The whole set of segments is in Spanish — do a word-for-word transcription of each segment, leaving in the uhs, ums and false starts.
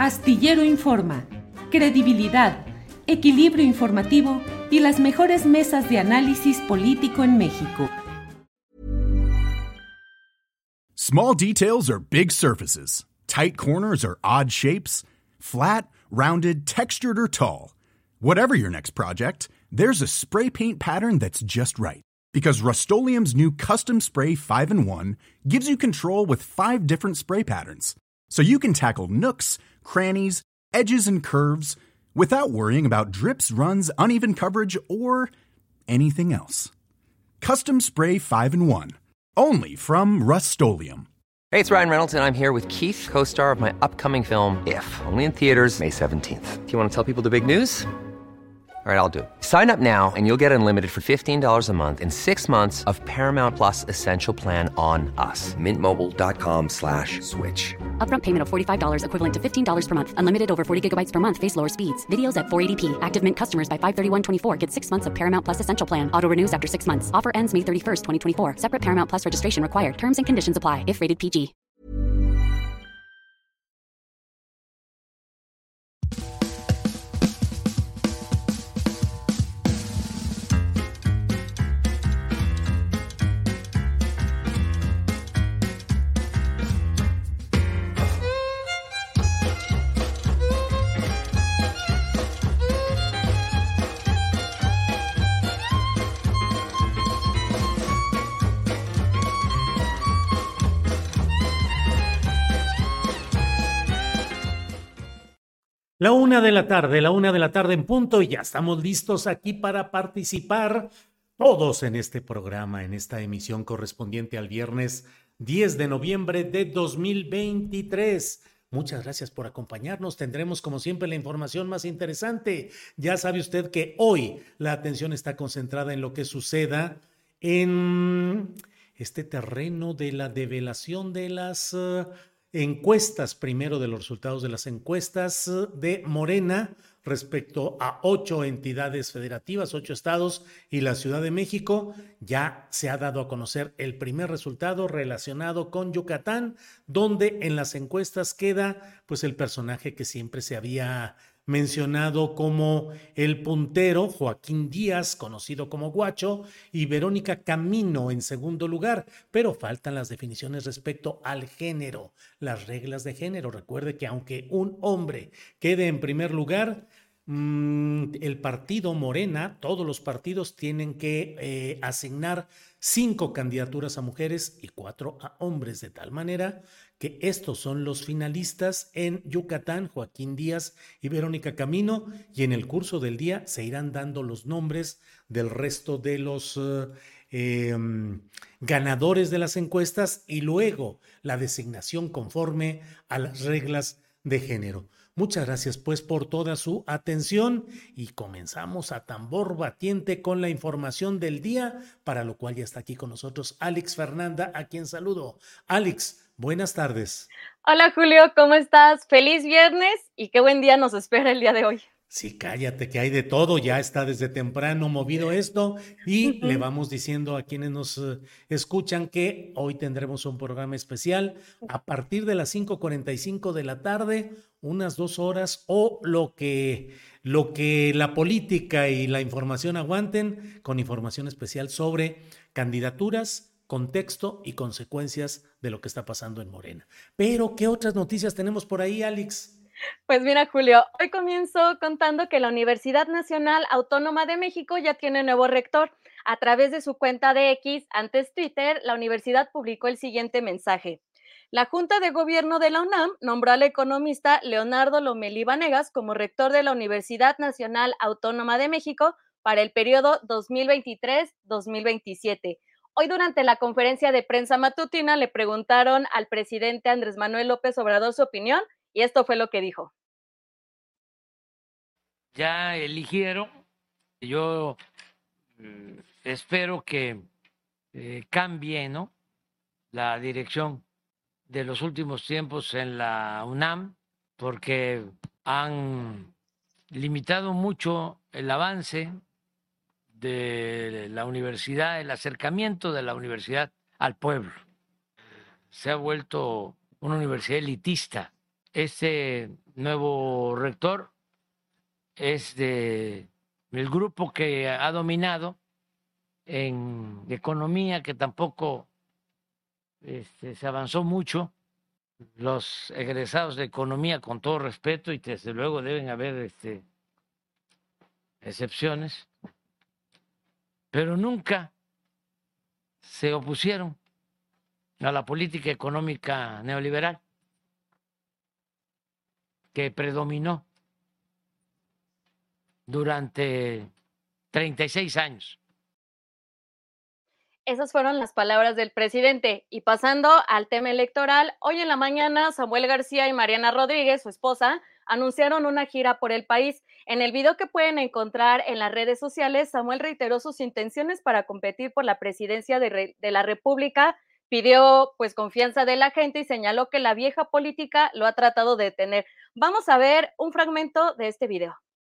Astillero Informa, credibilidad, equilibrio informativo y las mejores mesas de análisis político en México. Small details are big surfaces. Tight corners are odd shapes. Flat, rounded, textured, or tall. Whatever your next project, there's a spray paint pattern that's just right. Because Rust-Oleum's new Custom Spray five in one gives you control with five different spray patterns. So you can tackle nooks, crannies, edges, and curves without worrying about drips, runs, uneven coverage, or anything else. Custom Spray five in one. Only from Rust-Oleum. Hey, it's Ryan Reynolds, and I'm here with Keith, co-star of my upcoming film, If, only in theaters May seventeenth. Do you want to tell people the big news? All right, I'll do it. Sign up now and you'll get unlimited for fifteen dollars a month and six months of Paramount Plus Essential Plan on us. Mint Mobile dot com slash switch. Upfront payment of forty-five dollars equivalent to fifteen dollars per month. Unlimited over forty gigabytes per month. Face lower speeds. Videos at four eighty p. Active Mint customers by five thirty-one twenty-four get six months of Paramount Plus Essential Plan. Auto renews after six months. Offer ends May thirty-first, twenty twenty-four. Separate Paramount Plus registration required. Terms and conditions apply if rated P G. La una de la tarde, la una de la tarde en punto, y ya estamos listos aquí para participar todos en este programa, en esta emisión correspondiente al viernes diez de noviembre de dos mil veintitrés. Muchas gracias por acompañarnos. Tendremos, como siempre, la información más interesante. Ya sabe usted que hoy la atención está concentrada en lo que suceda en este terreno de la develación de las uh, encuestas, primero de los resultados de las encuestas de Morena respecto a ocho entidades federativas, ocho estados y la Ciudad de México. Ya se ha dado a conocer el primer resultado relacionado con Yucatán, donde en las encuestas queda pues el personaje que siempre se había mencionado como el puntero, Joaquín Díaz, conocido como Guacho, y Verónica Camino en segundo lugar, pero faltan las definiciones respecto al género, las reglas de género. Recuerde que aunque un hombre quede en primer lugar, mmm, el partido Morena, todos los partidos tienen que eh, asignar cinco candidaturas a mujeres y cuatro a hombres, de tal manera que estos son los finalistas en Yucatán, Joaquín Díaz y Verónica Camino, y en el curso del día se irán dando los nombres del resto de los uh, eh, ganadores de las encuestas y luego la designación conforme a las reglas de género. Muchas gracias pues por toda su atención y comenzamos a tambor batiente con la información del día, para lo cual ya está aquí con nosotros Alex Fernanda, a quien saludo. Alex, buenas tardes. Hola Julio, ¿cómo estás? Feliz viernes y qué buen día nos espera el día de hoy. Sí, cállate, que hay de todo, ya está desde temprano movido esto y uh-huh. le vamos diciendo a quienes nos uh, escuchan que hoy tendremos un programa especial a partir de las cinco cuarenta y cinco de la tarde, unas dos horas o lo que, lo que la política y la información aguanten, con información especial sobre candidaturas, contexto y consecuencias de lo que está pasando en Morena. Pero, ¿qué otras noticias tenemos por ahí, Alex? Pues mira, Julio, hoy comienzo contando que la Universidad Nacional Autónoma de México ya tiene nuevo rector. A través de su cuenta de X, antes Twitter, la universidad publicó el siguiente mensaje. La Junta de Gobierno de la UNAM nombró al economista Leonardo Lomelí Vanegas como rector de la Universidad Nacional Autónoma de México para el periodo dos mil veintitrés a dos mil veintisiete. Hoy, durante la conferencia de prensa matutina, le preguntaron al presidente Andrés Manuel López Obrador su opinión, y esto fue lo que dijo. Ya eligieron, yo eh, espero que eh, cambie, ¿no?, la dirección de los últimos tiempos en la UNAM, porque han limitado mucho el avance de la universidad, el acercamiento de la universidad al pueblo. Se ha vuelto una universidad elitista Este nuevo rector es de el grupo que ha dominado en economía, que tampoco este, se avanzó mucho. Los egresados de economía, con todo respeto, y desde luego deben haber este, excepciones, pero nunca se opusieron a la política económica neoliberal que predominó durante treinta y seis años. Esas fueron las palabras del presidente. Y pasando al tema electoral, hoy en la mañana Samuel García y Mariana Rodríguez, su esposa, anunciaron una gira por el país. En el video que pueden encontrar en las redes sociales, Samuel reiteró sus intenciones para competir por la presidencia de, re, de la República, pidió pues confianza de la gente y señaló que la vieja política lo ha tratado de detener. Vamos a ver un fragmento de este video.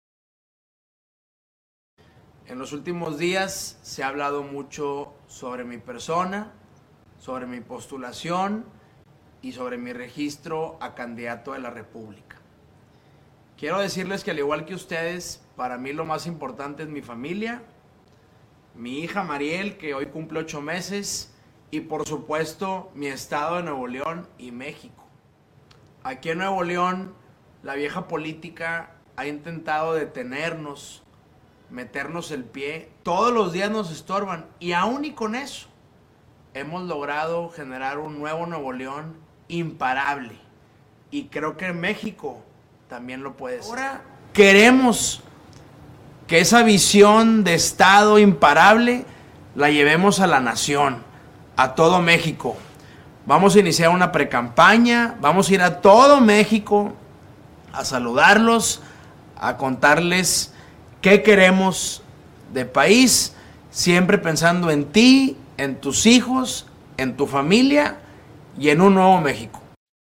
En los últimos días se ha hablado mucho sobre mi persona, sobre mi postulación y sobre mi registro a candidato de la República. Quiero decirles que al igual que ustedes, para mí lo más importante es mi familia, mi hija Mariel, que hoy cumple ocho meses, y por supuesto mi estado de Nuevo León y México. Aquí en Nuevo León, la vieja política ha intentado detenernos, meternos el pie, todos los días nos estorban, y aún y con eso hemos logrado generar un nuevo Nuevo León imparable, y creo que México también lo puede ser. Ahora queremos que esa visión de Estado imparable la llevemos a la nación, a todo México. Vamos a iniciar una precampaña, vamos a ir a todo México a saludarlos, a contarles qué queremos de país, siempre pensando en ti, en tus hijos, en tu familia y en un nuevo México.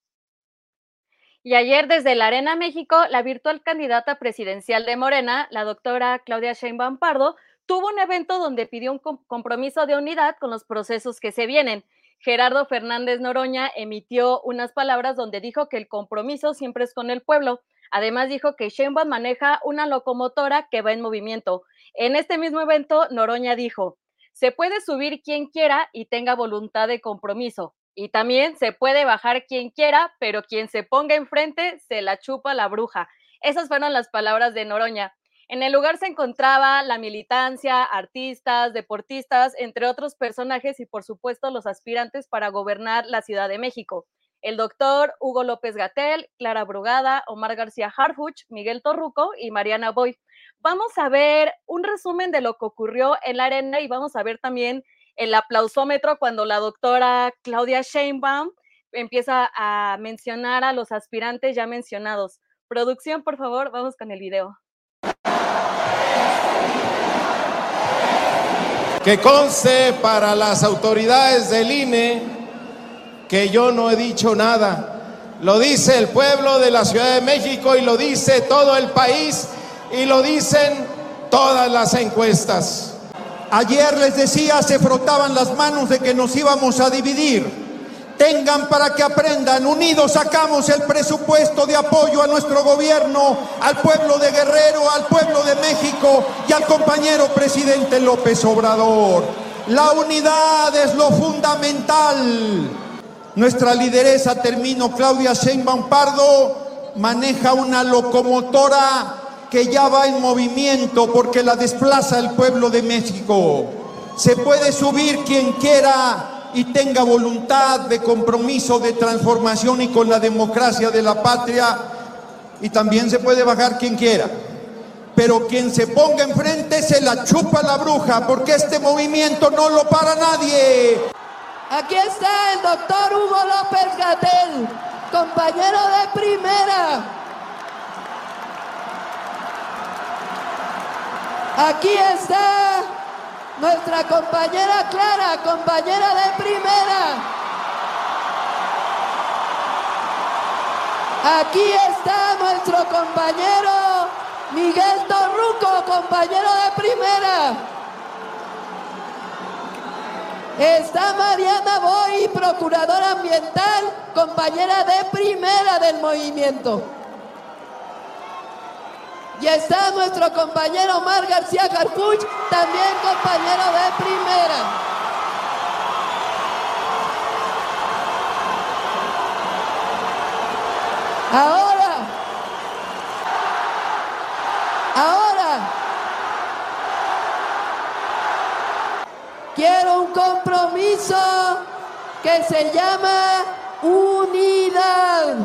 Y ayer desde la Arena México, la virtual candidata presidencial de Morena, la doctora Claudia Sheinbaum Pardo, tuvo un evento donde pidió un compromiso de unidad con los procesos que se vienen. Gerardo Fernández Noroña emitió unas palabras donde dijo que el compromiso siempre es con el pueblo. Además dijo que Sheinbaum maneja una locomotora que va en movimiento. En este mismo evento, Noroña dijo, se puede subir quien quiera y tenga voluntad de compromiso. Y también se puede bajar quien quiera, pero quien se ponga enfrente se la chupa la bruja. Esas fueron las palabras de Noroña. En el lugar se encontraba la militancia, artistas, deportistas, entre otros personajes y por supuesto los aspirantes para gobernar la Ciudad de México. El doctor Hugo López-Gatell, Clara Brugada, Omar García Harfuch, Miguel Torruco y Mariana Boy. Vamos a ver un resumen de lo que ocurrió en la arena y vamos a ver también el aplausómetro cuando la doctora Claudia Sheinbaum empieza a mencionar a los aspirantes ya mencionados. Producción, por favor, vamos con el video. Que conste para las autoridades del I N E que yo no he dicho nada. Lo dice el pueblo de la Ciudad de México y lo dice todo el país y lo dicen todas las encuestas. Ayer les decía, se frotaban las manos de que nos íbamos a dividir. Tengan para que aprendan, unidos sacamos el presupuesto de apoyo a nuestro gobierno, al pueblo de Guerrero, al pueblo de México y al compañero presidente López Obrador. La unidad es lo fundamental. Nuestra lideresa, termino, Claudia Sheinbaum Pardo, maneja una locomotora que ya va en movimiento porque la desplaza el pueblo de México. Se puede subir quien quiera y tenga voluntad de compromiso, de transformación y con la democracia de la patria, y también se puede bajar quien quiera. Pero quien se ponga enfrente se la chupa la bruja, porque este movimiento no lo para nadie. Aquí está el doctor Hugo López-Gatell, compañero de primera. Aquí está nuestra compañera Clara, compañera de primera. Aquí está nuestro compañero Miguel Torruco, compañero de primera. Está Mariana Boy, procuradora ambiental, compañera de primera del movimiento. Y está nuestro compañero Omar García Harfuch, también compañero de primera. Ahora, ahora, quiero un compromiso que se llama unidad.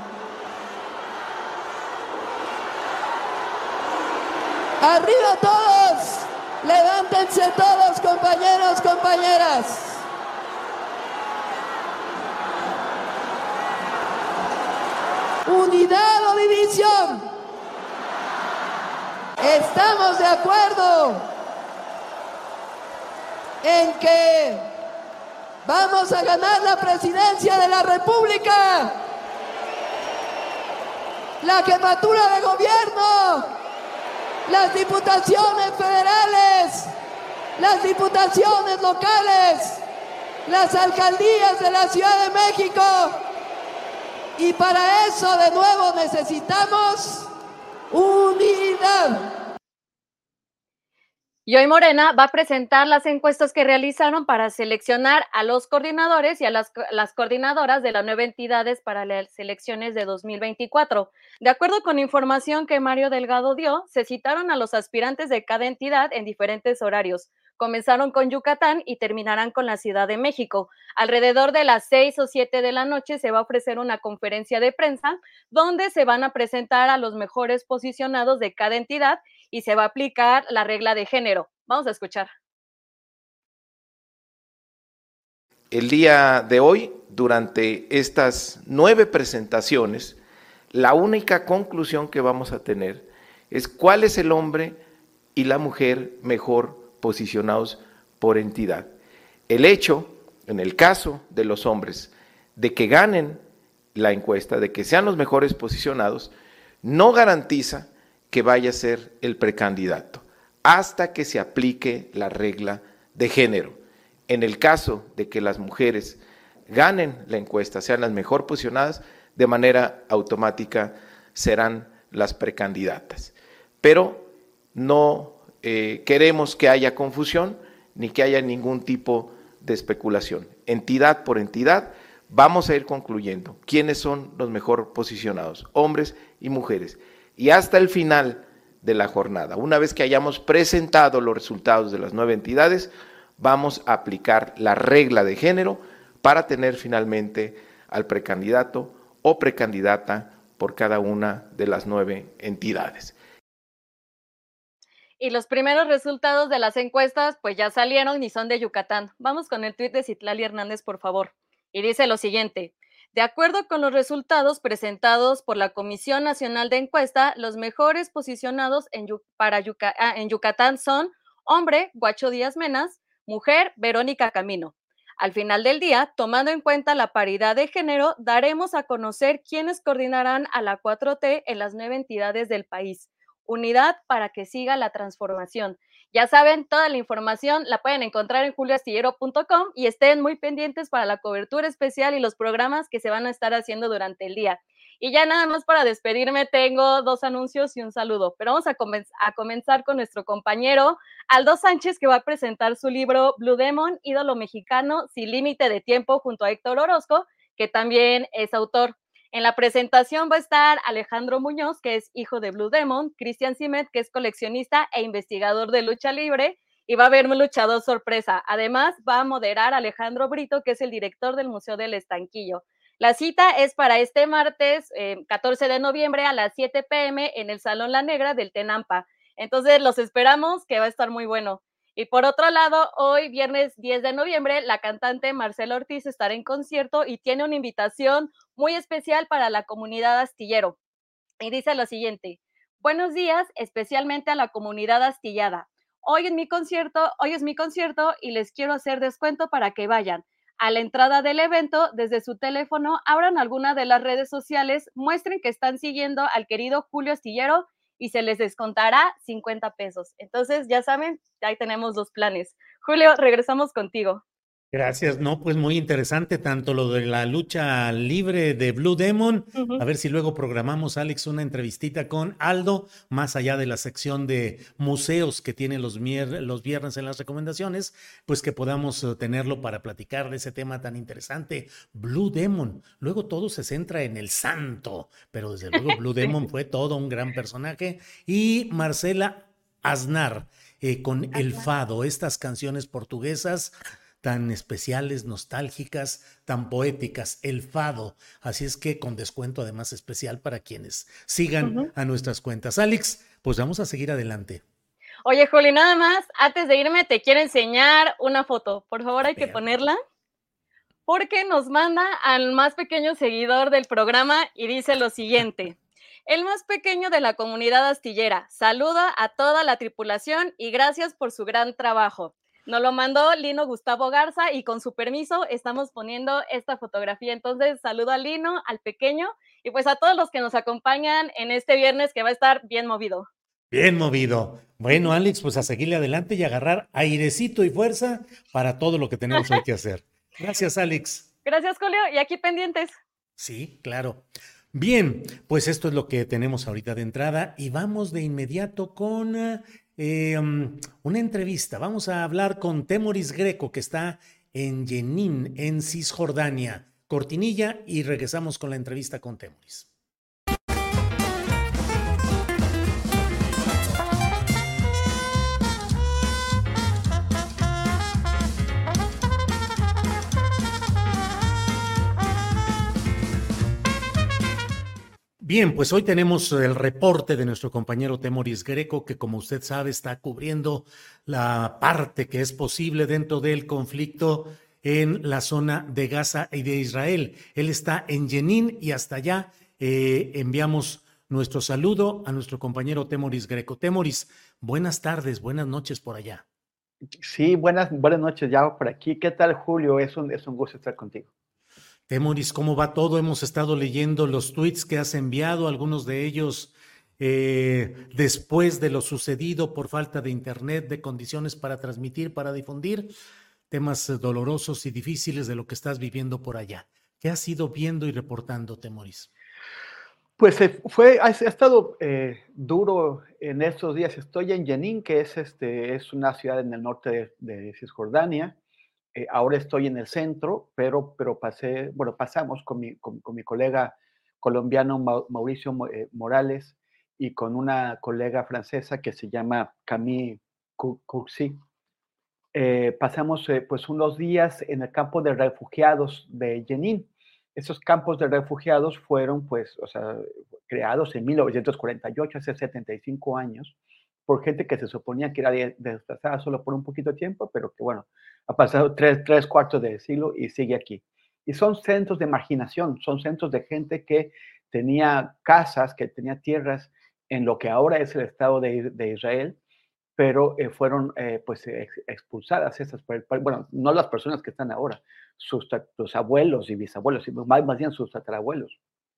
Arriba todos, levántense todos, compañeros, compañeras. Unidad o división. Estamos de acuerdo en que vamos a ganar la presidencia de la República, la jefatura de gobierno, las diputaciones federales, las diputaciones locales, las alcaldías de la Ciudad de México. Y para eso de nuevo necesitamos unidad. Y hoy Morena va a presentar las encuestas que realizaron para seleccionar a los coordinadores y a las, las coordinadoras de las nueve entidades para las elecciones de dos mil veinticuatro. De acuerdo con información que Mario Delgado dio, se citaron a los aspirantes de cada entidad en diferentes horarios. Comenzaron con Yucatán y terminarán con la Ciudad de México. Alrededor de las seis o siete de la noche se va a ofrecer una conferencia de prensa donde se van a presentar a los mejores posicionados de cada entidad y se va a aplicar la regla de género. Vamos a escuchar. El día de hoy, durante estas nueve presentaciones, la única conclusión que vamos a tener es cuál es el hombre y la mujer mejor posicionados por entidad. El hecho, en el caso de los hombres, de que ganen la encuesta, de que sean los mejores posicionados, no garantiza que vaya a ser el precandidato, hasta que se aplique la regla de género. En el caso de que las mujeres ganen la encuesta, sean las mejor posicionadas, de manera automática serán las precandidatas. Pero no Eh, queremos que haya confusión ni que haya ningún tipo de especulación. Entidad por entidad vamos a ir concluyendo quiénes son los mejor posicionados, hombres y mujeres. Y hasta el final de la jornada, una vez que hayamos presentado los resultados de las nueve entidades, vamos a aplicar la regla de género para tener finalmente al precandidato o precandidata por cada una de las nueve entidades. Y los primeros resultados de las encuestas pues ya salieron y son de Yucatán. Vamos con el tuit de Citlali Hernández, por favor. Y dice lo siguiente: de acuerdo con los resultados presentados por la Comisión Nacional de Encuesta, los mejores posicionados en, para Yuca, ah, en Yucatán son hombre, Guacho Díaz Menas, mujer, Verónica Camino. Al final del día, tomando en cuenta la paridad de género, daremos a conocer quiénes coordinarán a la cuatro T en las nueve entidades del país. Unidad para que siga la transformación. Ya saben, toda la información la pueden encontrar en julio astillero punto com y estén muy pendientes para la cobertura especial y los programas que se van a estar haciendo durante el día. Y ya nada más para despedirme, tengo dos anuncios y un saludo, pero vamos a, comen- a comenzar con nuestro compañero Aldo Sánchez, que va a presentar su libro Blue Demon, ídolo mexicano sin límite de tiempo, junto a Héctor Orozco, que también es autor. En la presentación va a estar Alejandro Muñoz, que es hijo de Blue Demon, Cristian Simet, que es coleccionista e investigador de lucha libre, y va a haber un luchador sorpresa. Además, va a moderar Alejandro Brito, que es el director del Museo del Estanquillo. La cita es para este martes, eh, catorce de noviembre, a las siete pe eme en el Salón La Negra del Tenampa. Entonces, los esperamos, que va a estar muy bueno. Y por otro lado, hoy, viernes diez de noviembre, la cantante Marcela Ortiz estará en concierto y tiene una invitación muy especial para la comunidad astillero. Y dice lo siguiente: buenos días, especialmente a la comunidad astillada. Hoy, en mi concierto, hoy es mi concierto y les quiero hacer descuento para que vayan. A la entrada del evento, desde su teléfono, abran alguna de las redes sociales, muestren que están siguiendo al querido Julio Astillero y se les descontará cincuenta pesos. Entonces, ya saben, ahí tenemos dos planes. Julio, regresamos contigo. Gracias, no, pues muy interesante tanto lo de la lucha libre de Blue Demon. Ujú. A ver si luego programamos, Alex, una entrevistita con Aldo, más allá de la sección de museos que tiene los, mier- los viernes en las recomendaciones, pues que podamos eh, tenerlo para platicar de ese tema tan interesante, Blue Demon. Luego todo se centra en el santo, pero desde luego Blue Sí. Demon fue todo un gran personaje. Y Marcela Aznar, eh, con El Aznar. Fado, estas canciones portuguesas tan especiales, nostálgicas, tan poéticas, el fado. Así es que con descuento además especial para quienes sigan Ujú. a nuestras cuentas. Alex, pues vamos a seguir adelante. Oye, Juli, nada más, antes de irme, te quiero enseñar una foto. Por favor, A hay que ver. ponerla. Porque nos manda al más pequeño seguidor del programa y dice lo siguiente. El más pequeño de la comunidad astillera. Saluda a toda la tripulación y gracias por su gran trabajo. Nos lo mandó Lino Gustavo Garza y con su permiso estamos poniendo esta fotografía. Entonces, saludo a Lino, al pequeño y pues a todos los que nos acompañan en este viernes que va a estar bien movido. Bien movido. Bueno, Alex, pues a seguirle adelante y agarrar airecito y fuerza para todo lo que tenemos hoy que hacer. Gracias, Alex. Gracias, Julio, y aquí pendientes. Sí, claro. Bien, pues esto es lo que tenemos ahorita de entrada y vamos de inmediato con eh, um, una entrevista. Vamos a hablar con Temoris Greco, que está en Jenin, en Cisjordania. Cortinilla y regresamos con la entrevista con Temoris. Bien, pues hoy tenemos el reporte de nuestro compañero Temoris Greco, que como usted sabe está cubriendo la parte que es posible dentro del conflicto en la zona de Gaza y de Israel. Él está en Jenin y hasta allá eh, enviamos nuestro saludo a nuestro compañero Temoris Greco. Temoris, buenas tardes, buenas noches por allá. Sí, buenas, buenas noches ya por aquí. ¿Qué tal, Julio? Es un, es un gusto estar contigo. Temoris, ¿cómo va todo? Hemos estado leyendo los tweets que has enviado, algunos de ellos eh, después de lo sucedido por falta de internet, de condiciones para transmitir, para difundir, temas dolorosos y difíciles de lo que estás viviendo por allá. ¿Qué has ido viendo y reportando, Temoris? Pues eh, fue, ha, ha estado eh, duro en estos días. Estoy en Jenin, que es, este, es una ciudad en el norte de, de Cisjordania. Eh, ahora estoy en el centro, pero, pero pasé, bueno, pasamos con mi, con, con mi colega colombiano Mauricio Morales y con una colega francesa que se llama Camille Courcy. Eh, pasamos eh, pues unos días en el campo de refugiados de Jenin. Esos campos de refugiados fueron pues, o sea, creados en mil novecientos cuarenta y ocho, hace setenta y cinco años, por gente que se suponía que era desplazada solo por un poquito de tiempo, pero que bueno, ha pasado tres, tres cuartos de siglo y sigue aquí. Y son centros de marginación, son centros de gente que tenía casas, que tenía tierras en lo que ahora es el Estado de, de Israel, pero eh, fueron eh, pues ex, expulsadas esas, bueno, no las personas que están ahora, sus, sus abuelos y bisabuelos, más, más bien sus tatarabuelos,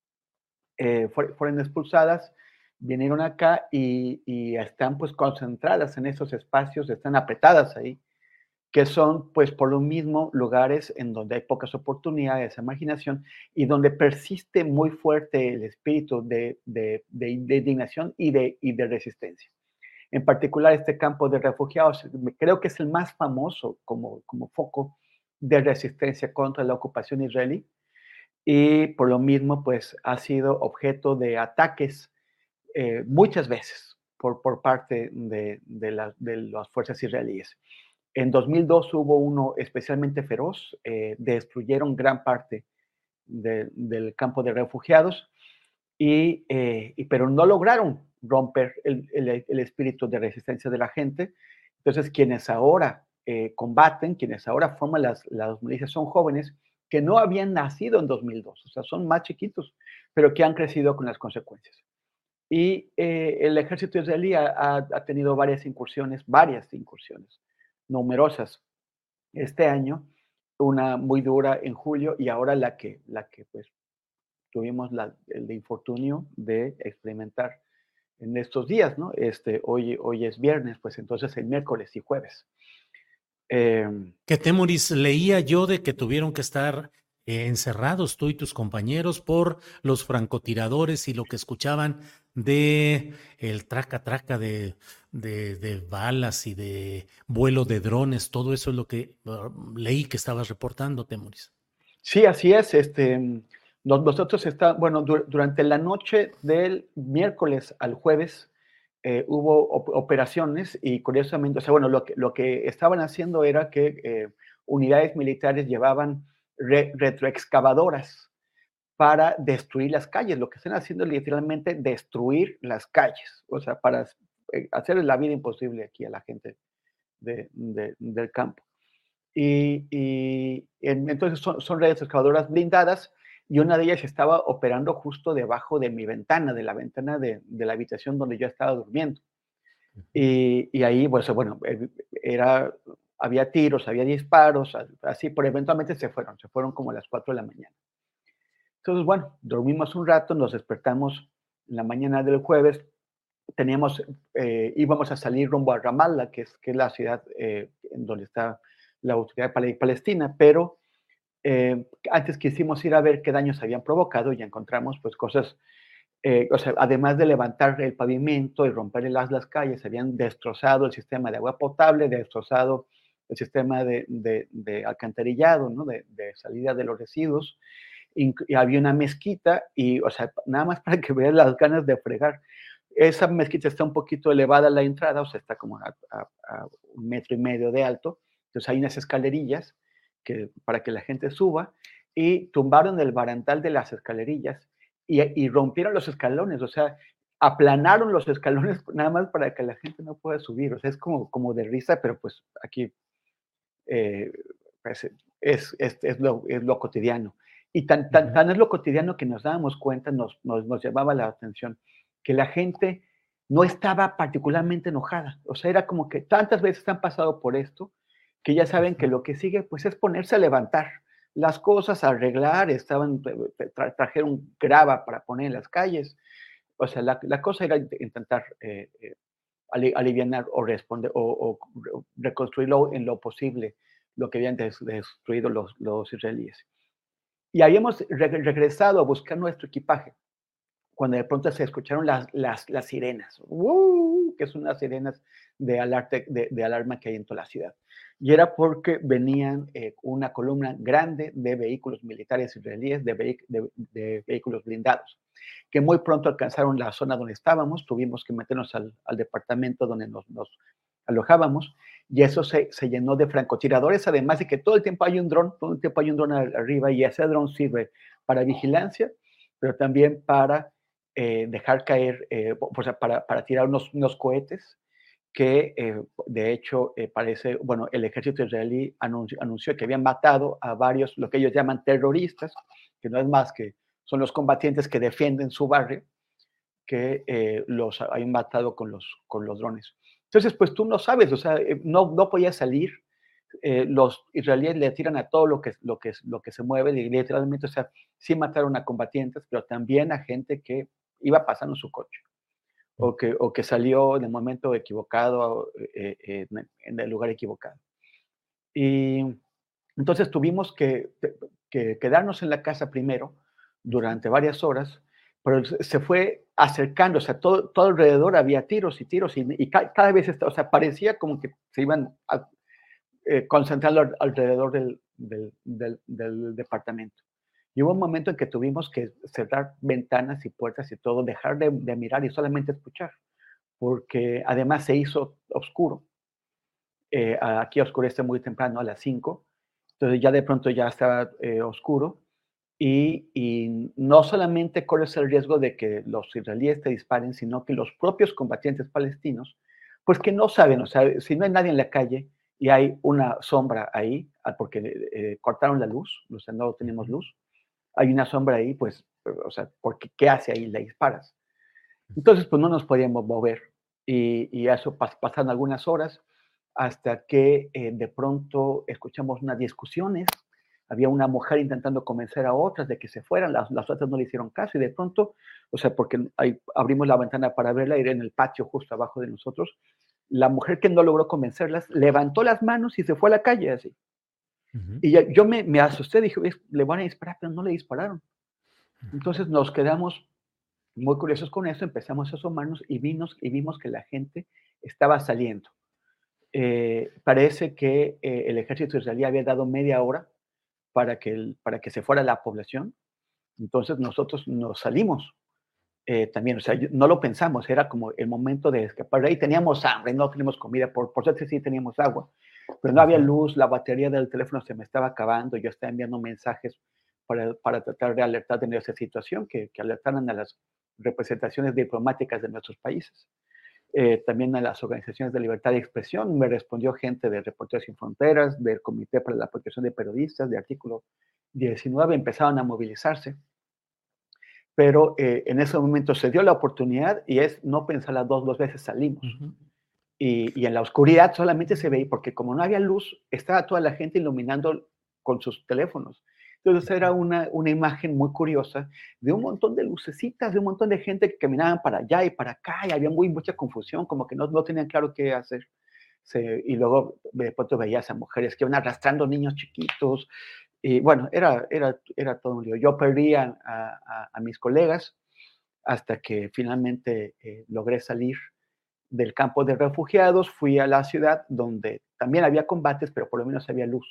eh, fueron, fueron expulsadas, vinieron acá y, y están pues concentradas en esos espacios, están apretadas ahí, que son pues por lo mismo lugares en donde hay pocas oportunidades, imaginación, y donde persiste muy fuerte el espíritu de, de, de, de indignación y de, y de resistencia. En particular, este campo de refugiados creo que es el más famoso como, como foco de resistencia contra la ocupación israelí y por lo mismo pues ha sido objeto de ataques eh, muchas veces por, por parte de, de, la, de las fuerzas israelíes. En dos mil dos hubo uno especialmente feroz, eh, destruyeron gran parte de, del campo de refugiados, y, eh, y, pero no lograron romper el, el, el, espíritu de resistencia de la gente. Entonces, quienes ahora eh, combaten, quienes ahora forman las, las milicias son jóvenes que no habían nacido en dos mil dos, o sea, son más chiquitos, pero que han crecido con las consecuencias. Y eh, el ejército israelí ha, ha tenido varias incursiones, varias incursiones, numerosas este año, una muy dura en julio y ahora la que, la que pues, tuvimos la, el infortunio de experimentar en estos días, ¿no? Este, hoy, hoy es viernes, pues entonces el miércoles y jueves. Eh, que Temoris, leía yo de que tuvieron que estar eh, encerrados tú y tus compañeros por los francotiradores y lo que escuchaban de el traca traca de, de, de balas y de vuelo de drones, todo eso es lo que uh, leí que estabas reportando, Temoris. Sí, así es. Este, nosotros está, bueno, du durante la noche del miércoles al jueves eh, hubo op operaciones y curiosamente, o sea, bueno, lo que, lo que estaban haciendo era que eh, unidades militares llevaban re retroexcavadoras para destruir las calles. Lo que están haciendo es literalmente destruir las calles, o sea, para eh, hacerle la vida imposible aquí a la gente de, de, del campo. Y, y en, entonces son, son redes excavadoras blindadas y una de ellas estaba operando justo debajo de mi ventana, de la ventana de, de la habitación donde yo estaba durmiendo. Y, y ahí, pues, bueno, era, había tiros, había disparos, así, pero eventualmente se fueron, se fueron como a las cuatro de la mañana. Entonces, bueno, dormimos un rato, nos despertamos en la mañana del jueves, teníamos, eh, íbamos a salir rumbo a Ramallah, que es, que es la ciudad eh, en donde está la autoridad palestina, pero eh, antes quisimos ir a ver qué daños habían provocado y encontramos pues cosas, eh, o sea, además de levantar el pavimento y romper las, las calles, habían destrozado el sistema de agua potable, destrozado el sistema de, de, de alcantarillado, ¿no? de, de salida de los residuos, y, y había una mezquita y, o sea, nada más para que vean las ganas de fregar. Esa mezquita está un poquito elevada a la entrada, o sea, está como a, a, a un metro y medio de alto. Entonces hay unas escalerillas que, para que la gente suba y tumbaron el barandal de las escalerillas y, y rompieron los escalones, o sea, aplanaron los escalones nada más para que la gente no pueda subir. O sea, es como, como de risa, pero pues aquí eh, pues, es, es, es, lo, es lo cotidiano. Y tan, tan, tan es lo cotidiano que nos dábamos cuenta, nos, nos, nos llamaba la atención, que la gente no estaba particularmente enojada. O sea, era como que tantas veces han pasado por esto, que ya saben que lo que sigue pues es ponerse a levantar las cosas, a arreglar, estaban, tra trajeron grava para poner en las calles. O sea, la, la cosa era intentar eh, eh, alivianar o responder o, o reconstruirlo en lo posible, lo que habían des destruido los, los israelíes. Y habíamos re regresado a buscar nuestro equipaje, cuando de pronto se escucharon las, las, las sirenas, ¡uh! Que son las sirenas de, alerte, de, de alarma que hay en toda la ciudad. Y era porque venían eh, una columna grande de vehículos militares israelíes, de, ve de, de vehículos blindados, que muy pronto alcanzaron la zona donde estábamos, tuvimos que meternos al, al departamento donde nos, nos alojábamos, y eso se, se llenó de francotiradores, además de que todo el tiempo hay un dron, todo el tiempo hay un dron arriba, y ese dron sirve para vigilancia, pero también para eh, dejar caer, eh, o sea, para, para tirar unos, unos cohetes, que eh, de hecho eh, parece, bueno, el ejército israelí anunció, anunció que habían matado a varios, lo que ellos llaman terroristas, que no es más que son los combatientes que defienden su barrio, que eh, los habían matado con los, con los drones. Entonces, pues tú no sabes, o sea, no, no podía salir, eh, los israelíes le tiran a todo lo que, lo que, lo que se mueve, literalmente, o sea, sí mataron a combatientes, pero también a gente que iba pasando su coche, o que, o que salió en el momento equivocado, eh, eh, en el lugar equivocado. Y entonces tuvimos que, que quedarnos en la casa primero, durante varias horas, pero se fue acercando, o sea, todo, todo alrededor había tiros y tiros, y, y ca cada vez, está, o sea, parecía como que se iban a, eh, concentrando alrededor del, del, del, del departamento. Y hubo un momento en que tuvimos que cerrar ventanas y puertas y todo, dejar de, de mirar y solamente escuchar, porque además se hizo oscuro. Eh, aquí oscurece muy temprano, a las cinco, entonces ya de pronto ya estaba eh, oscuro. Y, y no solamente corres el riesgo de que los israelíes te disparen, sino que los propios combatientes palestinos, pues que no saben, o sea, si no hay nadie en la calle y hay una sombra ahí, porque eh, cortaron la luz, o sea, no tenemos luz, hay una sombra ahí, pues, o sea, porque ¿qué hace ahí? Le disparas. Entonces, pues no nos podíamos mover. Y, y eso pas, pasaron algunas horas hasta que eh, de pronto escuchamos unas discusiones. Había una mujer intentando convencer a otras de que se fueran, las, las otras no le hicieron caso y de pronto, o sea, porque ahí abrimos la ventana para verla, ir en el patio justo abajo de nosotros, La mujer que no logró convencerlas levantó las manos y se fue a la calle así. Uh-huh. Y ya, yo me, me asusté, dije, le van a disparar, pero no le dispararon. Uh-huh. Entonces nos quedamos muy curiosos con eso, empezamos a asomarnos y vimos, y vimos que la gente estaba saliendo. Eh, parece que eh, el ejército israelí había dado media hora para que, el, para que se fuera la población. Entonces nosotros nos salimos eh, también, o sea, no lo pensamos, era como el momento de escapar. Ahí teníamos hambre, no teníamos comida, por, por suerte sí teníamos agua, pero no había luz, la batería del teléfono se me estaba acabando, yo estaba enviando mensajes para, para tratar de alertar de esa situación, que, que alertaran a las representaciones diplomáticas de nuestros países. Eh, también a las organizaciones de libertad de expresión, me respondió gente de Reporteros Sin Fronteras, del Comité para la Protección de Periodistas, de Artículo diecinueve, empezaron a movilizarse, pero eh, en ese momento se dio la oportunidad y es no pensarla dos, dos veces salimos. Uh-huh. y, y en la oscuridad solamente se veía, porque como no había luz, estaba toda la gente iluminando con sus teléfonos. Entonces era una, una imagen muy curiosa de un montón de lucecitas, de un montón de gente que caminaban para allá y para acá, y había muy, mucha confusión, como que no, no tenían claro qué hacer. Se, y luego de pronto veías a mujeres que iban arrastrando niños chiquitos, y bueno, era, era, era todo un lío. Yo perdí a, a, a mis colegas hasta que finalmente eh, logré salir del campo de refugiados, fui a la ciudad donde también había combates, pero por lo menos había luz.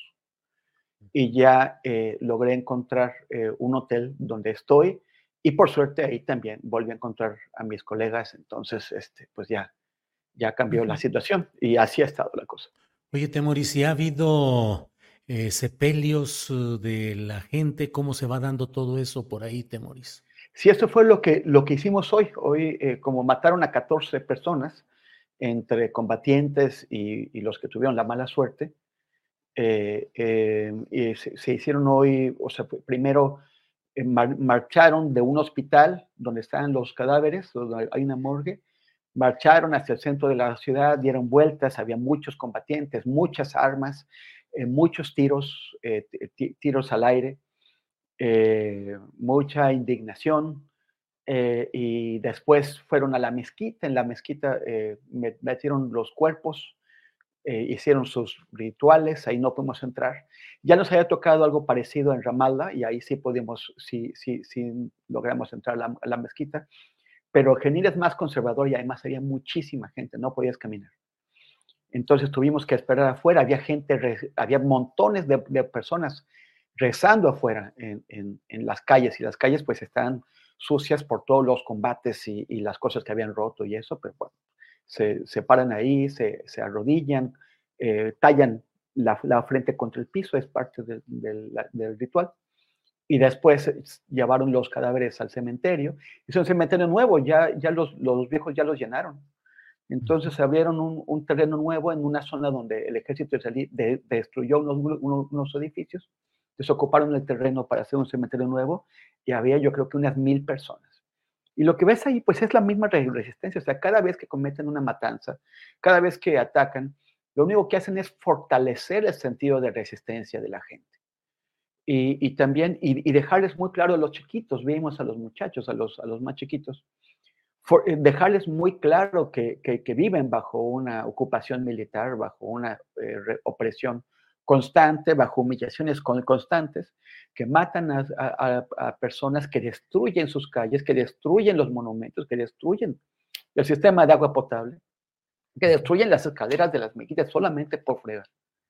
Y ya eh, logré encontrar eh, un hotel donde estoy y por suerte ahí también volví a encontrar a mis colegas, entonces este, pues ya, ya cambió uh-huh. la situación y así ha estado la cosa. Oye, Temoris, ¿y ha habido eh, sepelios uh, de la gente? ¿Cómo se va dando todo eso por ahí, Temoris? Sí, eso fue lo que, lo que hicimos hoy. Hoy eh, como mataron a catorce personas entre combatientes y, y los que tuvieron la mala suerte, Eh, eh, y se, se hicieron hoy, o sea, primero eh, mar, marcharon de un hospital donde estaban los cadáveres, donde hay una morgue, marcharon hacia el centro de la ciudad, dieron vueltas, había muchos combatientes, muchas armas, eh, muchos tiros, eh, tiros al aire, eh, mucha indignación, eh, y después fueron a la mezquita, en la mezquita eh, metieron los cuerpos, Eh, hicieron sus rituales, ahí no pudimos entrar. Ya nos había tocado algo parecido en Ramallah y ahí sí pudimos, sí, sí, sí logramos entrar a la, a la mezquita, pero Jenin es más conservador y además había muchísima gente, no podías caminar. Entonces tuvimos que esperar afuera, había gente, había montones de, de personas rezando afuera en, en, en las calles, y las calles pues están sucias por todos los combates y, y las cosas que habían roto y eso, pero bueno. Se, se paran ahí, se, se arrodillan, eh, tallan la, la frente contra el piso, es parte de, de la, del ritual. Y después llevaron los cadáveres al cementerio. Es un cementerio nuevo, ya, ya los, los viejos ya los llenaron. Entonces abrieron un, un terreno nuevo en una zona donde el ejército israelí de, destruyó unos, unos, unos edificios. Entonces ocuparon el terreno para hacer un cementerio nuevo y había yo creo que unas mil personas. Y lo que ves ahí, pues es la misma resistencia. O sea, cada vez que cometen una matanza, cada vez que atacan, lo único que hacen es fortalecer el sentido de resistencia de la gente. Y, y también, y, y dejarles muy claro a los chiquitos, vimos a los muchachos, a los, a los más chiquitos, for, dejarles muy claro que, que, que viven bajo una ocupación militar, bajo una eh, re, opresión constante, bajo humillaciones constantes, que matan a, a, a personas, que destruyen sus calles, que destruyen los monumentos, que destruyen el sistema de agua potable, que destruyen las escaleras de las mezquitas solamente por fregar.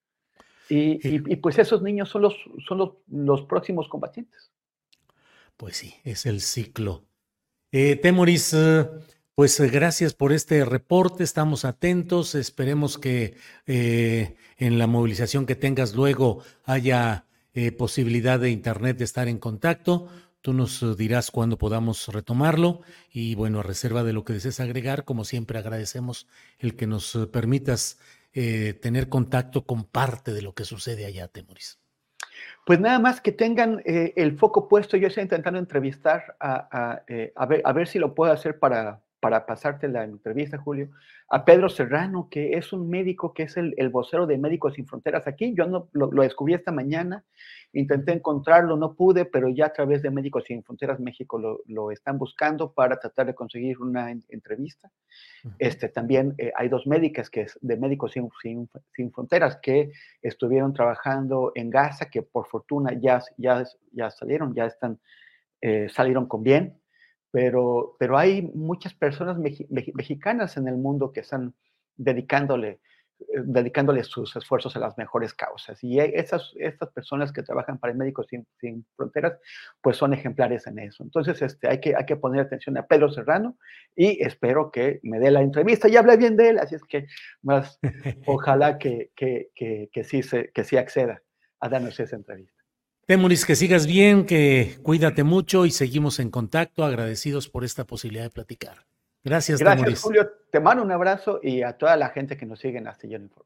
Y, y, y pues esos niños son los, son los, los próximos combatientes. Pues sí, es el ciclo. Eh, Temoris, eh, pues eh, gracias por este reporte, estamos atentos, esperemos que eh, en la movilización que tengas luego haya eh, posibilidad de internet de estar en contacto. Tú nos dirás cuándo podamos retomarlo y bueno, a reserva de lo que desees agregar, como siempre agradecemos el que nos eh, permitas eh, tener contacto con parte de lo que sucede allá, Temoris. Pues nada más que tengan eh, el foco puesto. Yo estoy intentando entrevistar a, a, eh, a, ver, a ver si lo puedo hacer para, para pasarte la entrevista, Julio, a Pedro Serrano, que es un médico, que es el, el vocero de Médicos Sin Fronteras aquí. Yo no, lo, lo descubrí esta mañana, intenté encontrarlo, no pude, pero ya a través de Médicos Sin Fronteras México lo, lo están buscando para tratar de conseguir una en, entrevista. Este, también eh, hay dos médicas que es de Médicos Sin, Sin, Sin Fronteras que estuvieron trabajando en Gaza, que por fortuna ya, ya, ya salieron, ya están, eh, salieron con bien. Pero, pero hay muchas personas meji, mexicanas en el mundo que están dedicándole, eh, dedicándole sus esfuerzos a las mejores causas. Y esas, estas personas que trabajan para Médicos Sin, Sin Fronteras, pues son ejemplares en eso. Entonces, este, hay, que, hay que poner atención a Pedro Serrano y espero que me dé la entrevista. Ya hablé bien de él, así es que más, ojalá que, que, que, que, sí se, que sí acceda a darnos esa entrevista. Temoris, que sigas bien, que cuídate mucho y seguimos en contacto, agradecidos por esta posibilidad de platicar. Gracias, Gracias, Temoris. Julio. Te mando un abrazo y a toda la gente que nos sigue en Astillero Informa.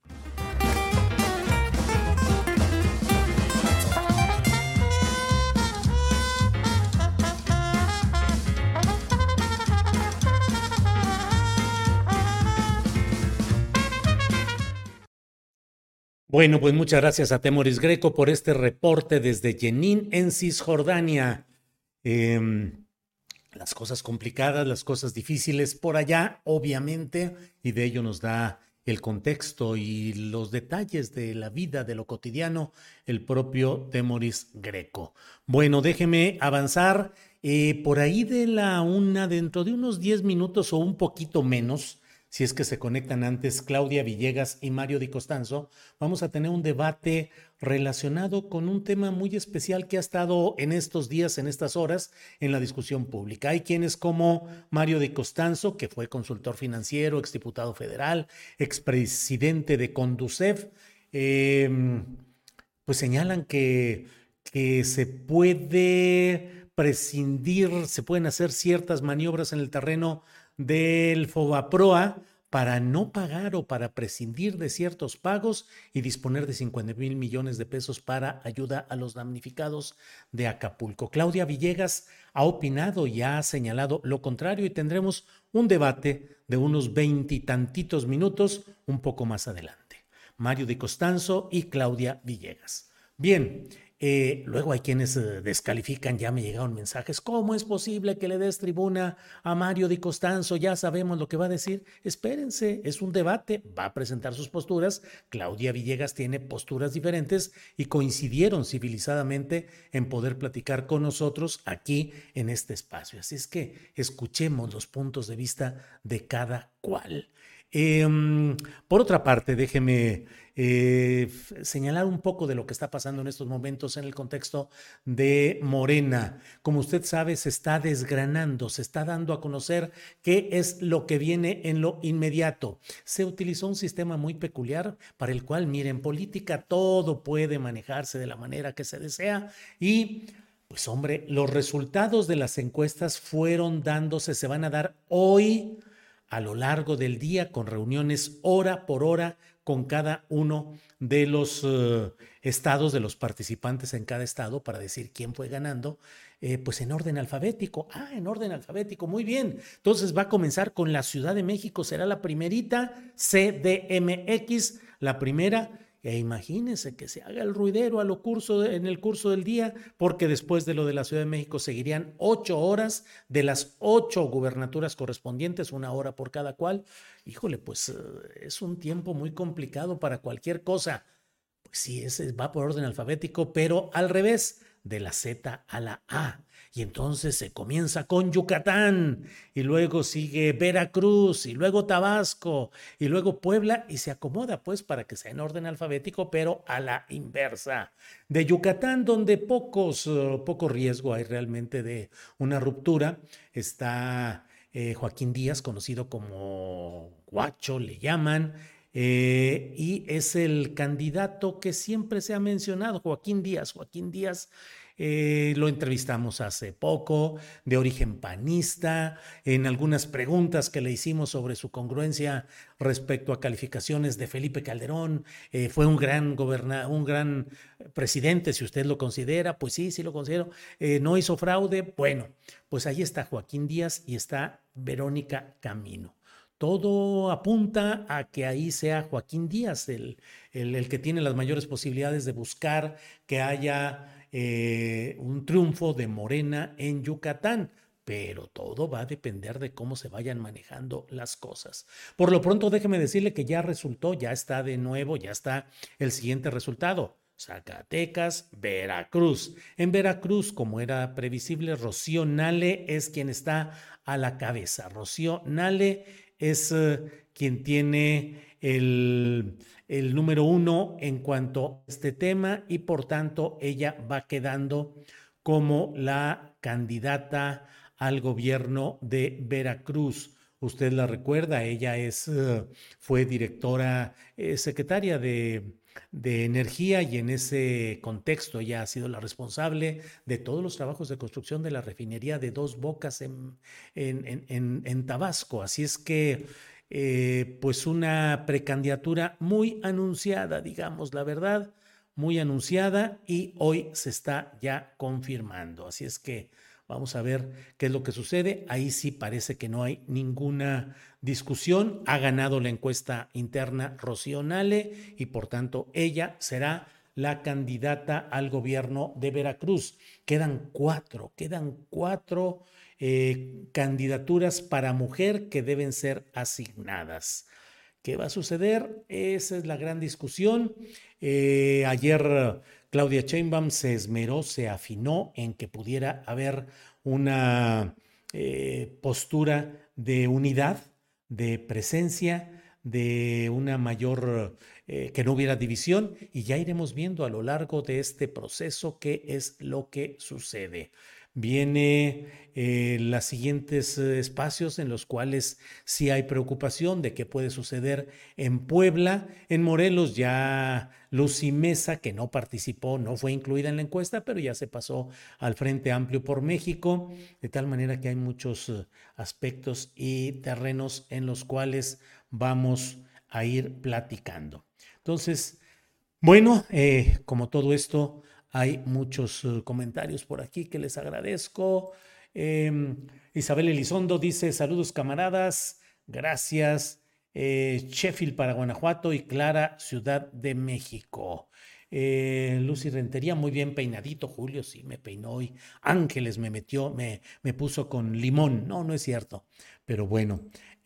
Bueno, pues muchas gracias a Temoris Greco por este reporte desde Jenin, en Cisjordania. Eh, las cosas complicadas, las cosas difíciles por allá, obviamente, y de ello nos da el contexto y los detalles de la vida, de lo cotidiano, el propio Temoris Greco. Bueno, déjeme avanzar. Eh, por ahí de la una, dentro de unos diez minutos o un poquito menos, si es que se conectan antes Claudia Villegas y Mario Di Costanzo, vamos a tener un debate relacionado con un tema muy especial que ha estado en estos días, en estas horas, en la discusión pública. Hay quienes como Mario Di Costanzo, que fue consultor financiero, exdiputado federal, expresidente de Conducef, eh, pues señalan que, que se puede prescindir, se pueden hacer ciertas maniobras en el terreno del FOBAPROA para no pagar o para prescindir de ciertos pagos y disponer de cincuenta mil millones de pesos para ayuda a los damnificados de Acapulco. Claudia Villegas ha opinado y ha señalado lo contrario y tendremos un debate de unos veintitantitos minutos un poco más adelante. Mario Di Costanzo y Claudia Villegas. Bien. Eh, luego hay quienes eh, descalifican, ya me llegaron mensajes, ¿cómo es posible que le des tribuna a Mario Di Costanzo? Ya sabemos lo que va a decir. Espérense, es un debate, va a presentar sus posturas. Claudia Villegas tiene posturas diferentes y coincidieron civilizadamente en poder platicar con nosotros aquí en este espacio. Así es que escuchemos los puntos de vista de cada cual. Eh, por otra parte, déjeme eh, señalar un poco de lo que está pasando en estos momentos en el contexto de Morena. Como usted sabe, se está desgranando, se está dando a conocer qué es lo que viene en lo inmediato. Se utilizó un sistema muy peculiar para el cual, mire, en política todo puede manejarse de la manera que se desea y... Pues hombre, los resultados de las encuestas fueron dándose, se van a dar hoy a lo largo del día con reuniones hora por hora con cada uno de los uh, estados, de los participantes en cada estado para decir quién fue ganando, eh, pues en orden alfabético. Ah, en orden alfabético, muy bien. Entonces va a comenzar con la Ciudad de México, será la primerita, C D M X, la primera. E imagínense que se haga el ruidero a lo curso de, en el curso del día, porque después de lo de la Ciudad de México seguirían ocho horas de las ocho gubernaturas correspondientes, una hora por cada cual. Híjole, pues uh, es un tiempo muy complicado para cualquier cosa. Pues sí, ese va por orden alfabético, pero al revés, de la Z a la A. Y entonces se comienza con Yucatán, y luego sigue Veracruz, y luego Tabasco, y luego Puebla, y se acomoda pues para que sea en orden alfabético, pero a la inversa. De Yucatán, donde pocos, uh, poco riesgo hay realmente de una ruptura, está eh, Joaquín Díaz, conocido como Guacho, le llaman, eh, y es el candidato que siempre se ha mencionado, Joaquín Díaz, Joaquín Díaz, Eh, lo entrevistamos hace poco, de origen panista, en algunas preguntas que le hicimos sobre su congruencia respecto a calificaciones de Felipe Calderón. Eh, fue un gran goberna, un gran presidente, si usted lo considera, pues sí, sí lo considero. Eh, no hizo fraude. Bueno, pues ahí está Joaquín Díaz y está Verónica Camino. Todo apunta a que ahí sea Joaquín Díaz el, el, el que tiene las mayores posibilidades de buscar que haya eh, un triunfo de Morena en Yucatán, pero todo va a depender de cómo se vayan manejando las cosas. Por lo pronto, déjeme decirle que ya resultó, ya está de nuevo, ya está el siguiente resultado. Zacatecas, Veracruz. En Veracruz, como era previsible, Rocío Nale es quien está a la cabeza. Rocío Nale es uh, quien tiene el, el número uno en cuanto a este tema y por tanto ella va quedando como la candidata al gobierno de Veracruz. Usted la recuerda, ella es, uh, fue directora, eh, secretaria de, de Energía y en ese contexto ella ha sido la responsable de todos los trabajos de construcción de la refinería de Dos Bocas en, en, en, en, en Tabasco. Así es que, eh, pues una precandidatura muy anunciada, digamos la verdad, muy anunciada y hoy se está ya confirmando. Así es que vamos a ver qué es lo que sucede. Ahí sí parece que no hay ninguna discusión. Ha ganado la encuesta interna Rocío Nale y por tanto ella será la candidata al gobierno de Veracruz. Quedan cuatro, quedan cuatro eh, candidaturas para mujer que deben ser asignadas. ¿Qué va a suceder? Esa es la gran discusión. Eh, ayer Claudia Sheinbaum se esmeró, se afinó en que pudiera haber una eh, postura de unidad, de presencia, de una mayor, eh, que no hubiera división, y ya iremos viendo a lo largo de este proceso qué es lo que sucede. Viene eh, los siguientes eh, espacios en los cuales sí hay preocupación de qué puede suceder en Puebla. En Morelos ya Lucy Mesa, que no participó, no fue incluida en la encuesta, pero ya se pasó al Frente Amplio por México, de tal manera que hay muchos eh, aspectos y terrenos en los cuales vamos a ir platicando. Entonces, bueno, eh, como todo esto, hay muchos uh, comentarios por aquí que les agradezco. Eh, Isabel Elizondo dice, saludos camaradas, gracias. Eh, Sheffield para Guanajuato y Clara, Ciudad de México. Eh, Lucy Rentería, muy bien peinadito, Julio, sí me peinó hoy. Ángeles me metió, me, me puso con limón. No, no es cierto, pero bueno.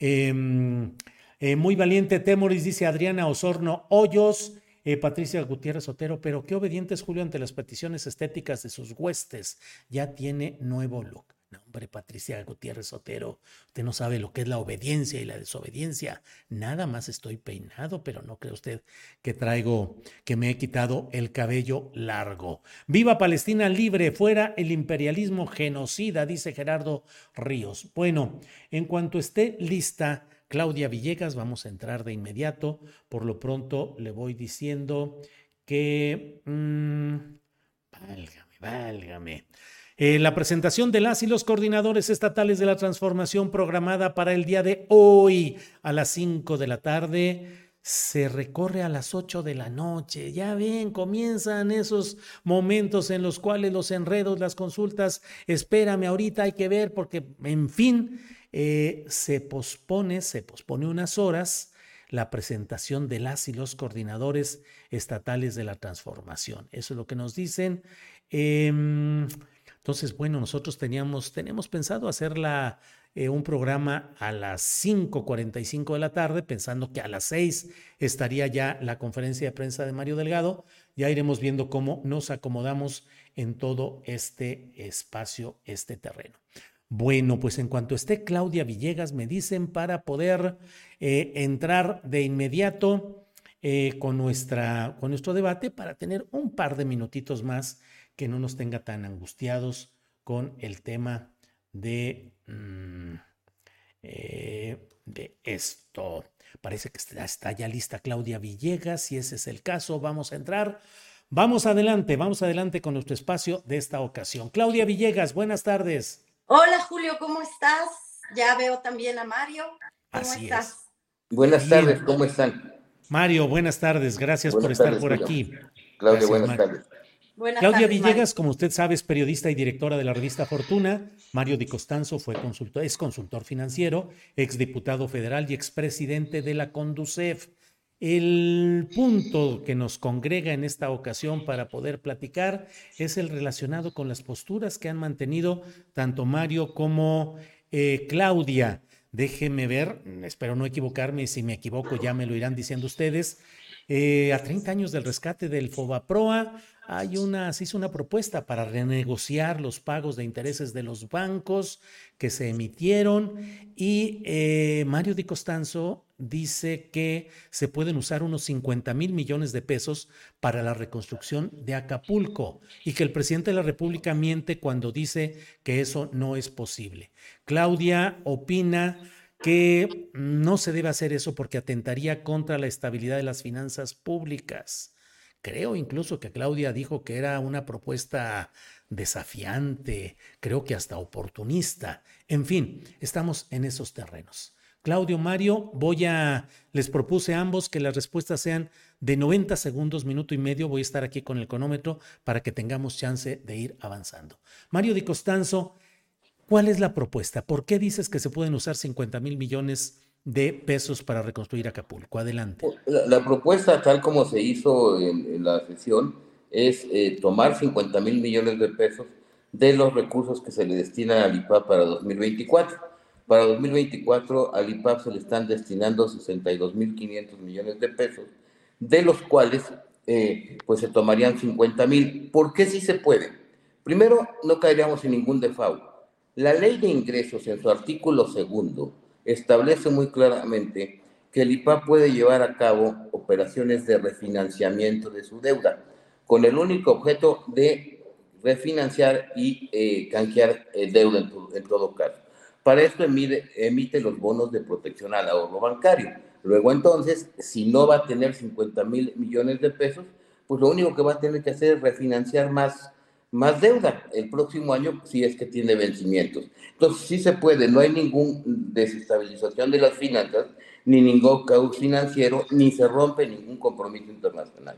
Eh, eh, muy valiente Temoris, dice Adriana Osorno Hoyos. Eh, Patricia Gutiérrez Otero, pero qué obediente es Julio ante las peticiones estéticas de sus huestes. Ya tiene nuevo look. No, hombre, Patricia Gutiérrez Otero, usted no sabe lo que es la obediencia y la desobediencia. Nada más estoy peinado, pero no cree usted que traigo, que me he quitado el cabello largo. ¡Viva Palestina libre! ¡Fuera el imperialismo genocida!, dice Gerardo Ríos. Bueno, en cuanto esté lista Claudia Villegas, vamos a entrar de inmediato. Por lo pronto le voy diciendo que... Mmm, válgame, válgame. Eh, la presentación de las y los coordinadores estatales de la transformación programada para el día de hoy a las cinco de la tarde se recorre a las ocho de la noche. Ya ven, comienzan esos momentos en los cuales los enredos, las consultas, espérame, ahorita hay que ver porque, en fin... Eh, se pospone, se pospone unas horas la presentación de las y los coordinadores estatales de la transformación. Eso es lo que nos dicen. Eh, entonces, bueno, nosotros teníamos, teníamos pensado hacer la, eh, un programa a las cinco cuarenta y cinco de la tarde, pensando que a las seis estaría ya la conferencia de prensa de Mario Delgado. Ya iremos viendo cómo nos acomodamos en todo este espacio, este terreno. Bueno, pues en cuanto esté Claudia Villegas, me dicen para poder eh, entrar de inmediato eh, con, nuestra, con nuestro debate para tener un par de minutitos más que no nos tenga tan angustiados con el tema de, mmm, eh, de esto. Parece que está, está ya lista Claudia Villegas. Si ese es el caso, vamos a entrar. Vamos adelante, vamos adelante con nuestro espacio de esta ocasión. Claudia Villegas, buenas tardes. Hola Julio, ¿cómo estás? Ya veo también a Mario. ¿Cómo Así estás? es. Buenas Bien. tardes, ¿cómo están? Mario, buenas tardes, gracias Buenas por estar tardes, por Julio. aquí. Claudia, Gracias, buenas Mario. tardes. Buenas Claudia tardes, Villegas, Mario. como usted sabe, es periodista y directora de la revista Fortuna. Mario Di Costanzo fue consultor, es consultor financiero, exdiputado federal y expresidente de la CONDUCEF. El punto que nos congrega en esta ocasión para poder platicar es el relacionado con las posturas que han mantenido tanto Mario como eh, Claudia. Déjeme ver, espero no equivocarme, y si me equivoco ya me lo irán diciendo ustedes. Eh, a treinta años del rescate del Fobaproa, hay una, se hizo una propuesta para renegociar los pagos de intereses de los bancos que se emitieron y eh, Mario Di Costanzo dice que se pueden usar unos cincuenta mil millones de pesos para la reconstrucción de Acapulco y que el presidente de la República miente cuando dice que eso no es posible. Claudia opina que no se debe hacer eso porque atentaría contra la estabilidad de las finanzas públicas. Creo incluso que Claudia dijo que era una propuesta desafiante, creo que hasta oportunista. En fin, estamos en esos terrenos. Claudio, Mario, voy a, les propuse a ambos que las respuestas sean de noventa segundos, minuto y medio. Voy a estar aquí con el cronómetro para que tengamos chance de ir avanzando. Mario Di Costanzo, ¿cuál es la propuesta? ¿Por qué dices que se pueden usar cincuenta mil millones de pesos para reconstruir Acapulco? Adelante. La, la propuesta, tal como se hizo en, en la sesión, es eh, tomar cincuenta mil millones de pesos de los recursos que se le destinan al I P A P para dos mil veinticuatro. Para dos mil veinticuatro al I P A P se le están destinando sesenta y dos mil quinientos millones de pesos, de los cuales eh, pues se tomarían cincuenta mil. ¿Por qué sí se puede? Primero, no caeríamos en ningún default. La ley de ingresos en su artículo segundo establece muy claramente que el I P A P puede llevar a cabo operaciones de refinanciamiento de su deuda, con el único objeto de refinanciar y eh, canjear eh, deuda en, tu, en todo caso. Para esto emite, emite los bonos de protección al ahorro bancario. Luego entonces, si no va a tener cincuenta mil millones de pesos, pues lo único que va a tener que hacer es refinanciar más más deuda el próximo año si es que tiene vencimientos. Entonces sí se puede, no hay ninguna desestabilización de las finanzas, ni ningún caos financiero, ni se rompe ningún compromiso internacional.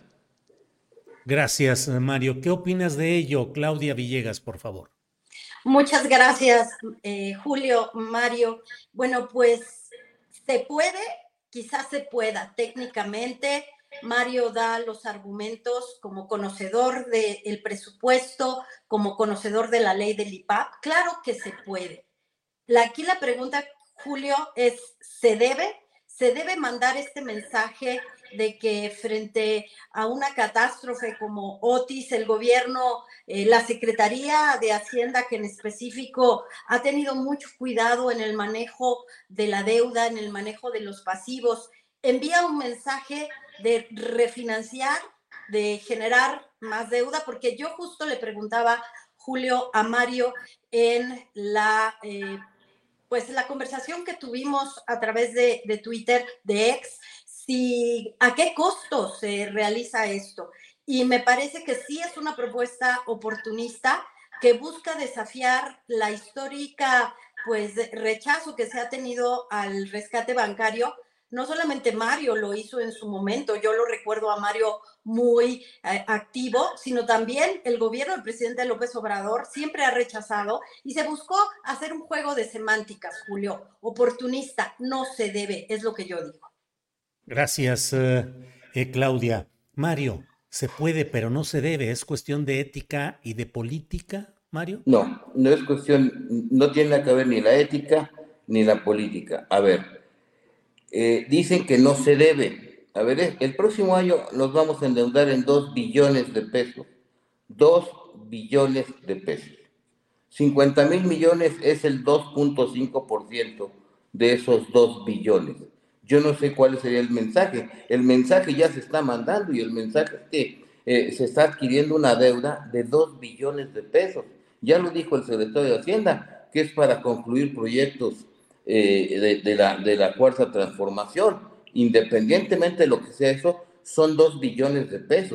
Gracias, Mario. ¿Qué opinas de ello? Claudia Villegas, por favor. Muchas gracias, eh, Julio, Mario. Bueno, pues se puede, quizás se pueda técnicamente. Mario da los argumentos como conocedor del presupuesto, como conocedor de la ley del I P A P. Claro que se puede. La, aquí la pregunta, Julio, es, ¿se debe? ¿Se debe mandar este mensaje de que frente a una catástrofe como Otis, el gobierno, eh, la Secretaría de Hacienda, que en específico ha tenido mucho cuidado en el manejo de la deuda, en el manejo de los pasivos, envía un mensaje de refinanciar, de generar más deuda? Porque yo justo le preguntaba, Julio, a Mario en la, eh, pues la conversación que tuvimos a través de, de Twitter, de X, si, ¿a qué costo se realiza esto? Y me parece que sí es una propuesta oportunista que busca desafiar la histórica, pues, rechazo que se ha tenido al rescate bancario. No solamente Mario lo hizo en su momento, yo lo recuerdo a Mario muy eh, activo, sino también el gobierno del presidente López Obrador siempre ha rechazado y se buscó hacer un juego de semánticas, Julio, oportunista. No se debe, es lo que yo digo. Gracias, eh, eh, Claudia. Mario, se puede, pero no se debe. ¿Es cuestión de ética y de política, Mario? No, no es cuestión, no tiene que ver ni la ética ni la política. A ver, Eh, dicen que no se debe. A ver, el próximo año nos vamos a endeudar en dos billones de pesos. dos billones de pesos. cincuenta mil millones es el dos punto cinco por ciento de esos dos billones. Yo no sé cuál sería el mensaje. El mensaje ya se está mandando y el mensaje es que eh, se está adquiriendo una deuda de dos billones de pesos. Ya lo dijo el secretario de Hacienda, que es para concluir proyectos Eh, de, de, la, de la cuarta transformación. Independientemente de lo que sea eso, son dos billones de pesos.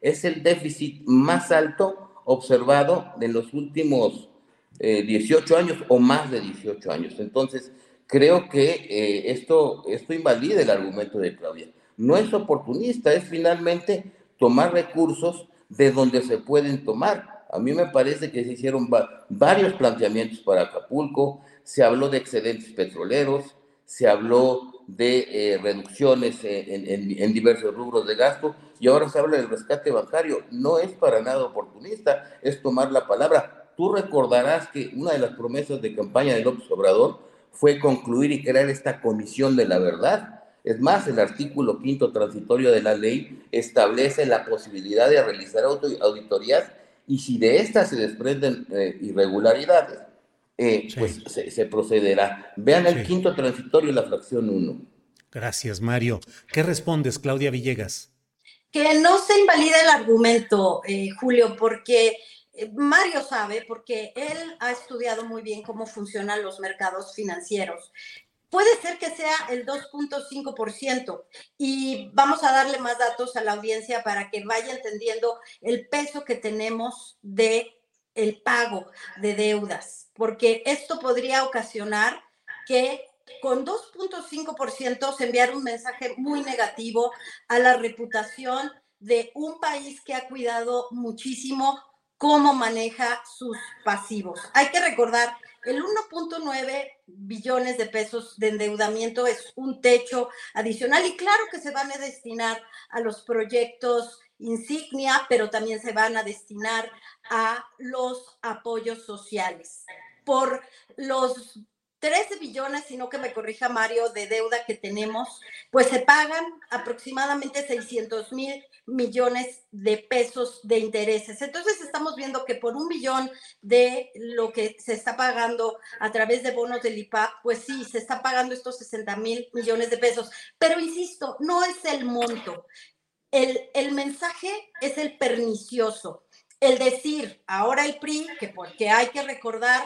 Es el déficit más alto observado en los últimos eh, dieciocho años o más de dieciocho años. Entonces, creo que eh, esto, esto invalida el argumento de Claudia. No es oportunista, es finalmente tomar recursos de donde se pueden tomar. A mí me parece que se hicieron va varios planteamientos para Acapulco, se habló de excedentes petroleros, se habló de eh, reducciones en, en, en diversos rubros de gasto, y ahora se habla del rescate bancario. No es para nada oportunista, es tomar la palabra. Tú recordarás que una de las promesas de campaña de López Obrador fue concluir y crear esta comisión de la verdad. Es más, el artículo quinto transitorio de la ley establece la posibilidad de realizar auditorías, y si de estas se desprenden eh, irregularidades, eh, sí. pues se, se procederá. Vean el sí. quinto transitorio, la fracción uno. Gracias, Mario. ¿Qué respondes, Claudia Villegas? Que no se invalida el argumento, eh, Julio, porque Mario sabe, porque él ha estudiado muy bien cómo funcionan los mercados financieros. Puede ser que sea el dos punto cinco por ciento, y vamos a darle más datos a la audiencia para que vaya entendiendo el peso que tenemos de el pago de deudas, porque esto podría ocasionar que con dos punto cinco por ciento se enviara un mensaje muy negativo a la reputación de un país que ha cuidado muchísimo cómo maneja sus pasivos. Hay que recordar, el uno punto nueve billones de pesos de endeudamiento es un techo adicional, y claro que se van a destinar a los proyectos insignia, pero también se van a destinar a los apoyos sociales. Por los trece billones, sino que me corrija Mario, de deuda que tenemos, pues se pagan aproximadamente seiscientos mil millones de pesos de intereses. Entonces estamos viendo que por un billón de lo que se está pagando a través de bonos del I P A, pues sí, se está pagando estos sesenta mil millones de pesos. Pero insisto, no es el monto. El, el mensaje es el pernicioso. El decir, ahora el P R I, que porque hay que recordar,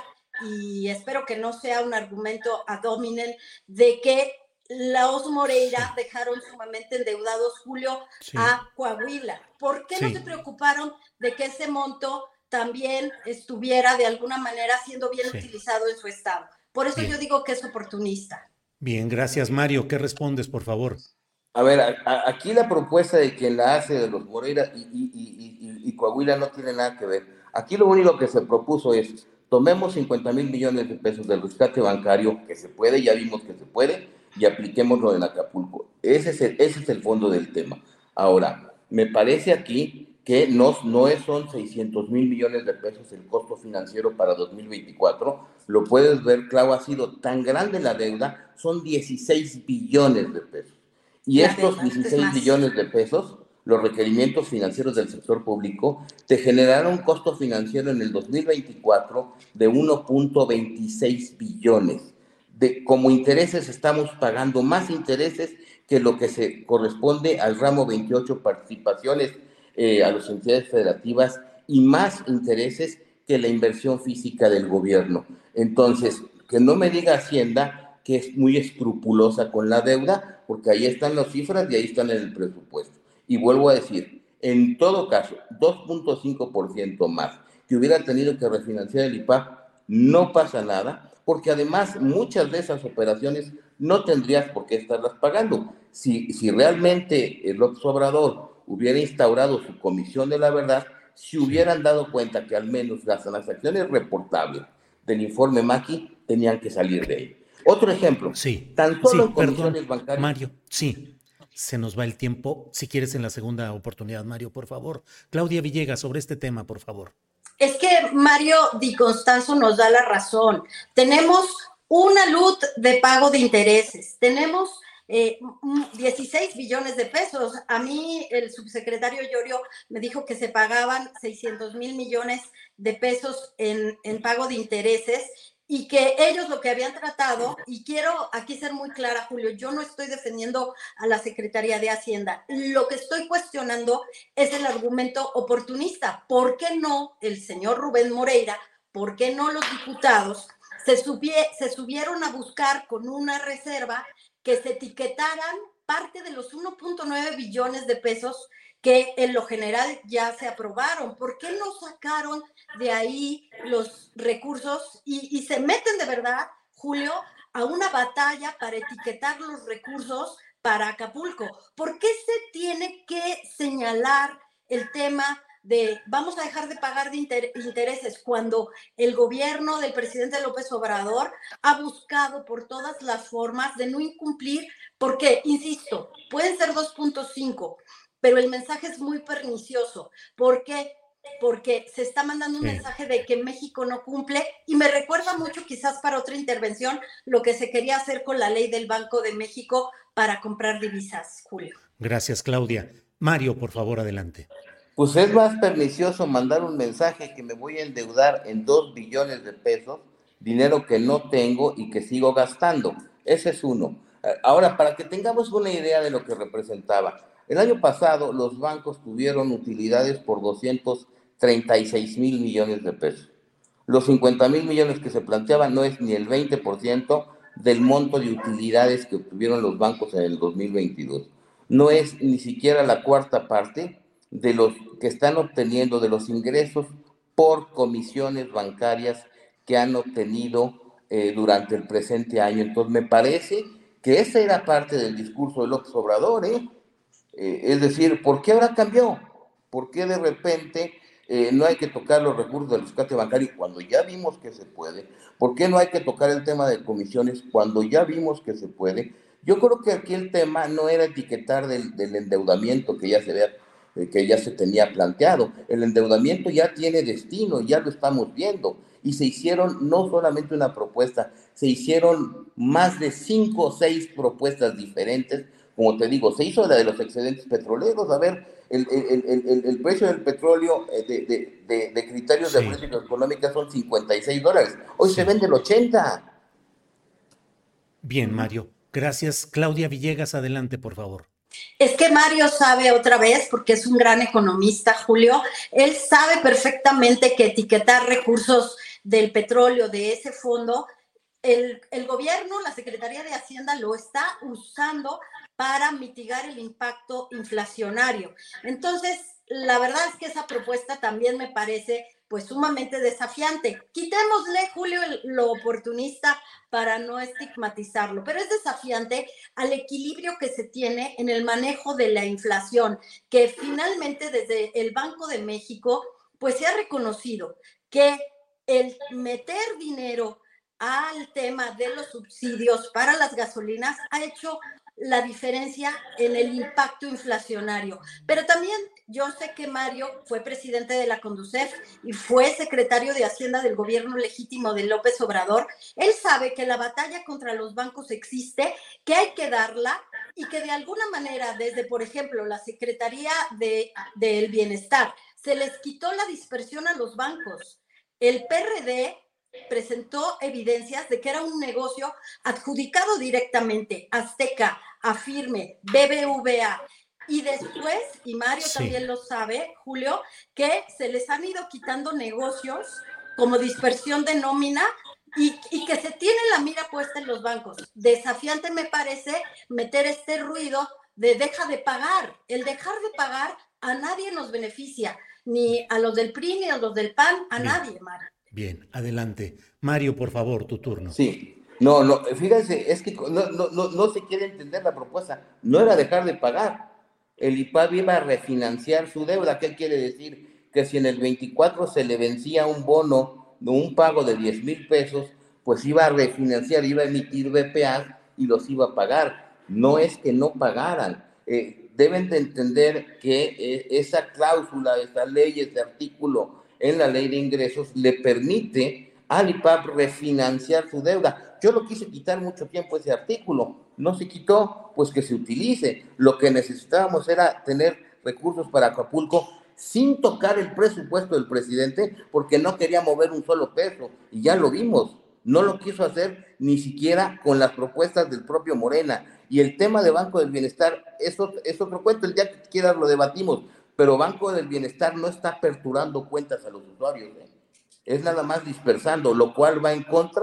y espero que no sea un argumento ad hominem, de que los Moreira sí. dejaron sumamente endeudados, Julio, sí. a Coahuila. ¿Por qué sí. no se preocuparon de que ese monto también estuviera de alguna manera siendo bien sí. utilizado en su estado? Por eso bien. yo digo que es oportunista. Bien, gracias, Mario. ¿Qué respondes, por favor? A ver, a, a, aquí la propuesta de quien la hace de los Moreira y, y, y, y, y Coahuila no tiene nada que ver. Aquí lo único que se propuso es: tomemos cincuenta mil millones de pesos del rescate bancario, que se puede, ya vimos que se puede, y apliquémoslo en Acapulco. Ese es el, ese es el fondo del tema. Ahora, me parece aquí que no, no son seiscientos mil millones de pesos el costo financiero para dos mil veinticuatro. Lo puedes ver, Clau, ha sido tan grande la deuda, son dieciséis billones de pesos. Y la estos dieciséis billones de pesos, los requerimientos financieros del sector público, te generaron un costo financiero en el dos mil veinticuatro de uno punto veintiséis billones. De, como intereses estamos pagando más intereses que lo que se corresponde al ramo veintiocho, participaciones eh, a las entidades federativas, y más intereses que la inversión física del gobierno. Entonces, que no me diga Hacienda que es muy escrupulosa con la deuda, porque ahí están las cifras y ahí están en el presupuesto. Y vuelvo a decir, en todo caso, dos punto cinco por ciento más que hubiera tenido que refinanciar el I P A, no pasa nada, porque además muchas de esas operaciones no tendrías por qué estarlas pagando. Si, si realmente el López Obrador hubiera instaurado su comisión de la verdad, si hubieran dado cuenta que al menos las transacciones reportables del informe Maki tenían que salir de ahí. Otro ejemplo, sí, tan solo sí, en comisiones perdón, bancarias. Mario, sí, se nos va el tiempo. Si quieres en la segunda oportunidad, Mario, por favor. Claudia Villegas, sobre este tema, por favor. Es que Mario Di Constanzo nos da la razón. Tenemos una luz de pago de intereses, tenemos eh, dieciséis billones de pesos. A mí el subsecretario Llorio me dijo que se pagaban seiscientos mil millones de pesos en, en pago de intereses, y que ellos lo que habían tratado, y quiero aquí ser muy clara, Julio, yo no estoy defendiendo a la Secretaría de Hacienda, lo que estoy cuestionando es el argumento oportunista. ¿Por qué no el señor Rubén Moreira, por qué no los diputados se, subie, se subieron a buscar con una reserva que se etiquetaran parte de los uno punto nueve billones de pesos que en lo general ya se aprobaron. ¿Por qué no sacaron de ahí los recursos y, y se meten de verdad, Julio, a una batalla para etiquetar los recursos para Acapulco? ¿Por qué se tiene que señalar el tema de vamos a dejar de pagar de inter- intereses cuando el gobierno del presidente López Obrador ha buscado por todas las formas de no incumplir? Porque, insisto, pueden ser dos punto cinco, pero el mensaje es muy pernicioso. ¿Por qué? Porque se está mandando un sí. mensaje de que México no cumple, y me recuerda mucho, quizás para otra intervención, lo que se quería hacer con la ley del Banco de México para comprar divisas, Julio. Gracias, Claudia. Mario, por favor, adelante. Pues es más pernicioso mandar un mensaje que me voy a endeudar en dos billones de pesos, dinero que no tengo y que sigo gastando. Ese es uno. Ahora, para que tengamos una idea de lo que representaba, el año pasado los bancos tuvieron utilidades por doscientos treinta y seis mil millones de pesos. Los cincuenta mil millones que se planteaban no es ni el veinte por ciento del monto de utilidades que obtuvieron los bancos en el dos mil veintidós. No es ni siquiera la cuarta parte de los que están obteniendo, de los ingresos por comisiones bancarias que han obtenido eh, durante el presente año. Entonces me parece que esa era parte del discurso de López Obrador, ¿eh? Eh, es decir, ¿por qué ahora cambió? ¿Por qué de repente eh, no hay que tocar los recursos del rescate bancario cuando ya vimos que se puede? ¿Por qué no hay que tocar el tema de comisiones cuando ya vimos que se puede? Yo creo que aquí el tema no era etiquetar del, del endeudamiento que ya se vea, eh, que ya se tenía planteado. El endeudamiento ya tiene destino, ya lo estamos viendo. Y se hicieron no solamente una propuesta, se hicieron más de cinco o seis propuestas diferentes. Como te digo, se hizo la de los excedentes petroleros. A ver, el, el, el, el, el precio del petróleo de, de, de, de criterios sí. de política económica son cincuenta y seis dólares. Hoy sí. se vende el ochenta. Bien, Mario. Gracias. Claudia Villegas, adelante, por favor. Es que Mario sabe otra vez, porque es un gran economista, Julio, él sabe perfectamente que etiquetar recursos del petróleo de ese fondo, el, el gobierno, la Secretaría de Hacienda lo está usando para mitigar el impacto inflacionario. Entonces, la verdad es que esa propuesta también me parece pues sumamente desafiante. Quitémosle, Julio, el, lo oportunista para no estigmatizarlo, pero es desafiante al equilibrio que se tiene en el manejo de la inflación, que finalmente desde el Banco de México pues se ha reconocido que el meter dinero al tema de los subsidios para las gasolinas ha hecho la diferencia en el impacto inflacionario. Pero también yo sé que Mario fue presidente de la Conducef y fue secretario de Hacienda del gobierno legítimo de López Obrador. Él sabe que la batalla contra los bancos existe, que hay que darla y que de alguna manera desde, por ejemplo, la Secretaría de, del Bienestar se les quitó la dispersión a los bancos. El P R D presentó evidencias de que era un negocio adjudicado directamente a Azteca, Afirme, B B V A, y después, y Mario sí. también lo sabe, Julio, que se les han ido quitando negocios como dispersión de nómina y, y que se tiene la mira puesta en los bancos. Desafiante me parece meter este ruido de deja de pagar. El dejar de pagar a nadie nos beneficia, ni a los del P R I, ni a los del P A N, a Bien. nadie, Mario. Bien, adelante. Mario, por favor, tu turno. Sí. No, no, fíjense, es que no, no, no, no se quiere entender la propuesta. No era dejar de pagar. El I P A B iba a refinanciar su deuda. ¿Qué quiere decir? Que si en el veinticuatro se le vencía un bono, un pago de diez mil pesos, pues iba a refinanciar, iba a emitir B P A y los iba a pagar. No es que no pagaran. Eh, deben de entender que eh, esa cláusula, esa ley, ese artículo en la ley de ingresos le permite al I P A B refinanciar su deuda. Yo lo quise quitar mucho tiempo ese artículo, no se quitó, pues que se utilice. Lo que necesitábamos era tener recursos para Acapulco sin tocar el presupuesto del presidente, porque no quería mover un solo peso, y ya lo vimos, no lo quiso hacer ni siquiera con las propuestas del propio Morena. Y el tema de Banco del Bienestar es otro, es otro cuento, el día que quieras lo debatimos, pero Banco del Bienestar no está aperturando cuentas a los usuarios, ¿eh? Es nada más dispersando, lo cual va en contra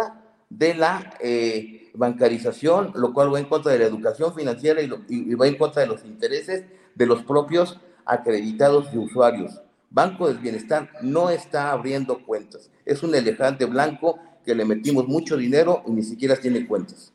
de la eh, bancarización, lo cual va en contra de la educación financiera y, lo, y, y va en contra de los intereses de los propios acreditados y usuarios. Banco del Bienestar no está abriendo cuentas. Es un elefante blanco que le metimos mucho dinero y ni siquiera tiene cuentas.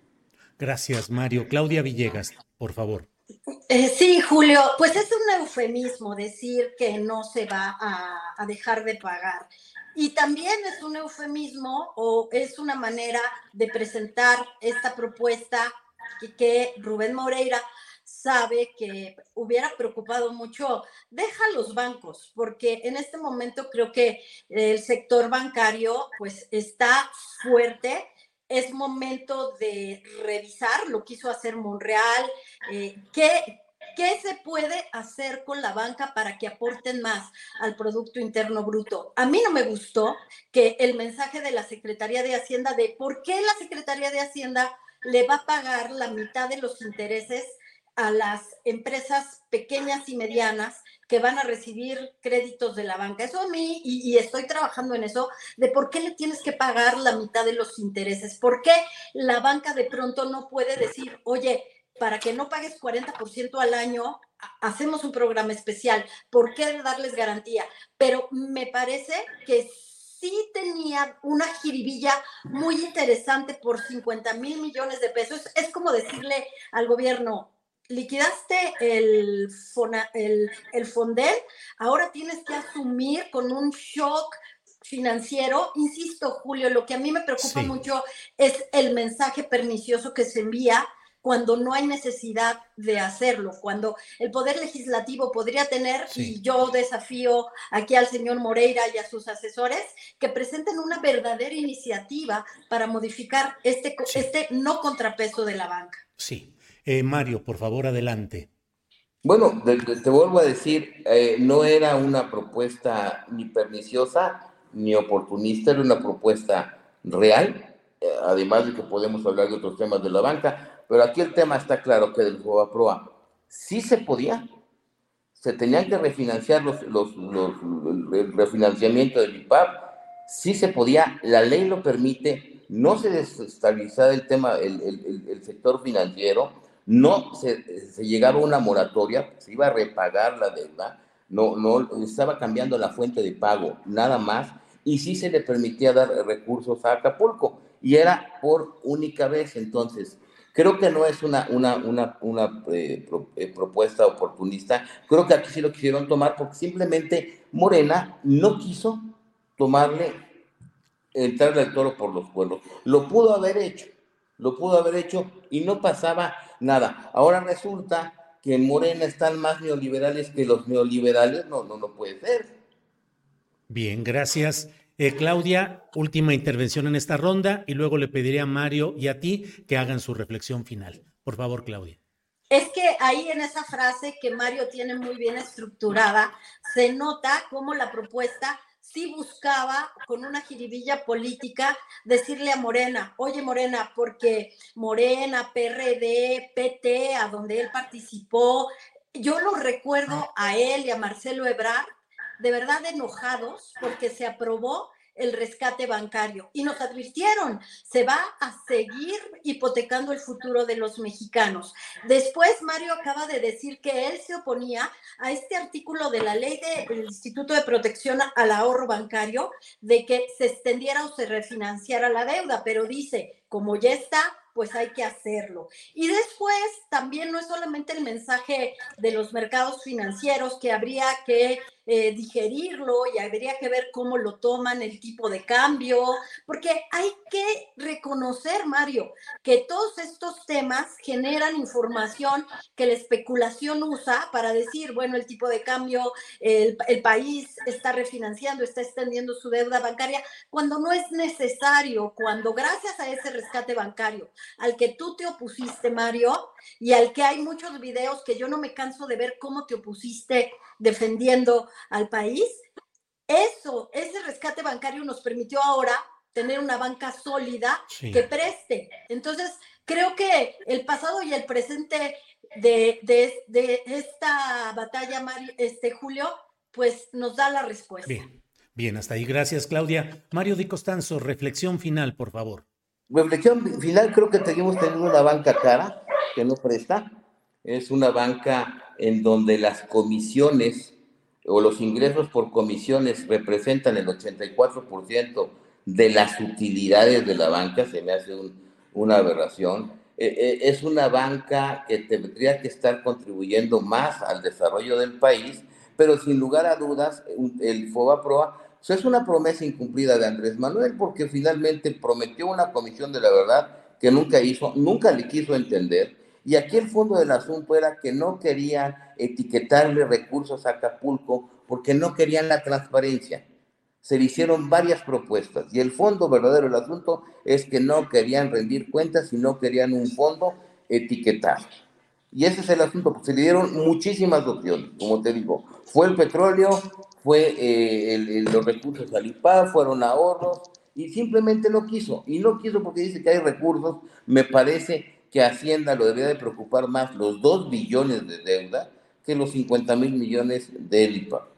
Gracias, Mario. Claudia Villegas, por favor. Eh, sí, Julio, pues es un eufemismo decir que no se va a, a dejar de pagar. Y también es un eufemismo o es una manera de presentar esta propuesta que, que Rubén Moreira sabe que hubiera preocupado mucho. Deja los bancos, porque en este momento creo que el sector bancario pues está fuerte. Es momento de revisar, lo quiso hacer Monreal, eh, ¿qué, ¿qué se puede hacer con la banca para que aporten más al Producto Interno Bruto? A mí no me gustó que el mensaje de la Secretaría de Hacienda de por qué la Secretaría de Hacienda le va a pagar la mitad de los intereses a las empresas pequeñas y medianas que van a recibir créditos de la banca. Eso a mí, y, y estoy trabajando en eso, de por qué le tienes que pagar la mitad de los intereses. ¿Por qué la banca de pronto no puede decir, oye, para que no pagues cuarenta por ciento al año, hacemos un programa especial? ¿Por qué darles garantía? Pero me parece que sí tenía una jiribilla muy interesante por cincuenta mil millones de pesos. Es como decirle al gobierno, liquidaste el, Fona, el, el Fondel, ahora tienes que asumir con un shock financiero. Insisto, Julio, lo que a mí me preocupa sí. mucho es el mensaje pernicioso que se envía cuando no hay necesidad de hacerlo, cuando el Poder Legislativo podría tener, sí. y yo desafío aquí al señor Moreira y a sus asesores, que presenten una verdadera iniciativa para modificar este, sí. este no contrapeso de la banca. Sí. Eh, Mario, por favor, adelante. Bueno, te, te vuelvo a decir, eh, no era una propuesta ni perniciosa ni oportunista, era una propuesta real, eh, además de que podemos hablar de otros temas de la banca, pero aquí el tema está claro que del FOBAPROA sí se podía, se tenían que refinanciar los, los, los, el refinanciamiento del I P A B, sí se podía, la ley lo permite, no se desestabilizaba el tema, el, el, el sector financiero, no se, se llegaba a una moratoria, se iba a repagar la deuda, no, no estaba cambiando la fuente de pago, nada más, y sí se le permitía dar recursos a Acapulco, y era por única vez. Entonces, creo que no es una, una, una, una eh, pro, eh, propuesta oportunista, creo que aquí sí lo quisieron tomar porque simplemente Morena no quiso tomarle, entrarle al toro por los cuernos. Lo pudo haber hecho, lo pudo haber hecho y no pasaba nada. Ahora resulta que en Morena están más neoliberales que los neoliberales. No, no, no puede ser. Bien, gracias. Eh, Claudia, última intervención en esta ronda y luego le pediré a Mario y a ti que hagan su reflexión final. Por favor, Claudia. Es que ahí en esa frase que Mario tiene muy bien estructurada, se nota cómo la propuesta sí buscaba, con una jiribilla política, decirle a Morena, oye Morena, porque Morena, P R D, P T, a donde él participó, yo lo recuerdo a él y a Marcelo Ebrard, de verdad enojados porque se aprobó el rescate bancario y nos advirtieron, se va a seguir hipotecando el futuro de los mexicanos. Después Mario acaba de decir que él se oponía a este artículo de la ley del Instituto de Protección al Ahorro Bancario de que se extendiera o se refinanciara la deuda, pero dice, como ya está, pues hay que hacerlo. Y después también no es solamente el mensaje de los mercados financieros, que habría que eh, digerirlo y habría que ver cómo lo toman, el tipo de cambio, porque hay que reconocer, Mario, que todos estos temas generan información que la especulación usa para decir, bueno, el tipo de cambio, el, el país está refinanciando, está extendiendo su deuda bancaria, cuando no es necesario, cuando gracias a ese rescate bancario al que tú te opusiste, Mario, y al que hay muchos videos que yo no me canso de ver cómo te opusiste defendiendo al país, eso, ese rescate bancario nos permitió ahora tener una banca sólida, sí, que preste. Entonces, creo que el pasado y el presente de, de, de esta batalla, Mario, este, Julio, pues nos da la respuesta. Bien, bien, hasta ahí. Gracias, Claudia. Mario Di Costanzo, reflexión final, por favor. reflexión final, creo que seguimos teniendo una banca cara, que no presta. Es una banca en donde las comisiones o los ingresos por comisiones representan el ochenta y cuatro por ciento de las utilidades de la banca. Se me hace un, una aberración. Eh, eh, es una banca que tendría que estar contribuyendo más al desarrollo del país, pero sin lugar a dudas, el FOBAPROA pues es una promesa incumplida de Andrés Manuel, porque finalmente prometió una comisión de la verdad que nunca hizo, nunca le quiso entender, y aquí el fondo del asunto era que no querían etiquetarle recursos a Acapulco porque no querían la transparencia. Se le hicieron varias propuestas, y el fondo verdadero del asunto es que no querían rendir cuentas y no querían un fondo etiquetado. Y ese es el asunto, porque se le dieron muchísimas opciones, como te digo. Fue el petróleo, fue eh, el, el, los recursos al I P A, fueron ahorros, y simplemente no quiso. Y no quiso porque dice que hay recursos. Me parece que Hacienda lo debería de preocupar más los dos billones de deuda que los cincuenta mil millones del I P A.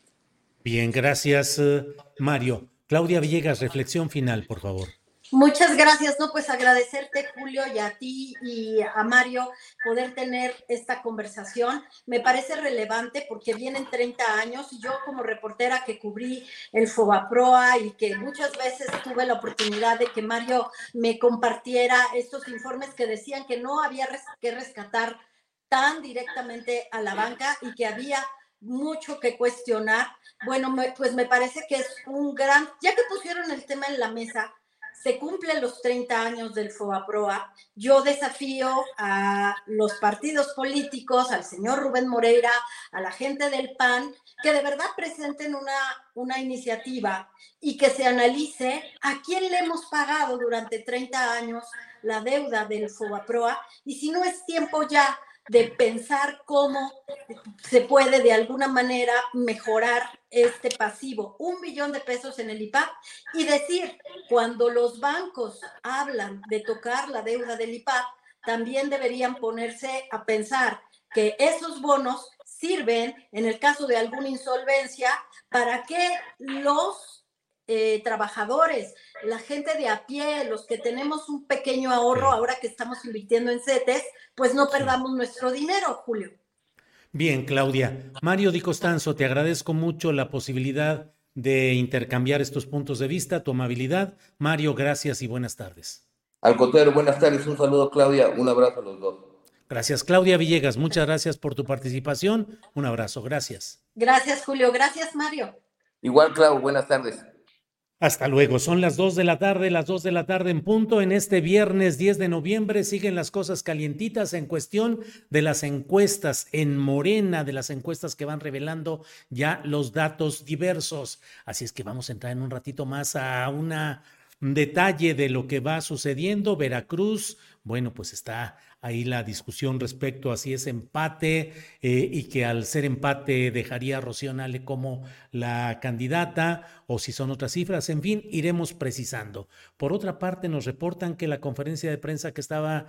Bien, gracias, Mario. Claudia Villegas, reflexión final, por favor. Muchas gracias, no, pues agradecerte, Julio, y a ti y a Mario poder tener esta conversación. Me parece relevante porque vienen treinta años y yo como reportera que cubrí el FOBAPROA y que muchas veces tuve la oportunidad de que Mario me compartiera estos informes que decían que no había res- que rescatar tan directamente a la banca y que había mucho que cuestionar. Bueno, me, pues me parece que es un gran, ya que pusieron el tema en la mesa, se cumplen los treinta años del FOBAPROA. Yo desafío a los partidos políticos, al señor Rubén Moreira, a la gente del P A N, que de verdad presenten una, una iniciativa y que se analice a quién le hemos pagado durante treinta años la deuda del FOBAPROA, y si no es tiempo ya de pensar cómo se puede de alguna manera mejorar este pasivo, un billón de pesos en el I P A, y decir, cuando los bancos hablan de tocar la deuda del I P A, también deberían ponerse a pensar que esos bonos sirven, en el caso de alguna insolvencia, para que los Eh, trabajadores, la gente de a pie, los que tenemos un pequeño ahorro ahora que estamos invirtiendo en CETES, pues no perdamos nuestro dinero, Julio. Bien, Claudia. Mario Di Costanzo, te agradezco mucho la posibilidad de intercambiar estos puntos de vista, tu amabilidad. Mario, gracias y buenas tardes. Al contrario, buenas tardes, un saludo, Claudia, un abrazo a los dos. Gracias, Claudia Villegas, muchas gracias por tu participación. Un abrazo, gracias. Gracias, Julio. Gracias, Mario. Igual, Clau, buenas tardes. Hasta luego, son las dos de la tarde, las dos de la tarde en punto. En este viernes diez de noviembre siguen las cosas calientitas en cuestión de las encuestas en Morena, de las encuestas que van revelando ya los datos diversos. Así es que vamos a entrar en un ratito más a una, un detalle de lo que va sucediendo. Veracruz, bueno, pues está ahí la discusión respecto a si es empate eh, y que al ser empate dejaría a Rocío Nale como la candidata o si son otras cifras. En fin, iremos precisando. Por otra parte, nos reportan que la conferencia de prensa que estaba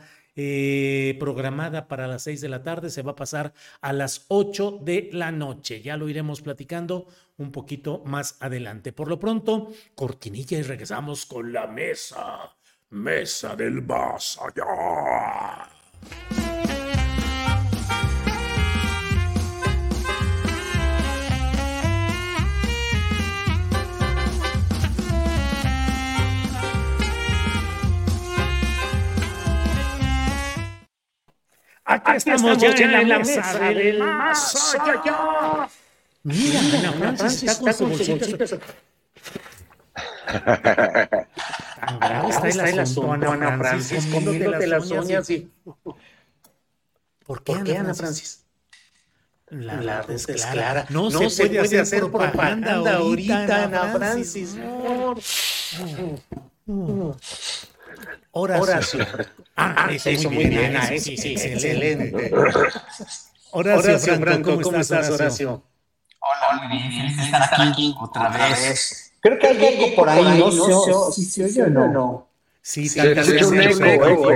eh, programada para las seis de la tarde se va a pasar a las ocho de la noche. Ya lo iremos platicando un poquito más adelante. Por lo pronto, cortinilla y regresamos con la mesa. Mesa del más allá. Aquí estamos, estamos ya en la mesa del más allá. Mira, Ana Francis está con su bolsita. Tan grave está el asunto, Ana Francis, comiéndote las uñas y... ¿Por qué, ¿Por qué Ana Francis? La, la verdad es clara. clara. No, no se, se puede, puede hacer, hacer propaganda, propaganda ahorita, Ana Francis. Horacio. Ah, eso, eso muy bien. bien. Sí, sí, excelente. Horacio, Horacio Franco, ¿cómo, ¿cómo estás, Horacio? Hola, muy bien. Feliz de estar aquí otra vez. Creo que hay algo por ahí, no sé si se oye o no. Sí, se oye un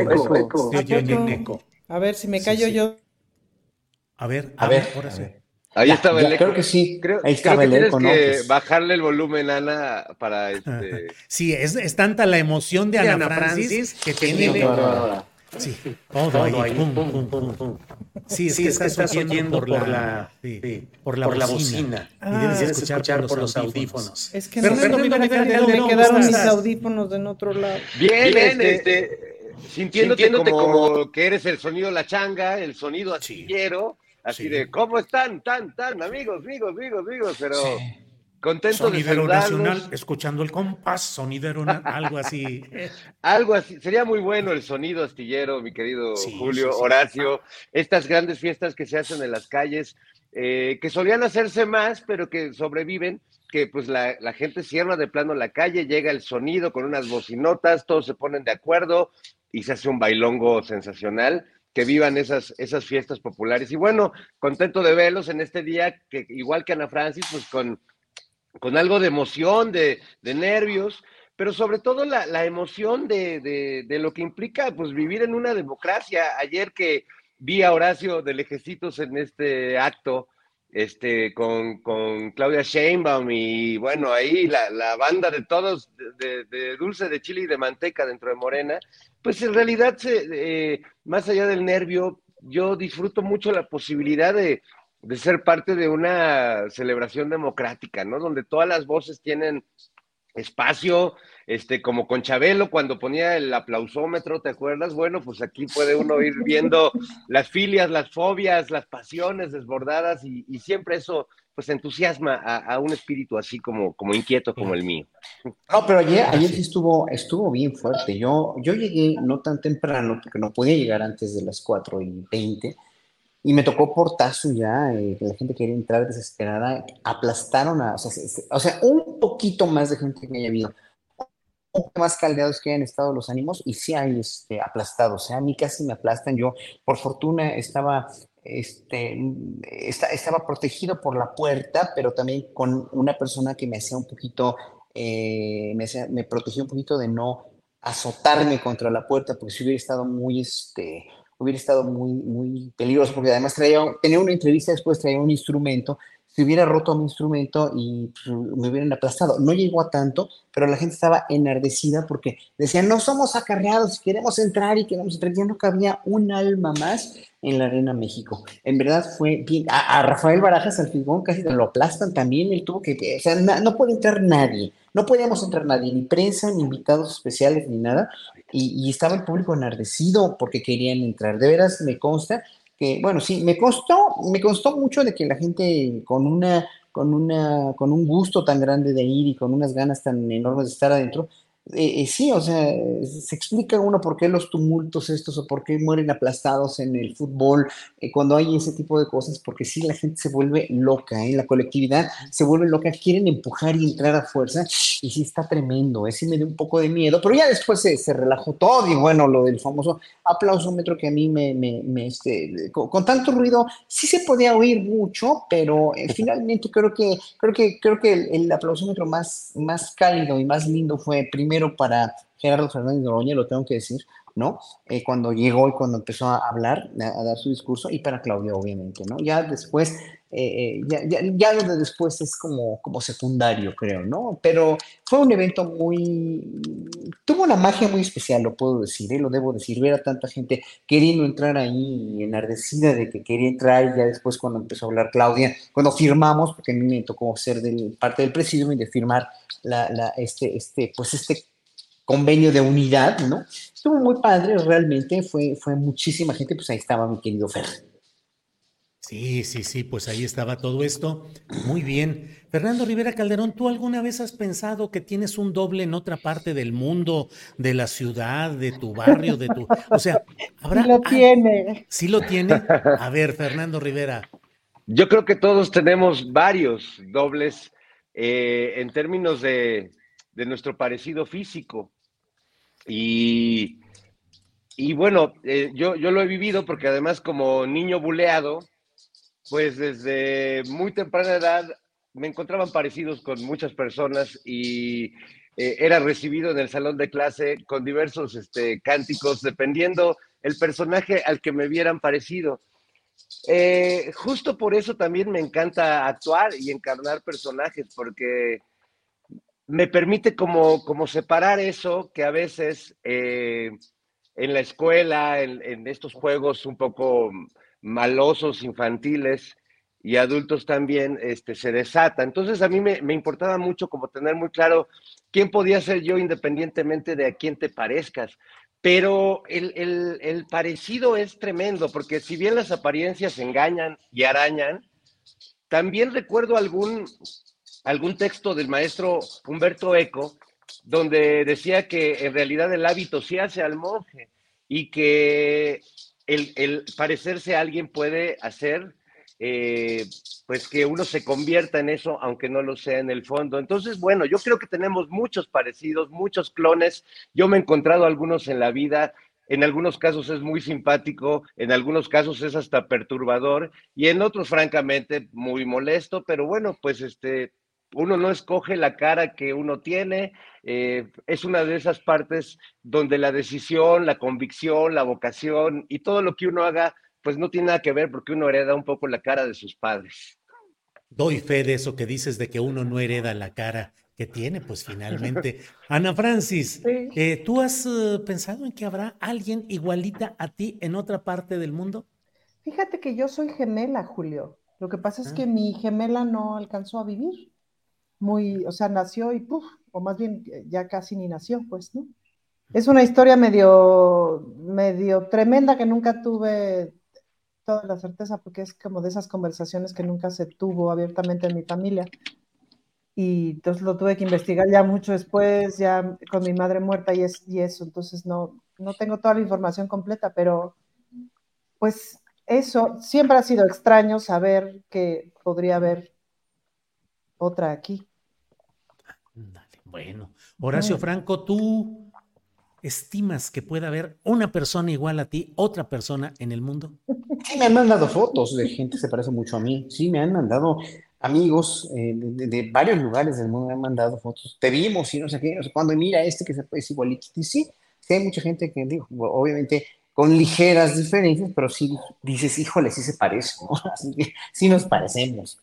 eco. A ver si me callo yo. A ver, a ver, ahora sí. Ahí Ya, estaba ya, el eco. creo que sí. Creo, Ahí creo estaba que el tienes eco, ¿no? que Pues, bajarle el volumen, Ana, para este. Sí, es, es tanta la emoción de De Ana Ana Francis, Francis que que tiene... tiene- Sí, todo ahí, pum, pum, pum, pum. Sí, es que estás oyendo por la, sí, por la bocina. Y debes Ah, escuchar por los audífonos. Es que Fernando no, Rivera me Calderón, quedaron ¿cómo mis estás? audífonos en otro lado. Bien, Bien, este, sintiéndote, sintiéndote como, como- que eres el sonido la changa, el sonido astillero, así de ¿cómo están? Tan, tan, amigos, amigos, amigos, amigos, pero contento de Sonidero saludarlos. nacional, escuchando el compás, sonidero, na- algo así. Algo así, sería muy bueno el sonido astillero, mi querido Julio, sí, sí. Horacio, estas grandes fiestas que se hacen en las calles, eh, que solían hacerse más, pero que sobreviven, que pues la, la gente cierra de plano la calle, llega el sonido con unas bocinotas, todos se ponen de acuerdo y se hace un bailongo sensacional. Que vivan esas, esas fiestas populares. Y bueno, contento de verlos en este día, que igual que Ana Francis, pues con, con algo de emoción, de, de nervios, pero sobre todo la, la emoción de, de, de lo que implica pues vivir en una democracia. Ayer que vi a Horacio de Lejecitos en este acto, este, con, con Claudia Sheinbaum y bueno, ahí la, la banda de todos, de, de, de dulce de chile y de manteca dentro de Morena, pues en realidad, se, eh, más allá del nervio, yo disfruto mucho la posibilidad de, de ser parte de una celebración democrática, ¿no? Donde todas las voces tienen espacio, este, como con Chabelo cuando ponía el aplausómetro, ¿te acuerdas? Bueno, pues aquí puede uno ir viendo las filias, las fobias, las pasiones desbordadas y, y siempre eso pues entusiasma a, a un espíritu así como, como inquieto como el mío. no, pero ayer, ayer sí estuvo, estuvo bien fuerte. Yo, yo llegué no tan temprano, porque no podía llegar antes de las cuatro y veinte, y me tocó portazo ya, eh, que la gente quería entrar desesperada, aplastaron a, o sea, se- se- o sea, un poquito más de gente que haya habido, un poco más caldeados que hayan estado los ánimos, y sí hay este, aplastados, o sea, a mí casi me aplastan. Yo, por fortuna, estaba, este, esta- estaba protegido por la puerta, pero también con una persona que me hacía un poquito, eh, me, hacía- me protegió un poquito de no azotarme contra la puerta, porque si hubiera estado muy, este, hubiera estado muy, muy peligroso, porque además traía, tenía una entrevista, después traía un instrumento, se hubiera roto mi instrumento y pues, me hubieran aplastado. No llegó a tanto, pero la gente estaba enardecida porque decían, no somos acarreados, queremos entrar y queremos entrar. Ya no cabía un alma más en la Arena México. En verdad fue bien. A, a Rafael Barajas, al figón, casi lo aplastan también. Él tuvo que, o sea, na- no puede entrar nadie. No podíamos entrar nadie, ni prensa, ni invitados especiales, ni nada. Y, y estaba el público enardecido porque querían entrar. De veras, me consta que, bueno, sí, me costó, me costó mucho de que la gente con una, con una, con un gusto tan grande de ir y con unas ganas tan enormes de estar adentro, eh, eh, sí, o sea, se explica uno por qué los tumultos estos o por qué mueren aplastados en el fútbol, eh, cuando hay ese tipo de cosas, porque sí, la gente se vuelve loca, ¿eh? La colectividad se vuelve loca, quieren empujar y entrar a fuerza, y sí está tremendo, ¿eh? Sí me dio un poco de miedo, pero ya después se, se relajó todo, y bueno, lo del famoso aplausómetro que a mí me, me, me, este, con, con tanto ruido, sí se podía oír mucho, pero eh, finalmente creo que, creo que, creo que el, el aplausómetro más, más cálido y más lindo fue primero para Gerardo Fernández de Noroña, lo tengo que decir, ¿no? Eh, cuando llegó y cuando empezó a hablar, a, a dar su discurso, y para Claudia, obviamente, ¿no? Ya después, eh, eh, ya, ya, ya lo de después es como, como secundario, creo, ¿no? Pero fue un evento muy, tuvo una magia muy especial, lo puedo decir, ¿eh? Lo debo decir, ver a tanta gente queriendo entrar ahí, enardecida de que quería entrar, y ya después cuando empezó a hablar Claudia, cuando firmamos, porque a mí me tocó ser del, parte del presidium y de firmar la, la, este, este, pues este convenio de unidad, ¿no? Estuvo muy padre, realmente, fue, fue muchísima gente, pues ahí estaba mi querido Fer. Sí, sí, sí, pues ahí estaba todo esto. Muy bien. Fernando Rivera Calderón, ¿tú alguna vez has pensado que tienes un doble en otra parte del mundo, de la ciudad, de tu barrio, de tu... O sea, ¿habrá... Sí lo tiene. ¿Sí lo tiene? A ver, Fernando Rivera. Yo creo que todos tenemos varios dobles eh, en términos de, de nuestro parecido físico. Y, y bueno, eh, yo, yo lo he vivido porque además como niño buleado, pues desde muy temprana edad me encontraban parecidos con muchas personas y eh, era recibido en el salón de clase con diversos este, cánticos, dependiendo el personaje al que me vieran parecido. Eh, justo por eso también me encanta actuar y encarnar personajes, porque me permite como, como separar eso que a veces eh, en la escuela, en, en estos juegos un poco malosos, infantiles y adultos también, este, se desata. Entonces a mí me, me importaba mucho como tener muy claro quién podía ser yo independientemente de a quién te parezcas. Pero el, el, el parecido es tremendo, porque si bien las apariencias engañan y arañan, también recuerdo algún, algún texto del maestro Humberto Eco, donde decía que en realidad el hábito sí hace al monje y que el, el parecerse a alguien puede hacer eh, pues que uno se convierta en eso, aunque no lo sea en el fondo. Entonces, bueno, yo creo que tenemos muchos parecidos, muchos clones. Yo me he encontrado algunos en la vida. En algunos casos es muy simpático, en algunos casos es hasta perturbador y en otros, francamente, muy molesto. Pero bueno, pues este, uno no escoge la cara que uno tiene. Eh, es una de esas partes donde la decisión, la convicción, la vocación y todo lo que uno haga, pues no tiene nada que ver, porque uno hereda un poco la cara de sus padres. Doy fe de eso que dices de que uno no hereda la cara que tiene, pues finalmente. Ana Francis, Sí. eh, ¿tú has eh, pensado en que habrá alguien igualita a ti en otra parte del mundo? Fíjate que yo soy gemela, Julio. Lo que pasa es Ah. que mi gemela no alcanzó a vivir. Muy, o sea, nació y puf, o más bien eh, ya casi ni nació, pues, ¿no? Es una historia medio, medio tremenda que nunca tuve toda la certeza, porque es como de esas conversaciones que nunca se tuvo abiertamente en mi familia. Y entonces lo tuve que investigar ya mucho después, ya con mi madre muerta y, es, y eso. Entonces no, no tengo toda la información completa, pero pues eso, siempre ha sido extraño saber que podría haber otra aquí. Dale, bueno. Horacio Mm. Franco, ¿tú estimas que pueda haber una persona igual a ti, otra persona en el mundo? Sí, me han mandado fotos de gente que se parece mucho a mí. Sí, me han mandado amigos eh, de, de- de varios lugares del mundo, me han mandado fotos. Te vimos y no sé qué, no sé cuándo, y mira este que se parece igualito. Y sí, sí hay mucha gente que, digo, obviamente con ligeras diferencias, pero sí dices, híjole, sí se parece, ¿no? Así que sí nos parecemos.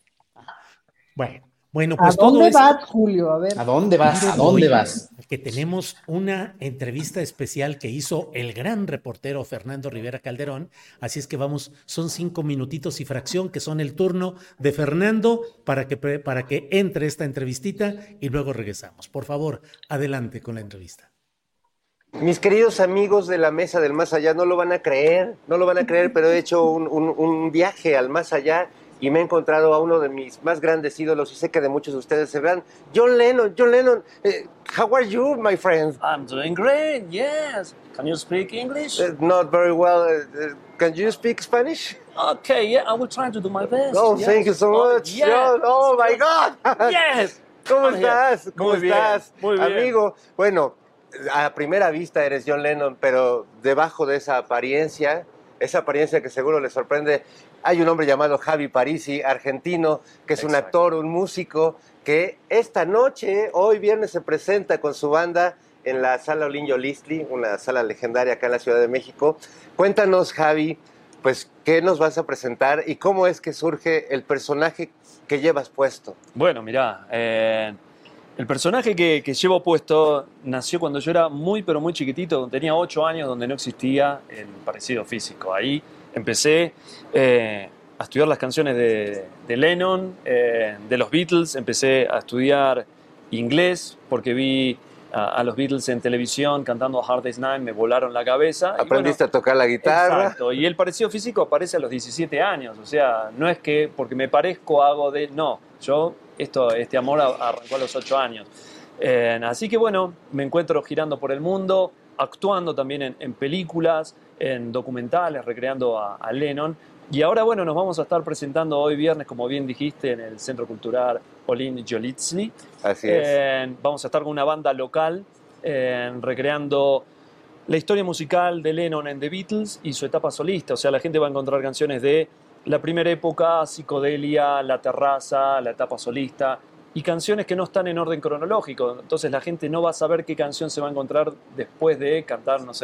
Bueno, bueno, ¿A pues todo dónde esto. vas, Julio? A ver. ¿A dónde vas? ¿A dónde vas? Que tenemos una entrevista especial que hizo el gran reportero Fernando Rivera Calderón, así es que vamos, son cinco minutitos y fracción que son el turno de Fernando para que, pre- para que entre esta entrevistita y luego regresamos. Por favor, adelante con la entrevista. Mis queridos amigos de la Mesa del Más Allá, no lo van a creer, no lo van a creer, pero he hecho un, un, un viaje al más allá y me he encontrado a uno de mis más grandes ídolos, y sé que de muchos de ustedes se verán, John Lennon. John Lennon, eh, how are you, my friend? I'm doing great, yes. Can you speak English? Uh, not very well. Uh, uh, can you speak Spanish? Okay, yeah, I will try to do my best. Oh, yes. thank you so Oh, much, yes. John. Oh, my God. Yes. ¿Cómo I'm here. estás? ¿Cómo Muy bien, estás, muy bien. amigo? Bueno, a primera vista eres John Lennon, pero debajo de esa apariencia, esa apariencia que seguro le sorprende, hay un hombre llamado Javi Parisi, argentino, que es un actor, un músico, que esta noche, hoy viernes, se presenta con su banda en la Sala Olinjo Listli, una sala legendaria acá en la Ciudad de México. Cuéntanos, Javi, pues, ¿qué nos vas a presentar y cómo es que surge el personaje que llevas puesto? Bueno, mirá, eh, el personaje que, que llevo puesto nació cuando yo era muy, pero muy chiquitito, tenía ocho años, donde no existía el parecido físico. Ahí empecé eh, a estudiar las canciones de, de Lennon, eh, de los Beatles, empecé a estudiar inglés porque vi a, a los Beatles en televisión cantando Hard Day's Night, me volaron la cabeza. Aprendiste y bueno, a tocar la guitarra. Exacto, y el parecido físico aparece a los diecisiete años, o sea, no es que porque me parezco hago de... No, yo, esto, este amor arrancó a los ocho años. Eh, así que bueno, me encuentro girando por el mundo, actuando también en, en películas, en documentales, recreando a, a Lennon. Y ahora, bueno, nos vamos a estar presentando hoy viernes, como bien dijiste, en el Centro Cultural Olinjo Listli. Así es. Eh, vamos a estar con una banda local, eh, recreando la historia musical de Lennon en The Beatles y su etapa solista. O sea, la gente va a encontrar canciones de la primera época, psicodelia, la terraza, la etapa solista, y canciones que no están en orden cronológico. Entonces la gente no va a saber qué canción se va a encontrar después de cantar, no sé,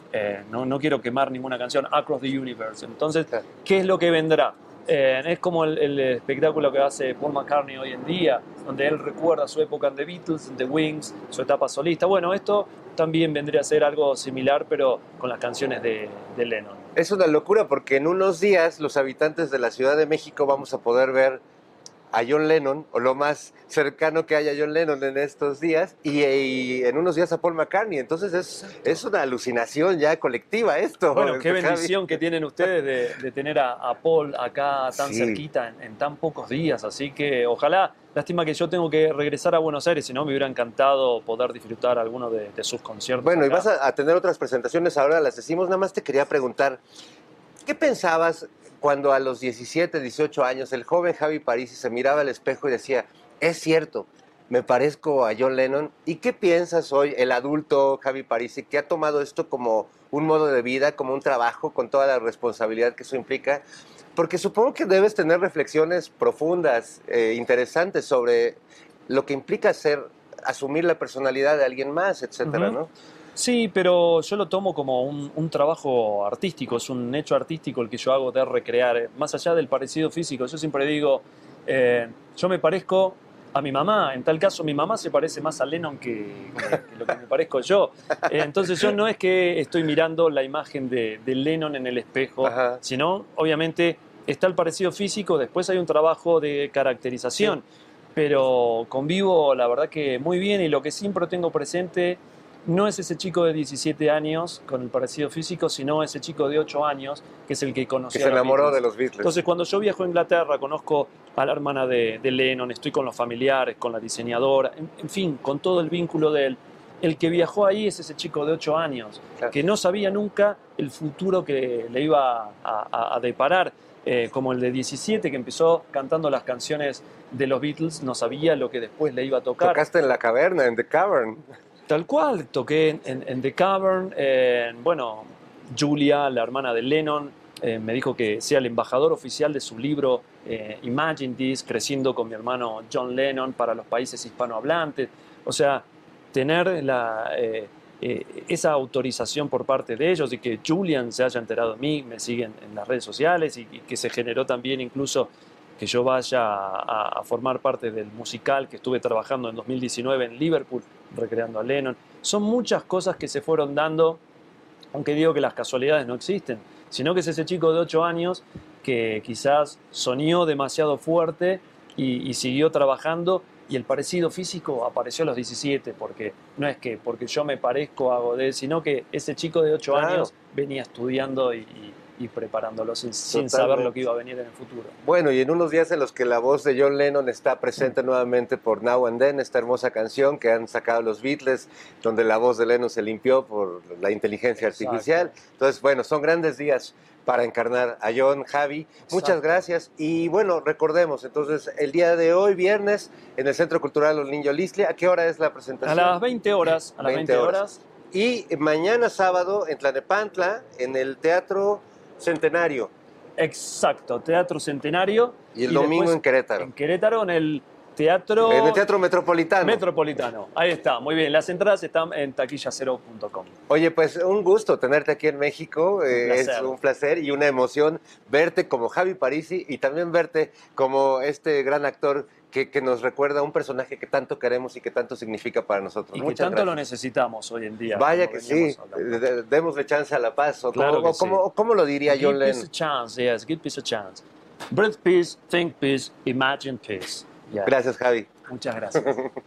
Eh, no, no quiero quemar ninguna canción, Across the Universe. Entonces, ¿qué es lo que vendrá? Eh, es como el, el espectáculo que hace Paul McCartney hoy en día, donde él recuerda su época en The Beatles, en The Wings, su etapa solista. Bueno, esto también vendría a ser algo similar, pero con las canciones de, de Lennon. Es una locura porque en unos días los habitantes de la Ciudad de México vamos a poder ver a John Lennon, o lo más cercano que haya a John Lennon en estos días, y, y en unos días a Paul McCartney. Entonces es, es una alucinación ya colectiva esto. Bueno, qué Javi. bendición que tienen ustedes de, de tener a, a Paul acá tan Sí. cerquita en, en tan pocos días. Así que ojalá, lástima que yo tengo que regresar a Buenos Aires, si no me hubiera encantado poder disfrutar alguno de, de sus conciertos. Bueno, acá. y vas a, a tener otras presentaciones, ahora las decimos. Nada más te quería preguntar, ¿qué pensabas cuando a los diecisiete, dieciocho años el joven Javi Parisi se miraba al espejo y decía, es cierto, me parezco a John Lennon? ¿Y qué piensas hoy, el adulto Javi Parisi, que ha tomado esto como un modo de vida, como un trabajo, con toda la responsabilidad que eso implica? Porque supongo que debes tener reflexiones profundas, eh, interesantes sobre lo que implica ser, asumir la personalidad de alguien más, etcétera, Ujú. ¿no? Sí, pero yo lo tomo como un, un trabajo artístico, es un hecho artístico el que yo hago de recrear, más allá del parecido físico. Yo siempre digo, eh, yo me parezco a mi mamá, en tal caso mi mamá se parece más a Lennon que, que, que lo que me parezco yo. Eh, entonces yo no es que estoy mirando la imagen de, de Lennon en el espejo, Ajá. sino obviamente está el parecido físico, después hay un trabajo de caracterización, sí. Pero convivo la verdad que muy bien, y lo que siempre tengo presente no es ese chico de diecisiete años con el parecido físico, sino ese chico de ocho años que es el que conoció que se enamoró de los Beatles. Entonces, cuando yo viajo a Inglaterra, conozco a la hermana de, de Lennon, estoy con los familiares, con la diseñadora, en, en fin, con todo el vínculo de él. El que viajó ahí es ese chico de ocho años, claro. que no sabía nunca el futuro que le iba a, a, a deparar. Eh, como el de diecisiete, que empezó cantando las canciones de los Beatles, no sabía lo que después le iba a tocar. Tocaste en la caverna, en The Cavern. Tal cual, toqué en, en, en The Cavern. Eh, bueno, Julia, la hermana de Lennon, eh, me dijo que sea el embajador oficial de su libro eh, Imagine This, creciendo con mi hermano John Lennon para los países hispanohablantes. O sea, tener la, eh, eh, esa autorización por parte de ellos, y que Julian se haya enterado de mí, me siguen en las redes sociales, y, y que se generó también incluso que yo vaya a, a formar parte del musical que estuve trabajando en dos mil diecinueve en Liverpool, recreando a Lennon. Son muchas cosas que se fueron dando, aunque digo que las casualidades no existen, sino que es ese chico de ocho años que quizás soñó demasiado fuerte y, y siguió trabajando, y el parecido físico apareció a los diecisiete, porque no es que porque yo me parezco a Godet, sino que ese chico de ocho claro. años venía estudiando y, y y preparándolo sin, sin saber lo que iba a venir en el futuro. Bueno, y en unos días en los que la voz de John Lennon está presente nuevamente por Now and Then, esta hermosa canción que han sacado los Beatles, donde la voz de Lennon se limpió por la inteligencia Exacto. artificial. Entonces, bueno, son grandes días para encarnar a John, Javi. Exacto. Muchas gracias. Y bueno, recordemos, entonces, el día de hoy, viernes, en el Centro Cultural Los Niños Lisle, ¿a qué hora es la presentación? A las veinte horas. A las veinte horas. Y mañana sábado, en Tlalnepantla, en el Teatro Centenario. Exacto, Teatro Centenario. Y el y domingo en Querétaro. En Querétaro, en el Teatro... En el Teatro Metropolitano. Metropolitano, ahí está, muy bien. Las entradas están en taquilla cero punto com. Oye, pues un gusto tenerte aquí en México. Un es un placer y una emoción verte como Javi Parisi, y también verte como este gran actor que, que nos recuerda a un personaje que tanto queremos y que tanto significa para nosotros. Y Muchas que tanto gracias. lo necesitamos hoy en día. Vaya que sí, hablando. Démosle chance a la paz. ¿O claro cómo, sí. cómo, ¿Cómo lo diría give John Lennon? Give peace a chance, yes, give peace a chance. Breathe peace, think peace, imagine peace. Yeah. Gracias, Javi. Muchas gracias.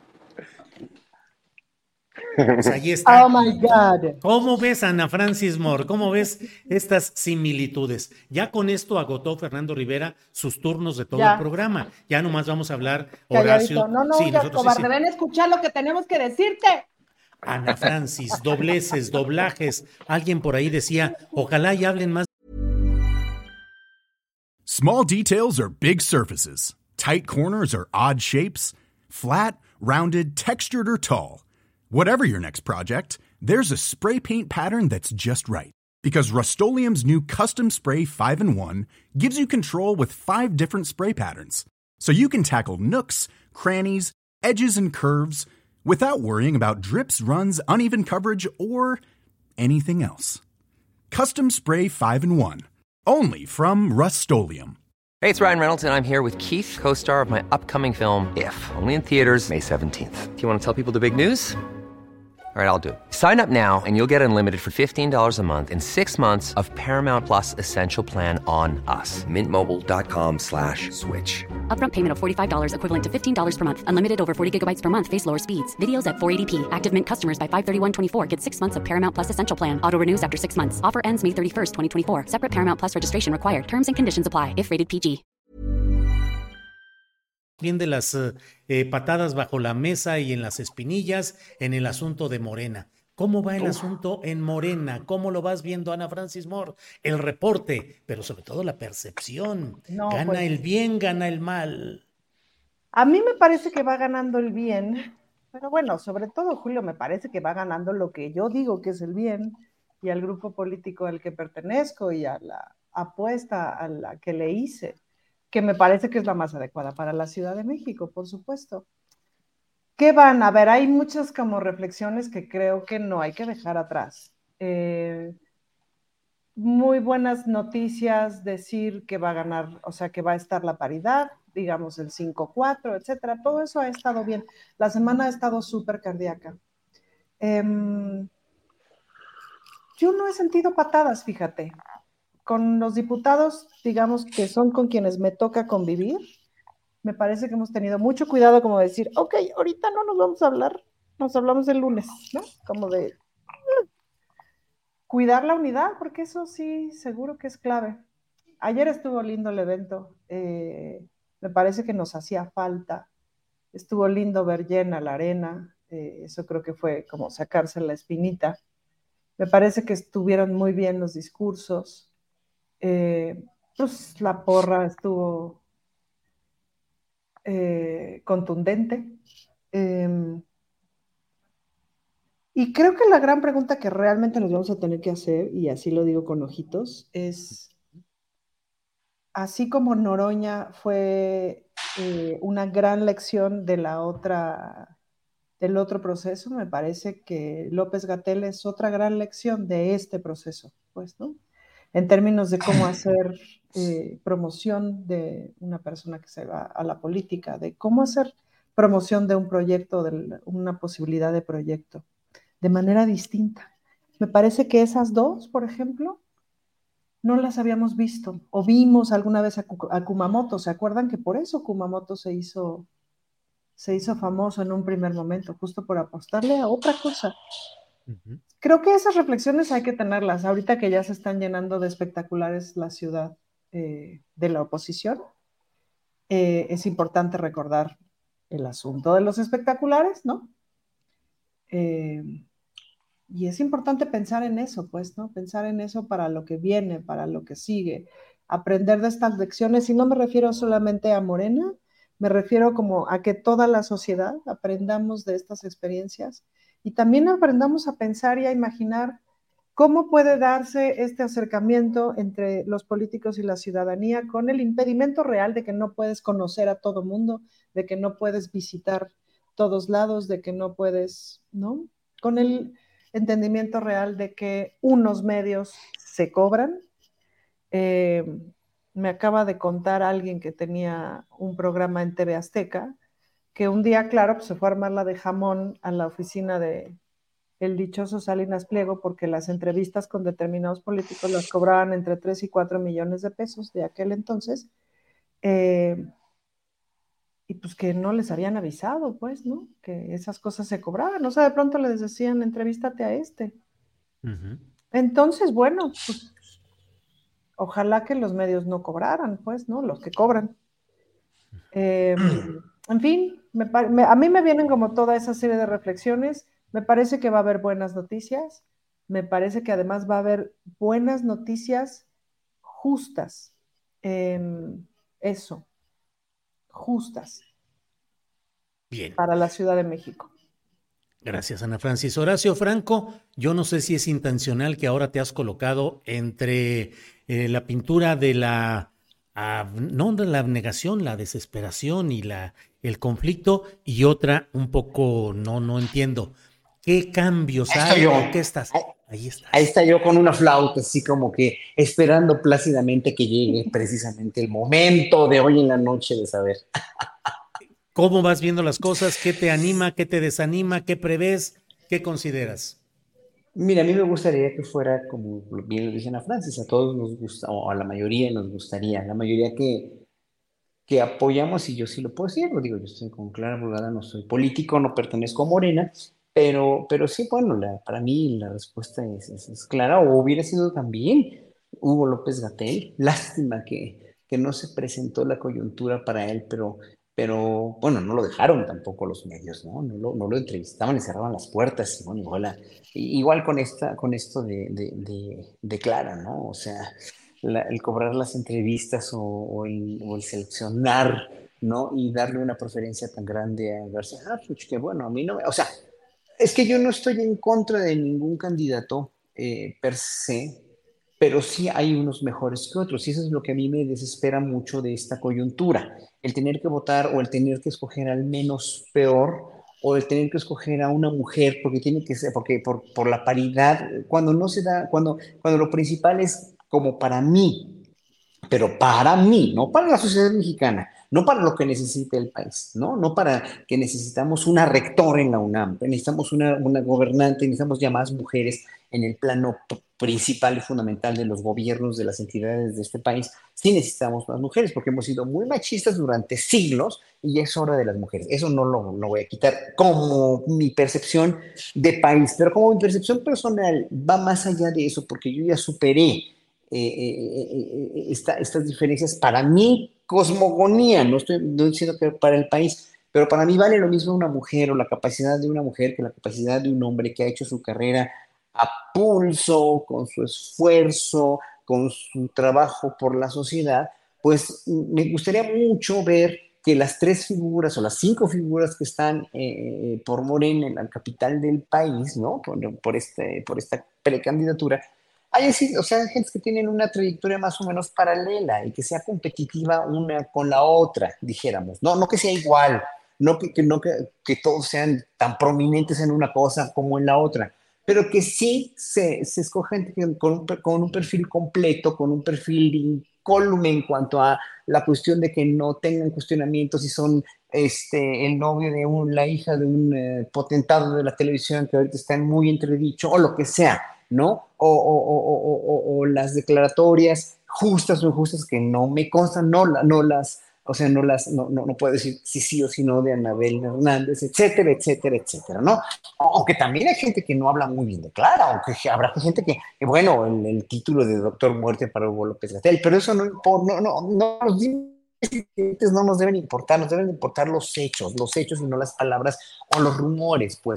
Pues ahí está. Oh my God. ¿Cómo ves, Ana Francis Moore? ¿Cómo ves estas similitudes? Ya con esto agotó Fernando Rivera sus turnos de todo ya. el programa. Ya nomás vamos a hablar Calladito. Horacio. No, no, sí, ya, cobarde, sí, sí. ven a escuchar lo que tenemos que decirte. Ana Francis, dobleces, doblajes. Alguien por ahí decía, ojalá y hablen más. Small details are big surfaces. Tight corners are odd shapes. Flat, rounded, textured, or tall. Whatever your next project, there's a spray paint pattern that's just right. Because Rust-Oleum's new Custom Spray five in one gives you control with five different spray patterns. So you can tackle nooks, crannies, edges, and curves without worrying about drips, runs, uneven coverage, or anything else. Custom Spray five in one. Only from Rust-Oleum. Hey, it's Ryan Reynolds, and I'm here with Keith, co-star of my upcoming film, If, only in theaters May seventeenth. Do you want to tell people the big news? All right, I'll do it. Sign up now and you'll get unlimited for fifteen dollars a month and six months of Paramount Plus Essential Plan on us. Mint Mobile dot com slash switch. Upfront payment of forty-five dollars equivalent to fifteen dollars per month. Unlimited over forty gigabytes per month. Face lower speeds. Videos at four eighty p. Active Mint customers by five thirty-one twenty-four get six months of Paramount Plus Essential Plan. Auto renews after six months. Offer ends May thirty-first, twenty twenty-four. Separate Paramount Plus registration required. Terms and conditions apply if rated P G. Bien de las eh, patadas bajo la mesa y en las espinillas en el asunto de Morena. ¿Cómo va el Uf. asunto en Morena? ¿Cómo lo vas viendo, Ana Francis Moore? El reporte, pero sobre todo la percepción. No, ¿Gana pues, el bien, gana el mal? A mí me parece que va ganando el bien, pero bueno, sobre todo, Julio, me parece que va ganando lo que yo digo que es el bien, y al grupo político al que pertenezco y a la apuesta a la que le hice, que me parece que es la más adecuada para la Ciudad de México, por supuesto. ¿Qué van? A ver, hay muchas como reflexiones que creo que no hay que dejar atrás. Eh, muy buenas noticias, decir que va a ganar, o sea, que va a estar la paridad, digamos el cinco cuatro, etcétera. Todo eso ha estado bien. La semana ha estado súper cardíaca. Eh, yo no he sentido patadas, fíjate. Con los diputados, digamos, que son con quienes me toca convivir, me parece que hemos tenido mucho cuidado como de decir, ok, ahorita no nos vamos a hablar, nos hablamos el lunes, ¿no? Como de uh, cuidar la unidad, porque eso sí, seguro que es clave. Ayer estuvo lindo el evento, eh, me parece que nos hacía falta, estuvo lindo ver llena la arena, eh, eso creo que fue como sacarse la espinita. Me parece que estuvieron muy bien los discursos, eh, pues la porra estuvo Eh, contundente. Eh, y creo que la gran pregunta que realmente nos vamos a tener que hacer, y así lo digo con ojitos, es, así como Noroña fue eh, una gran lección de la otra, del otro proceso, me parece que López-Gatell es otra gran lección de este proceso, pues, ¿no? En términos de cómo hacer eh, promoción de una persona que se va a la política, de cómo hacer promoción de un proyecto, de una posibilidad de proyecto, de manera distinta. Me parece que esas dos, por ejemplo, no las habíamos visto, o vimos alguna vez a, a Kumamoto. ¿Se acuerdan que por eso Kumamoto se hizo, se hizo famoso en un primer momento, justo por apostarle a otra cosa? Uh-huh. Creo que esas reflexiones hay que tenerlas, ahorita que ya se están llenando de espectaculares la ciudad eh, de la oposición. Eh, es importante recordar el asunto de los espectaculares, ¿no? Eh, y es importante pensar en eso, pues, ¿no? Pensar en eso para lo que viene, para lo que sigue, aprender de estas lecciones, y no me refiero solamente a Morena, me refiero como a que toda la sociedad aprendamos de estas experiencias y también aprendamos a pensar y a imaginar cómo puede darse este acercamiento entre los políticos y la ciudadanía con el impedimento real de que no puedes conocer a todo mundo, de que no puedes visitar todos lados, de que no puedes, ¿no? Con el entendimiento real de que unos medios se cobran. Eh, me acaba de contar alguien que tenía un programa en T V Azteca, que un día, claro, pues se fue a armar la de jamón a la oficina de el dichoso Salinas Pliego, porque las entrevistas con determinados políticos las cobraban entre tres y cuatro millones de pesos de aquel entonces, eh, y pues que no les habían avisado, pues, ¿no? Que esas cosas se cobraban, o sea, de pronto les decían, entrevístate a este. Uh-huh. Entonces, bueno, pues, ojalá que los medios no cobraran, pues, ¿no? Los que cobran. Eh, en fin, me, me, a mí me vienen como toda esa serie de reflexiones. Me parece que va a haber buenas noticias, me parece que además va a haber buenas noticias justas, eh, eso, justas. Bien. Para la Ciudad de México. Gracias, Ana Francis. Horacio Franco, yo no sé si es intencional que ahora te has colocado entre eh, la pintura de la, ah, no de la abnegación, la desesperación y la, el conflicto, y otra un poco, no, no entiendo. ¿Qué cambios hay? ¿O qué estás? Ahí está. Ahí está yo con una flauta, así como que esperando plácidamente que llegue precisamente el momento de hoy en la noche de saber. ¿Cómo vas viendo las cosas? ¿Qué te anima? ¿Qué te desanima? ¿Qué prevés? ¿Qué consideras? Mira, a mí me gustaría que fuera, como bien lo dicen a Francis, a todos nos gusta, o a la mayoría nos gustaría, la mayoría que, que apoyamos, y yo sí lo puedo decir, lo digo, yo estoy con Clara Brugada, no soy político, no pertenezco a Morena, pero, pero sí, bueno, la, para mí la respuesta es, es, es clara, o hubiera sido también Hugo López-Gatell. Lástima que, que no se presentó la coyuntura para él, pero, pero bueno, no lo dejaron tampoco los medios, ¿no? No lo, no lo entrevistaban, le cerraban las puertas, y bueno, igual, a- igual con, esta, con esto de, de, de, de Clara, ¿no? O sea, la- el cobrar las entrevistas o, o el, o el seleccionar, ¿no? Y darle una preferencia tan grande a García Harfuch, que bueno, a mí no me, o sea, es que yo no estoy en contra de ningún candidato eh, per se, pero sí hay unos mejores que otros, y eso es lo que a mí me desespera mucho de esta coyuntura, el tener que votar o el tener que escoger al menos peor, o el tener que escoger a una mujer porque tiene que ser, porque por, por la paridad, cuando no se da, cuando, cuando lo principal es como para mí, pero para mí, no para la sociedad mexicana, no para lo que necesita el país, ¿no? No para que necesitamos una rectora en la UNAM, necesitamos una, una gobernante, necesitamos ya más mujeres en el plano p- principal y fundamental de los gobiernos, de las entidades de este país. Sí necesitamos más mujeres, porque hemos sido muy machistas durante siglos y ya es hora de las mujeres. Eso no lo, lo voy a quitar como mi percepción de país, pero como mi percepción personal va más allá de eso, porque yo ya superé eh, eh, eh, eh, esta- estas diferencias para mi cosmogonía, no estoy no diciendo que para el país, pero para mí vale lo mismo una mujer o la capacidad de una mujer que la capacidad de un hombre que ha hecho su carrera a pulso, con su esfuerzo, con su trabajo por la sociedad. Pues me gustaría mucho ver que las tres figuras o las cinco figuras que están eh, por Morena en la capital del país, ¿no? Por, por, este, por esta precandidatura, hay decir, o sea, gente que tienen una trayectoria más o menos paralela y que sea competitiva una con la otra, dijéramos. No, no que sea igual, no que, que no que, que todos sean tan prominentes en una cosa como en la otra, pero que sí se, se escoja gente que- con un, per- con un perfil completo, con un perfil incólume en cuanto a la cuestión de que no tengan cuestionamientos si son este, el novio de un, la hija de un eh, potentado de la televisión que ahorita está en muy entredicho, o lo que sea, ¿no? O, o, o, o, o, o las declaratorias justas o injustas que no me constan, no, la- no las, o sea, no las, no, no, no puedo decir sí sí o sí no de Anabel Hernández, etcétera, etcétera, etcétera, ¿no? Aunque también hay gente que no habla muy bien de Clara, aunque habrá gente que, que, bueno, el, el título de Doctor Muerte para Hugo López Gatell, pero eso no importa, no, no, no, los dientes no nos deben importar, nos deben importar los hechos, los hechos y no las palabras o los rumores, pues,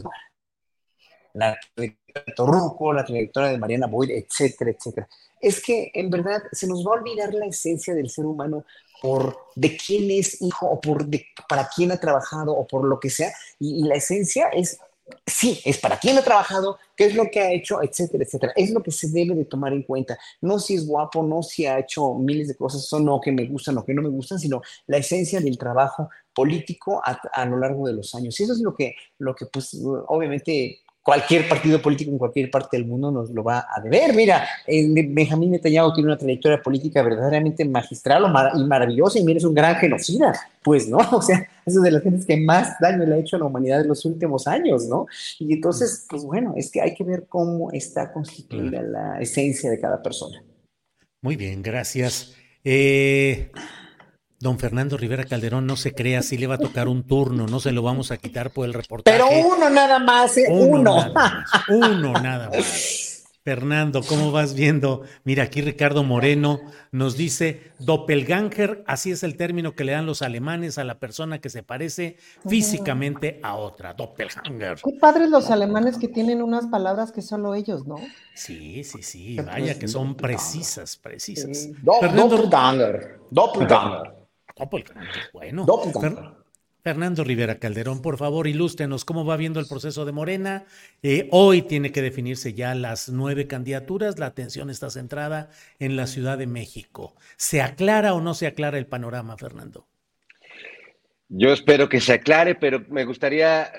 la trayectoria de Torruco, la trayectoria de Mariana Boyd, etcétera, etcétera. Es que en verdad se nos va a olvidar la esencia del ser humano por de quién es hijo o por de, para quién ha trabajado o por lo que sea. Y, y la esencia es, sí, es para quién ha trabajado, qué es lo que ha hecho, etcétera, etcétera. Es lo que se debe de tomar en cuenta. No si es guapo, no si ha hecho miles de cosas, o no que me gustan o que no me gustan, sino la esencia del trabajo político a, a lo largo de los años. Y eso es lo que, lo que pues, obviamente cualquier partido político en cualquier parte del mundo nos lo va a deber. Mira, eh, Benjamín Netanyahu tiene una trayectoria política verdaderamente magistral o mar y maravillosa, y mira, es un gran genocida, pues, ¿no? O sea, es de las gentes que más daño le ha hecho a la humanidad en los últimos años, ¿no? Y entonces, pues bueno, es que hay que ver cómo está constituida la esencia de cada persona. Muy bien, gracias. Eh, don Fernando Rivera Calderón, no se crea, si le va a tocar un turno, no se lo vamos a quitar por el reportaje. Pero uno nada más, ¿eh? Uno, uno. nada más, uno nada más. Fernando, ¿cómo vas viendo? Mira, aquí Ricardo Moreno nos dice, doppelganger, así es el término que le dan los alemanes a la persona que se parece físicamente a otra, doppelganger. Qué padres los alemanes que tienen unas palabras que solo ellos, ¿no? Sí, sí, sí, vaya que son precisas, precisas. Sí. Do, Fernando, doppelganger, doppelganger. Doppelganger, bueno. Doppelganger. Fer- Fernando Rivera Calderón, por favor, ilústrenos cómo va viendo el proceso de Morena. Eh, hoy tiene que definirse ya las nueve candidaturas. La atención está centrada en la Ciudad de México. ¿Se aclara o no se aclara el panorama, Fernando? Yo espero que se aclare, pero me gustaría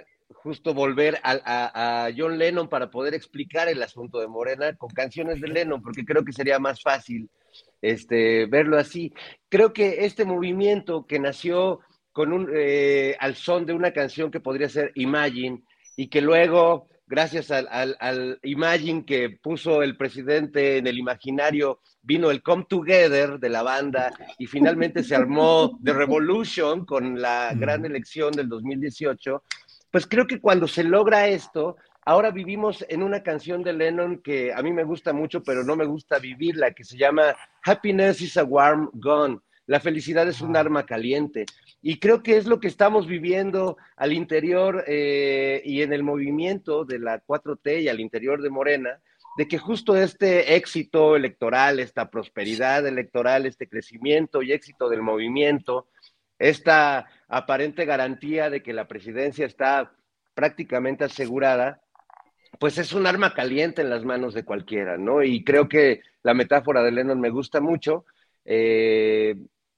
justo volver a, a, a John Lennon para poder explicar el asunto de Morena con canciones de Lennon, porque creo que sería más fácil este, verlo así. Creo que este movimiento que nació con un, eh, al son de una canción que podría ser Imagine, y que luego, gracias al, al, al Imagine que puso el presidente en el imaginario, vino el Come Together de la banda, y finalmente se armó The Revolution con la gran elección del dos mil dieciocho, pues creo que cuando se logra esto, ahora vivimos en una canción de Lennon que a mí me gusta mucho, pero no me gusta vivirla, que se llama Happiness is a Warm Gun. La felicidad es un arma caliente. Y creo que es lo que estamos viviendo al interior eh, y en el movimiento de la cuatro T y al interior de Morena, de que justo este éxito electoral, esta prosperidad electoral, este crecimiento y éxito del movimiento, esta aparente garantía de que la presidencia está prácticamente asegurada, pues es un arma caliente en las manos de cualquiera, ¿no? Y creo que la metáfora de Lennon me gusta mucho. Eh,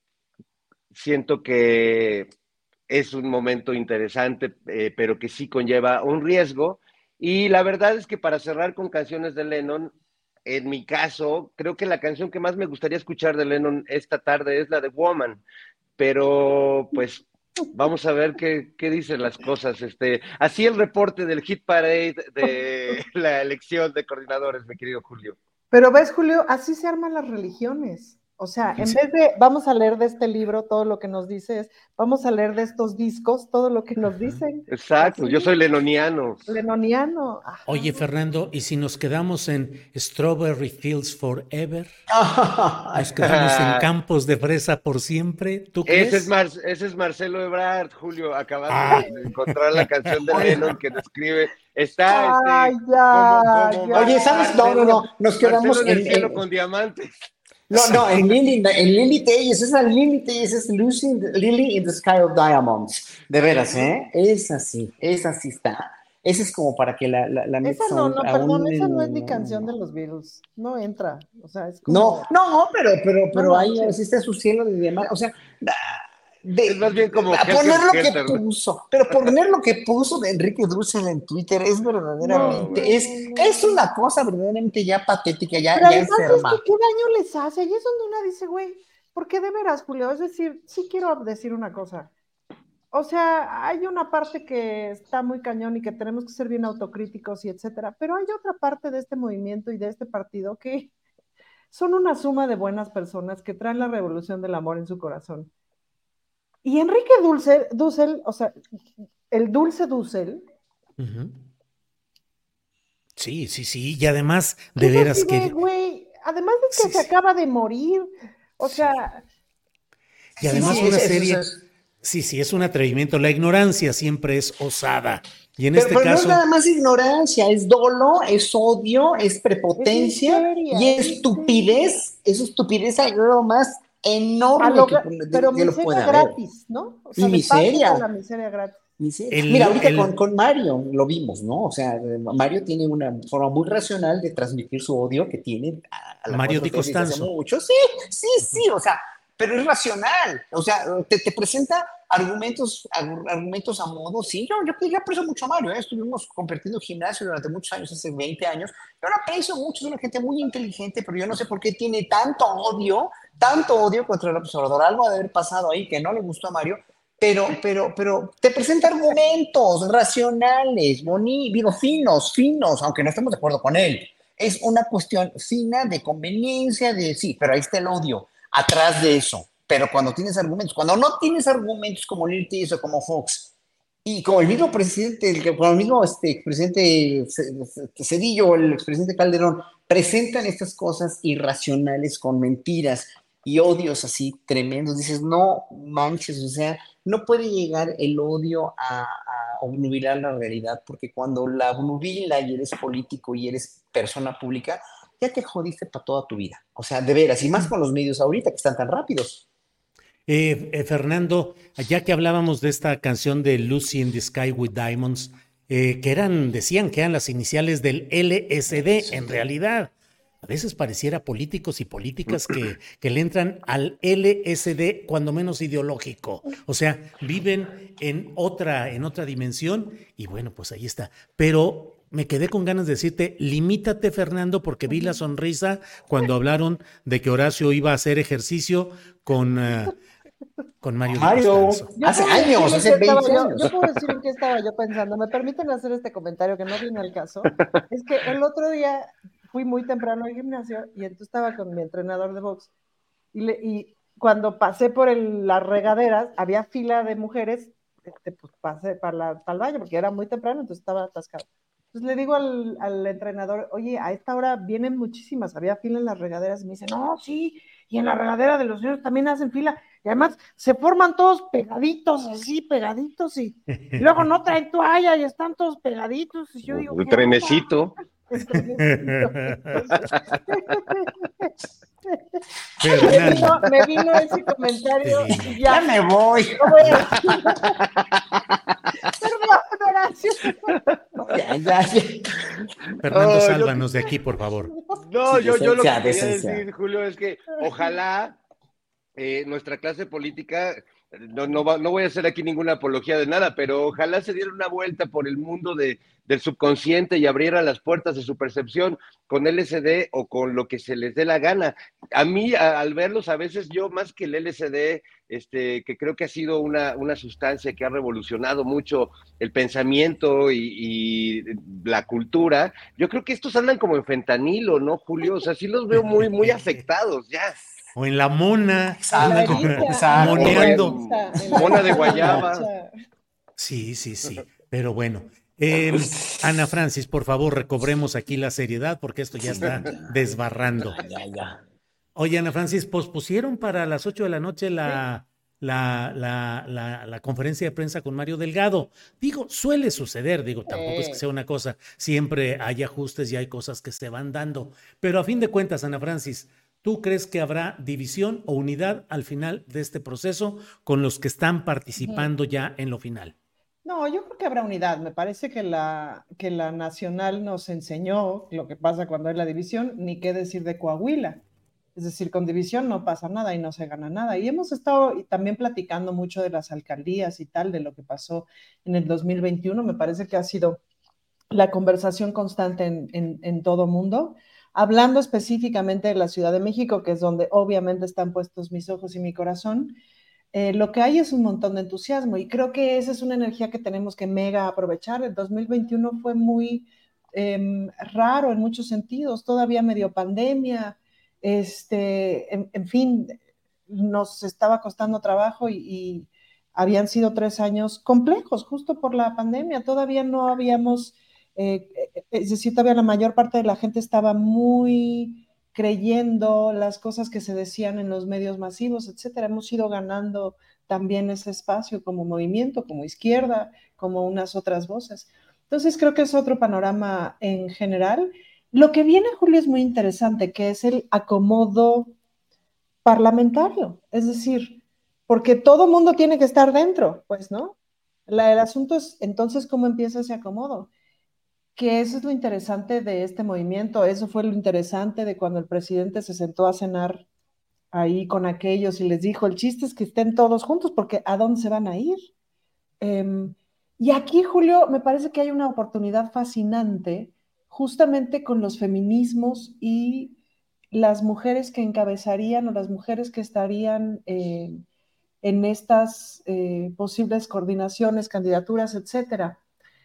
siento que es un momento interesante, eh, pero que sí conlleva un riesgo. Y la verdad es que para cerrar con canciones de Lennon, en mi caso, creo que la canción que más me gustaría escuchar de Lennon esta tarde es la de Woman, pero pues vamos a ver qué, qué dicen las cosas. Este, así el reporte del Hit Parade de la elección de coordinadores, mi querido Julio. Pero ves, Julio, así se arman las religiones. O sea, en vez de vamos a leer de este libro, todo lo que nos dice es, vamos a leer de estos discos, todo lo que nos dicen. Exacto, así. Yo soy lenoniano. Lenoniano. Ajá. Oye, Fernando, ¿y si nos quedamos en Strawberry Fields Forever? ¿Nos quedamos en campos de fresa por siempre? ¿Tú crees? Ese es, Mar ese es Marcelo Ebrard, Julio, acabas ah. de encontrar la canción de Lennon que describe. Está Ay, este, ya, como, como ya. Oye, ¿sabes? No, no, no, nos quedamos Marcelo en el en, cielo en... con diamantes. No, no, en Lily, en Lily Telles, esa Lily Telles es Lucy in the, Lily in the Sky of Diamonds. De veras, ¿eh? Esa sí, esa sí está. Esa es como para que la, la, la Esa no, no, perdón, esa no es ni canción de los Beatles. No entra. O sea, es como... No, no, pero, pero, pero no, ahí sí. existe su cielo de diamantes. O sea, de, es más bien como a poner lo que puso, pero poner lo que puso de Enrique Dussel en Twitter es verdaderamente, no, es, no, es una cosa verdaderamente ya patética, ya, pero ya además enferma. Es que ¿qué daño les hace? Y es donde una dice, güey, ¿por qué de veras, Julio? Es decir, sí quiero decir una cosa. O sea, hay una parte que está muy cañón y que tenemos que ser bien autocríticos y etcétera, pero hay otra parte de este movimiento y de este partido que son una suma de buenas personas que traen la revolución del amor en su corazón. Y Enrique Dussel, Dussel, o sea, el dulce Dussel. Uh-huh. Sí, sí, sí, y además, de veras que... De, güey, además de que sí, se sí. acaba de morir, o sea... Y además sí, una es, serie... es, es, sí, sí, es un atrevimiento, la ignorancia siempre es osada. Y en pero, este pero caso... no es nada más ignorancia, es dolo, es odio, es prepotencia, es y es estupidez, es estupidez algo más enorme lo, que, pero que miseria lo pueda gratis, haber. ¿no? O sea, y miseria. La miseria gratis. Miseria. El, Mira, ahorita el, con, con Mario lo vimos, ¿no? O sea, Mario tiene una forma muy racional de transmitir su odio que tiene a, a la Mario Di Costanzo. Mucho. Sí, sí, sí, o sea, pero es racional. O sea, te, te presenta argumentos, argumentos a modo, sí, yo, yo, yo aprecio mucho a Mario, ¿eh? Estuvimos compartiendo gimnasio durante muchos años, hace veinte años, yo lo aprecio mucho, es una gente muy inteligente, pero yo no sé por qué tiene tanto odio, tanto odio contra el observador, algo de haber pasado ahí que no le gustó a Mario, pero, pero, pero te presenta argumentos racionales, bonitos, digo, finos, finos, aunque no estemos de acuerdo con él, es una cuestión fina de conveniencia, de sí, pero ahí está el odio, atrás de eso. Pero cuando tienes argumentos, cuando no tienes argumentos como Lil Tiz o como Fox, y como el mismo presidente, el, como el mismo este, presidente Cedillo, el expresidente Calderón, presentan estas cosas irracionales con mentiras y odios así tremendos, dices, no manches, o sea, no puede llegar el odio a, a obnubilar la realidad, porque cuando la obnubila y eres político y eres persona pública, ya te jodiste para toda tu vida. O sea, de veras, y más con los medios ahorita que están tan rápidos. Eh, eh, Fernando, ya que hablábamos de esta canción de Lucy in the Sky with Diamonds, eh, que eran, decían que eran las iniciales del L S D, en realidad. a veces pareciera políticos y políticas que, que le entran al L S D, cuando menos ideológico. O sea, viven en otra, en otra dimensión y bueno, pues ahí está. Pero me quedé con ganas de decirte, limítate, Fernando, porque vi la sonrisa cuando hablaron de que Horacio iba a hacer ejercicio con, uh, con Mario. Mario, hace años, hace veinte yo, años. Yo puedo decir en qué estaba yo pensando. ¿Me permiten hacer este comentario que no viene al caso? Es que el otro día fui muy temprano al gimnasio y entonces estaba con mi entrenador de box y, le, y cuando pasé por el, las regaderas había fila de mujeres, este, pues pasé para, la, para el baño porque era muy temprano, entonces estaba atascado. Entonces le digo al, al entrenador, oye, a esta hora vienen muchísimas, había fila en las regaderas, y me dice, no, sí, y en la regadera de los niños también hacen fila, y además se forman todos pegaditos, así, pegaditos, y, y luego no traen toalla y están todos pegaditos, y yo digo, el trenecito. El trenecito. Fernando. Me vino, me vino ese comentario y ya, Ya me voy. No voy a... Perdón, Horacio. Ya, ya, ya. Fernando, Oh, sálvanos yo... de aquí, por favor. No, Sí, yo, yo lo que decencia, quería decencia. decir, Julio, es que ojalá eh, nuestra clase política, no, no, va, no voy a hacer aquí ninguna apología de nada, pero ojalá se diera una vuelta por el mundo de, del subconsciente y abriera las puertas de su percepción con L S D o con lo que se les dé la gana. A mí, a, al verlos, a veces yo, más que el L S D, este, que creo que ha sido una, una sustancia que ha revolucionado mucho el pensamiento y, y la cultura, yo creo que estos andan como en fentanilo, ¿no, Julio? O sea, sí los veo muy, muy afectados, ya. O en la mona. Exacto, Eriza, exacto. Moneando. Mona de guayaba. Sí, sí, sí. Pero bueno. Eh, Ana Francis, por favor, recobremos aquí la seriedad porque esto ya está desbarrando. Ya, ya. Oye, Ana Francis, pospusieron para las ocho de la noche la, la, la, la, la conferencia de prensa con Mario Delgado. Digo, suele suceder, digo, tampoco es que sea una cosa, siempre hay ajustes y hay cosas que se van dando. Pero a fin de cuentas, Ana Francis, ¿tú crees que habrá división o unidad al final de este proceso con los que están participando ya en lo final? No, yo creo que habrá unidad. Me parece que la, que la nacional nos enseñó lo que pasa cuando hay la división, ni qué decir de Coahuila. Es decir, con división no pasa nada y no se gana nada. Y hemos estado también platicando mucho de las alcaldías y tal, de lo que pasó en el dos mil veintiuno. Me parece que ha sido la conversación constante en, en, en todo mundo. Hablando específicamente de la Ciudad de México, que es donde obviamente están puestos mis ojos y mi corazón, eh, lo que hay es un montón de entusiasmo y creo que esa es una energía que tenemos que mega aprovechar. El dos mil veintiuno fue muy eh, raro en muchos sentidos, todavía medio pandemia, este, en, en fin, nos estaba costando trabajo y, y habían sido tres años complejos justo por la pandemia. Todavía no habíamos, eh, es decir, todavía la mayor parte de la gente estaba muy creyendo las cosas que se decían en los medios masivos, etcétera. Hemos ido ganando también ese espacio como movimiento, como izquierda, como unas otras voces. Entonces creo que es otro panorama en general. Lo que viene, Julio, es muy interesante, que es el acomodo parlamentario, es decir, porque todo mundo tiene que estar dentro, pues, ¿no? La, el asunto es, entonces, ¿cómo empieza ese acomodo? Que eso es lo interesante de este movimiento, eso fue lo interesante de cuando el presidente se sentó a cenar ahí con aquellos y les dijo, el chiste es que estén todos juntos, porque ¿a dónde se van a ir? Eh, y aquí, Julio, me parece que hay una oportunidad fascinante justamente con los feminismos y las mujeres que encabezarían o las mujeres que estarían eh, en estas eh, posibles coordinaciones, candidaturas, etcétera.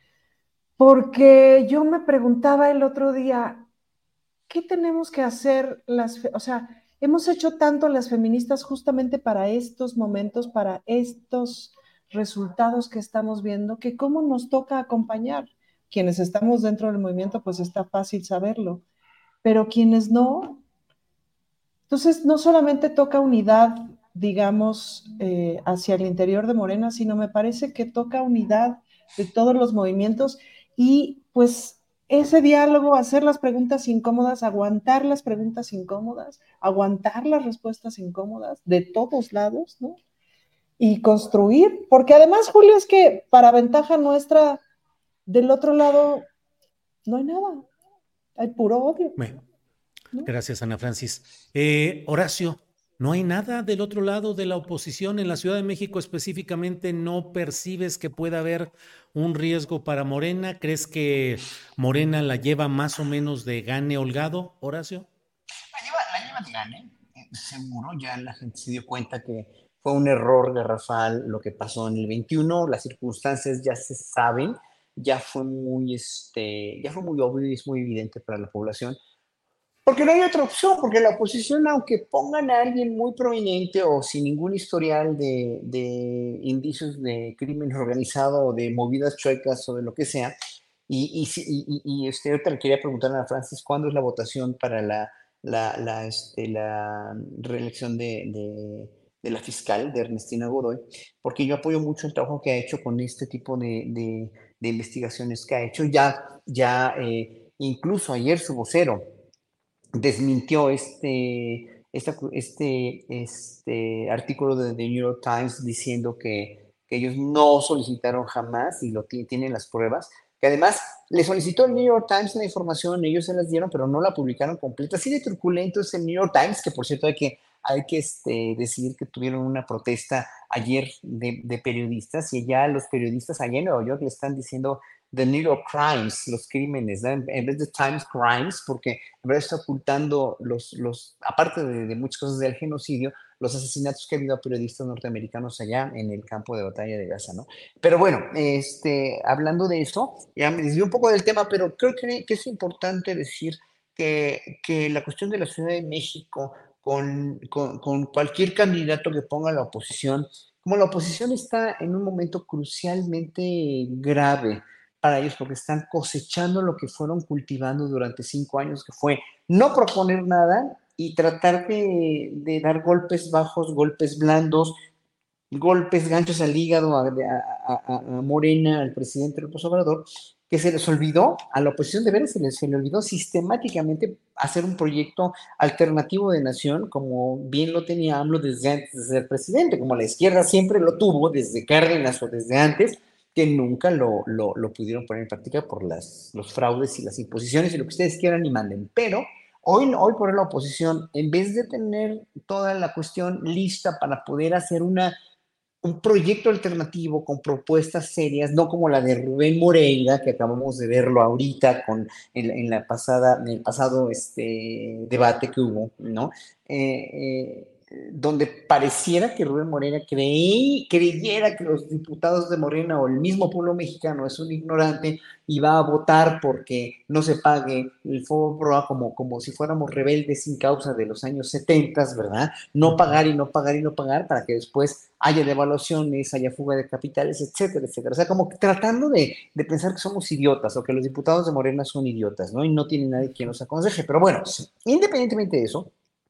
Porque yo me preguntaba el otro día, ¿qué tenemos que hacer las, o sea, hemos hecho tanto las feministas justamente para estos momentos, para estos resultados que estamos viendo, que cómo nos toca acompañar? Quienes estamos dentro del movimiento, pues está fácil saberlo, pero quienes no, entonces no solamente toca unidad, digamos, eh, hacia el interior de Morena, sino me parece que toca unidad de todos los movimientos y pues ese diálogo, hacer las preguntas incómodas, aguantar las preguntas incómodas, aguantar las respuestas incómodas de todos lados, ¿no? Y construir, porque además, Julio, es que para ventaja nuestra, del otro lado, no hay nada, hay puro odio. Bueno, ¿no? Gracias, Ana Francis. Eh, Horacio, ¿no hay nada del otro lado de la oposición en la Ciudad de México específicamente? ¿No percibes que pueda haber un riesgo para Morena? ¿Crees que Morena la lleva más o menos de gane holgado, Horacio? La lleva, la lleva de gane, eh, seguro. Ya la gente se dio cuenta que fue un error garrafal lo que pasó en el veintiuno. Las circunstancias ya se saben, ya fue muy, este, ya fue muy obvio y es muy evidente para la población. Porque no hay otra opción, porque la oposición, aunque pongan a alguien muy prominente o sin ningún historial de, de indicios de crimen organizado o de movidas chuecas o de lo que sea, y, y, si- y, y- y, este, ahorita le quería preguntar a Ana Francis, ¿cuándo es la votación para la, la, la, este, la reelección de, de, de la fiscal, de Ernestina Godoy? Porque yo apoyo mucho el trabajo que ha hecho con este tipo de, de, de investigaciones que ha hecho. Ya, ya eh, incluso ayer su vocero desmintió este, esta cu- este, este artículo de The New York Times diciendo que, que ellos no solicitaron jamás y lo ti- tienen las pruebas, que además le solicitó el New York Times la información, ellos se las dieron, pero no la publicaron completa. Así de truculento es el New York Times, que por cierto hay que, hay que este, decir que tuvieron una protesta ayer de, de periodistas y ya los periodistas allá en Nueva York le están diciendo The New York Crimes, los crímenes, ¿no? En, en vez de Times Crimes, porque en verdad está ocultando los, los aparte de, de muchas cosas del genocidio, los asesinatos que ha habido a periodistas norteamericanos allá en el campo de batalla de Gaza, ¿no? Pero bueno, este, hablando de eso, ya me desvié un poco del tema, pero creo que, que es importante decir que, que la cuestión de la Ciudad de México, con, con, con cualquier candidato que ponga la oposición, como la oposición está en un momento crucialmente grave para ellos, porque están cosechando lo que fueron cultivando durante cinco años, que fue no proponer nada y tratar de, de dar golpes bajos, golpes blandos, golpes, ganchos al hígado, a, a- a- a Morena, al presidente López Obrador, que se les olvidó, a la oposición de veras se les, se le olvidó sistemáticamente hacer un proyecto alternativo de nación, como bien lo tenía AMLO desde antes de ser presidente, como la izquierda siempre lo tuvo desde Cárdenas o desde antes, que nunca lo, lo, lo pudieron poner en práctica por las, los fraudes y las imposiciones y lo que ustedes quieran y manden. Pero hoy, hoy por hoy la oposición, en vez de tener toda la cuestión lista para poder hacer una un proyecto alternativo con propuestas serias, no como la de Rubén Moreira, que acabamos de verlo ahorita con, en, en la pasada, en el pasado este, debate que hubo, ¿no? Eh, eh, donde pareciera que Rubén Moreira creí, creyera que los diputados de Morena o el mismo pueblo mexicano es un ignorante y va a votar porque no se pague el Fobaproa como, como si fuéramos rebeldes sin causa de los años setenta, ¿verdad? No pagar y no pagar y no pagar para que después haya devaluaciones, haya fuga de capitales, etcétera, etcétera. O sea, como tratando de, de pensar que somos idiotas o que los diputados de Morena son idiotas, ¿no? Y no tiene nadie quien los aconseje. Pero bueno, independientemente de eso,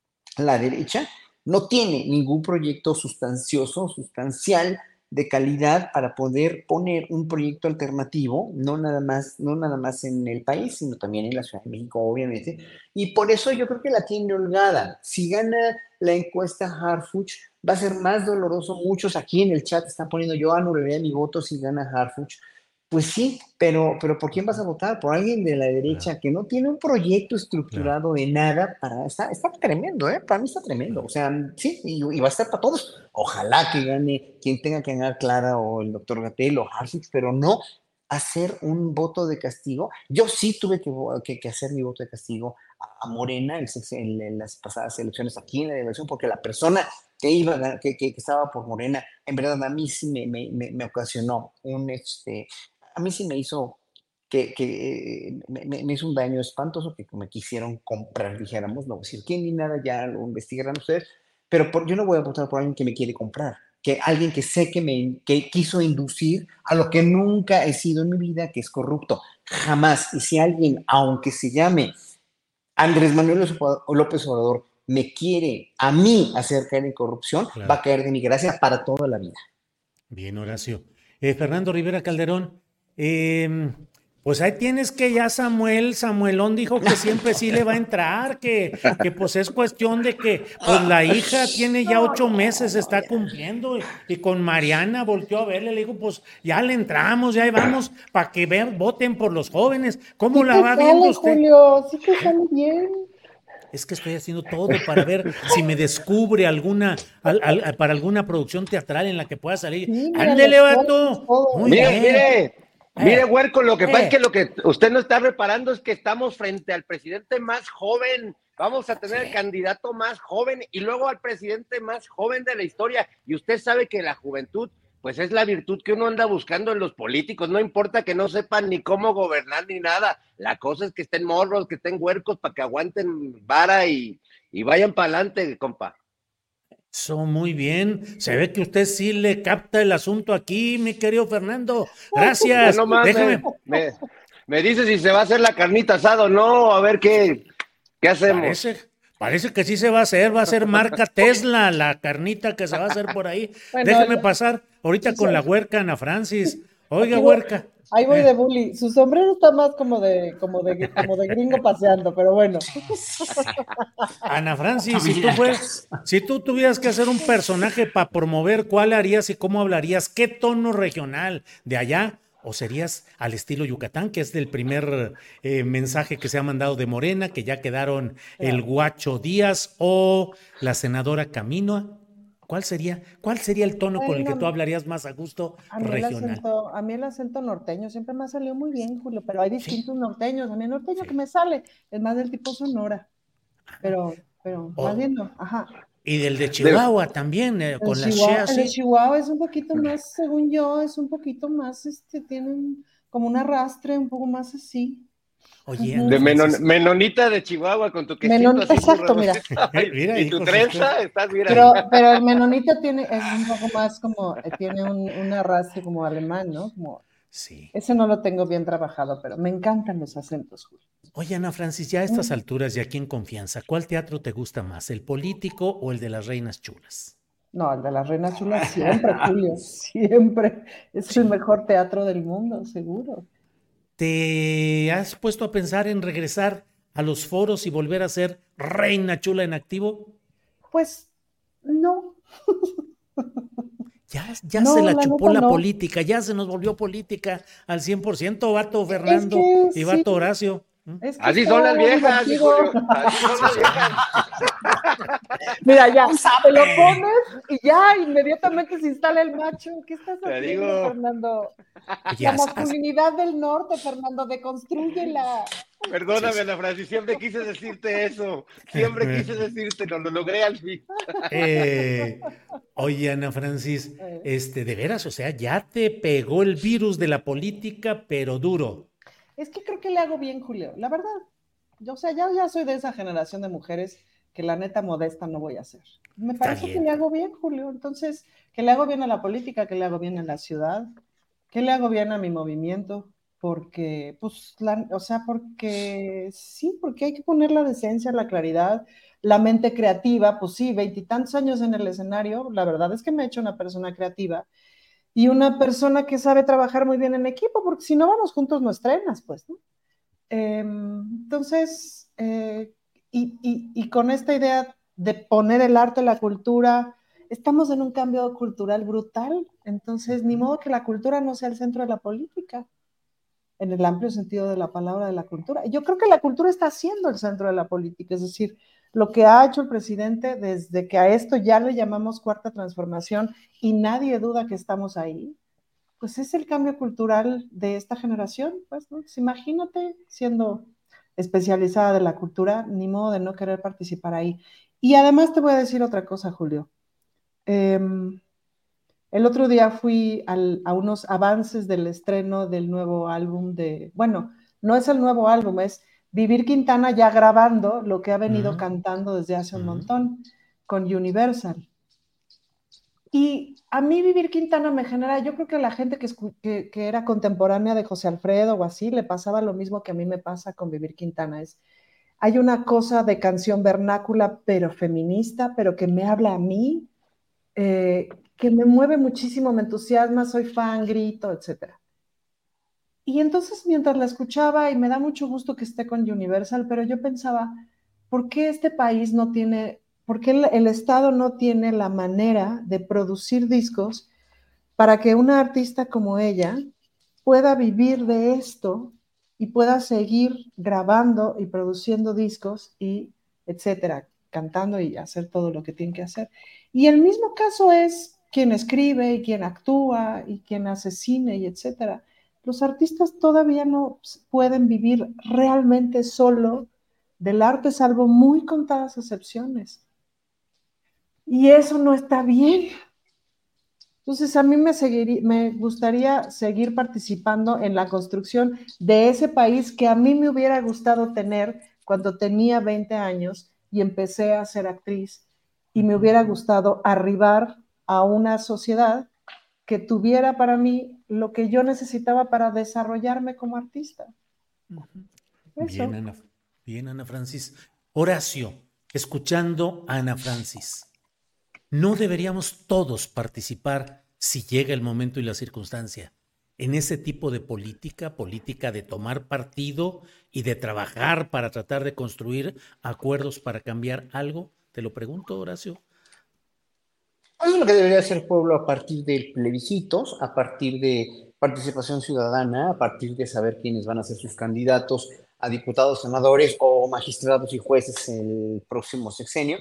la derecha no tiene ningún proyecto sustancioso, sustancial, de calidad para poder poner un proyecto alternativo, no nada más, no nada más en el país, sino también en la Ciudad de México, obviamente. Y por eso yo creo que la tiene holgada. Si gana la encuesta Harfuch, va a ser más doloroso. Muchos aquí en el chat están poniendo, yo anularía mi voto si gana Harfuch. Pues sí, pero, pero ¿por quién vas a votar? Por alguien de la derecha que no tiene un proyecto estructurado de nada para... Está, está tremendo, ¿eh? Para mí está tremendo. O sea, sí, y, y va a estar para todos. Ojalá que gane quien tenga que ganar, Clara o el doctor Gatell o Harfuch, pero no hacer un voto de castigo. Yo sí tuve que, que, que hacer mi voto de castigo a, a Morena en, en, en las pasadas elecciones aquí en la elección, porque la persona que iba, que, que, que estaba por Morena, en verdad a mí sí me, me, me, me ocasionó un... este a mí sí me hizo que, que eh, me, me, hizo un daño espantoso que me quisieron comprar, dijéramos, no voy a decir quién ni nada, ya lo investigarán ustedes, pero por, yo no voy a votar por alguien que me quiere comprar, que alguien que sé que me que quiso inducir a lo que nunca he sido en mi vida, que es corrupto, jamás. Y si alguien, aunque se llame Andrés Manuel López Obrador, me quiere a mí hacer caer en corrupción, claro, va a caer de mi gracia para toda la vida. Bien, Horacio. Eh, Fernando Rivera Calderón, Eh, pues ahí tienes que ya Samuel, Samuelón dijo que siempre sí le va a entrar, que, que pues es cuestión de que pues la hija tiene ya ocho meses, está cumpliendo, y, y con Mariana volteó a verle, le dijo pues ya le entramos, ya ahí vamos, para que vean, voten por los jóvenes. ¿Cómo sí la va sale, viendo usted? Julio, sí que sale bien. Es que estoy haciendo todo para ver si me descubre alguna, al, al, para alguna producción teatral en la que pueda salir. Sí, ¡ándele, vato! Muy mire, bien. mire, mire, eh, Huerco, lo que eh. pasa es que lo que usted no está reparando es que estamos frente al presidente más joven. Vamos a tener sí. el candidato más joven y luego al presidente más joven de la historia. Y usted sabe que la juventud, pues es la virtud que uno anda buscando en los políticos. No importa que no sepan ni cómo gobernar ni nada. La cosa es que estén morros, que estén huercos para que aguanten vara y, y vayan para adelante, compa. Eso, muy bien. Se ve que usted sí le capta el asunto aquí, mi querido Fernando. Gracias. No más Déjeme. Me, me, me dice si se va a hacer la carnita asada o no, a ver qué... ¿Qué hacemos? Parece, parece que sí se va a hacer, va a ser marca Tesla, la carnita que se va a hacer por ahí. Bueno, Déjeme pasar ahorita sí, con sí. la huerca, Ana Francis. Oiga, voy, huerca. Ahí voy eh. de bully. Su sombrero está más como de, como de, como de gringo paseando, pero bueno. Ana Francis, si tú, fueras, si tú tuvieras que hacer un personaje para promover, ¿cuál harías y cómo hablarías? ¿Qué tono regional de allá? ¿O serías al estilo Yucatán, que es del primer eh, mensaje que se ha mandado de Morena, que ya quedaron el Guacho Díaz o la senadora Camino? ¿Cuál sería, cuál sería el tono Ay, con el no, que tú hablarías más a gusto a mí regional? El acento, a mí el acento norteño siempre me ha salido muy bien, Julio, pero hay distintos ¿Sí? norteños. A mí el norteño sí. que me sale es más del tipo Sonora, pero, pero oh. más bien no, ajá. Y del de Chihuahua de, también, eh, con las cheas. El de Chihuahua es un poquito más, según yo, es un poquito más, este, tiene un, como un arrastre, un poco más así. Oye, de menon, menonita de Chihuahua con tu quesito Menon, así. Exacto, mira. mira. Y tu trenza, estás mira. Pero, pero el menonita tiene, es un poco más como, tiene un, un arrastre como alemán, ¿no? Como, sí. Ese no lo tengo bien trabajado, pero me encantan los acentos, Julio. Oye, Ana Francis, ya a estas alturas y aquí en confianza, ¿cuál teatro te gusta más, el político o el de las reinas chulas? No, el de las reinas chulas siempre, Julio, siempre. Es sí. el mejor teatro del mundo, seguro. ¿Te has puesto a pensar en regresar a los foros y volver a ser reina chula en activo? Pues, no. Ya, ya no, se la, la chupó la no. política, ya se nos volvió política al cien por ciento, vato Fernando es que, y vato sí. Horacio. Es que así son las viejas, así son las viejas. Mira, ya, te lo pones y ya inmediatamente se instala el macho. ¿Qué estás haciendo, digo... Fernando? La masculinidad del norte, Fernando, deconstrúyela. Perdóname, Ana Francis, siempre quise decirte eso. Siempre quise decirte, no lo logré al fin. Eh, oye, Ana Francis, este, de veras, o sea, ya te pegó el virus de la política, pero duro. Es que creo que le hago bien, Julio, la verdad. Yo, o sea, ya, ya soy de esa generación de mujeres que la neta modesta no voy a ser. Me parece que le hago bien, Julio. Entonces, que le hago bien a la política, que le hago bien a la ciudad, que le hago bien a mi movimiento, porque, pues, la, o sea, porque sí, porque hay que poner la decencia, la claridad, la mente creativa. Pues sí, veintitantos años en el escenario, la verdad es que me he hecho una persona creativa. Y una persona que sabe trabajar muy bien en equipo, porque si no vamos juntos no estrenas, pues, ¿no? Eh, entonces, eh, y, y, y con esta idea de poner el arte, la cultura, estamos en un cambio cultural brutal, entonces ni modo que la cultura no sea el centro de la política, en el amplio sentido de la palabra de la cultura. Yo creo que la cultura está siendo el centro de la política, es decir, lo que ha hecho el presidente desde que a esto ya le llamamos cuarta transformación y nadie duda que estamos ahí, pues es el cambio cultural de esta generación, pues, ¿no? Pues imagínate siendo especializada de la cultura, ni modo de no querer participar ahí. Y además te voy a decir otra cosa, Julio. Eh, el otro día fui al, a unos avances del estreno del nuevo álbum de, bueno, no es el nuevo álbum, es Vivir Quintana ya grabando lo que ha venido uh-huh. cantando desde hace un uh-huh. montón con Universal. Y a mí Vivir Quintana me genera, yo creo que a la gente que, que, que era contemporánea de José Alfredo o así, le pasaba lo mismo que a mí me pasa con Vivir Quintana. Es, hay una cosa de canción vernácula, pero feminista, pero que me habla a mí, eh, que me mueve muchísimo, me entusiasma, soy fan, grito, etcétera. Y entonces mientras la escuchaba, y me da mucho gusto que esté con Universal, pero yo pensaba, ¿por qué este país no tiene, por qué el, el Estado no tiene la manera de producir discos para que una artista como ella pueda vivir de esto y pueda seguir grabando y produciendo discos y etcétera, cantando y hacer todo lo que tienen que hacer. Y el mismo caso es quien escribe y quien actúa y quien hace cine y etcétera. Los artistas todavía no pueden vivir realmente solo del arte, salvo muy contadas excepciones. Y eso no está bien. Entonces, a mí me, seguiría, me gustaría seguir participando en la construcción de ese país que a mí me hubiera gustado tener cuando tenía veinte años y empecé a ser actriz, y me hubiera gustado arribar a una sociedad que tuviera para mí lo que yo necesitaba para desarrollarme como artista. Bien, Ana, bien, Ana Francis. Horacio, escuchando a Ana Francis, ¿no deberíamos todos participar, si llega el momento y la circunstancia, en ese tipo de política, política de tomar partido y de trabajar para tratar de construir acuerdos para cambiar algo? Te lo pregunto, Horacio. Eso es lo que debería hacer el pueblo a partir de plebiscitos, a partir de participación ciudadana, a partir de saber quiénes van a ser sus candidatos a diputados, senadores o magistrados y jueces el próximo sexenio.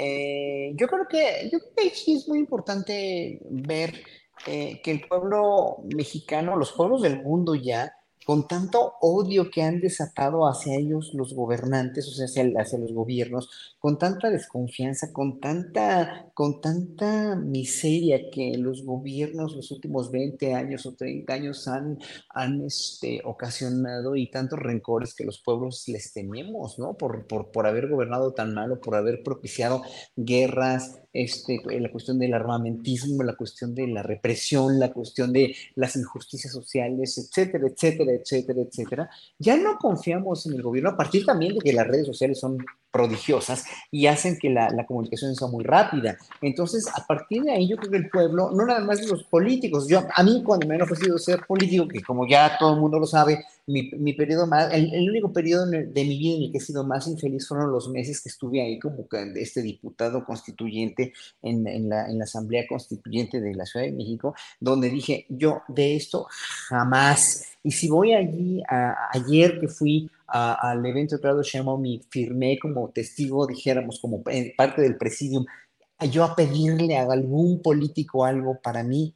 Eh, yo creo que yo creo que sí es muy importante ver eh, que el pueblo mexicano, los pueblos del mundo ya, con tanto odio que han desatado hacia ellos los gobernantes, o sea, hacia, hacia los gobiernos, con tanta desconfianza, con tanta, con tanta miseria que los gobiernos los últimos veinte años o treinta años han, han este, ocasionado, y tantos rencores que los pueblos les tenemos, ¿no? Por, por, por haber gobernado tan malo, por haber propiciado guerras, este, la cuestión del armamentismo, la cuestión de la represión, la cuestión de las injusticias sociales, etcétera, etcétera, etcétera, etcétera. Ya no confiamos en el gobierno, a partir también de que las redes sociales son prodigiosas y hacen que la, la comunicación sea muy rápida. Entonces, a partir de ahí, yo creo que el pueblo, no nada más los políticos, yo, a mí cuando me han ofrecido ser político, que como ya todo el mundo lo sabe, mi, mi periodo más, el, el único periodo de mi vida en el que he sido más infeliz fueron los meses que estuve ahí como este diputado constituyente en, en, la, en la Asamblea Constituyente de la Ciudad de México, donde dije, yo de esto jamás. Y si voy allí, a, ayer que fui a, al evento de Claudio Sheinbaum y firmé como testigo, dijéramos, como parte del presidium, yo a pedirle a algún político algo para mí,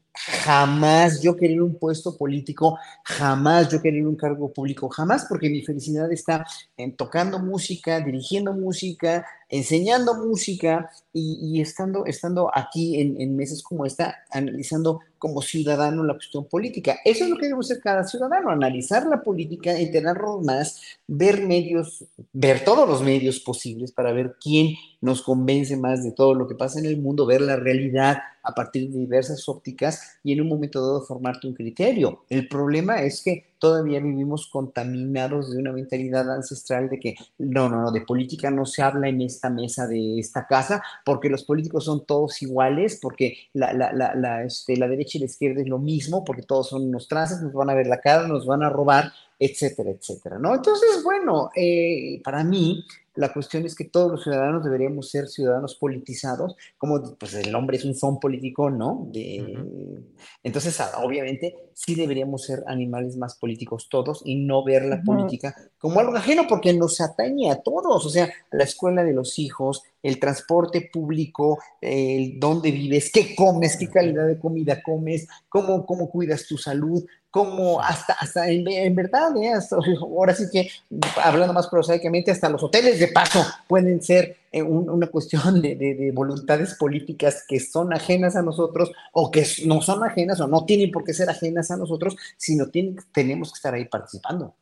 jamás yo querer un puesto político, jamás yo querer un cargo público, jamás, porque mi felicidad está en tocando música, dirigiendo música, enseñando música y, y estando, estando aquí en, en mesas como esta, analizando como ciudadano la cuestión política. Eso es lo que debe hacer cada ciudadano, analizar la política, enterarnos más, ver medios, ver todos los medios posibles para ver quién nos convence más de todo lo que pasa en el mundo, ver la realidad a partir de diversas ópticas y en un momento dado formarte un criterio. El problema es que todavía vivimos contaminados de una mentalidad ancestral de que no, no, no, de política no se habla en esta mesa de esta casa porque los políticos son todos iguales, porque la, la, la, la, este, la derecha y la izquierda es lo mismo, porque todos son unos tranzas, nos van a ver la cara, nos van a robar, etcétera, etcétera, ¿no? Entonces, bueno, eh, para mí la cuestión es que todos los ciudadanos deberíamos ser ciudadanos politizados, como pues el hombre es un son político, ¿no? De, uh-huh. Entonces, obviamente, sí deberíamos ser animales más políticos todos y no ver la uh-huh. política como algo ajeno, porque nos atañe a todos, o sea, la escuela de los hijos, el transporte público, el dónde vives, qué comes, qué calidad de comida comes, cómo, cómo cuidas tu salud, como hasta, hasta en, en verdad, ¿eh? Hasta, ahora sí que, hablando más prosaicamente, hasta los hoteles de paso pueden ser eh, un, una cuestión de, de, de voluntades políticas que son ajenas a nosotros, o que no son ajenas, o no tienen por qué ser ajenas a nosotros, sino tienen, tenemos que estar ahí participando.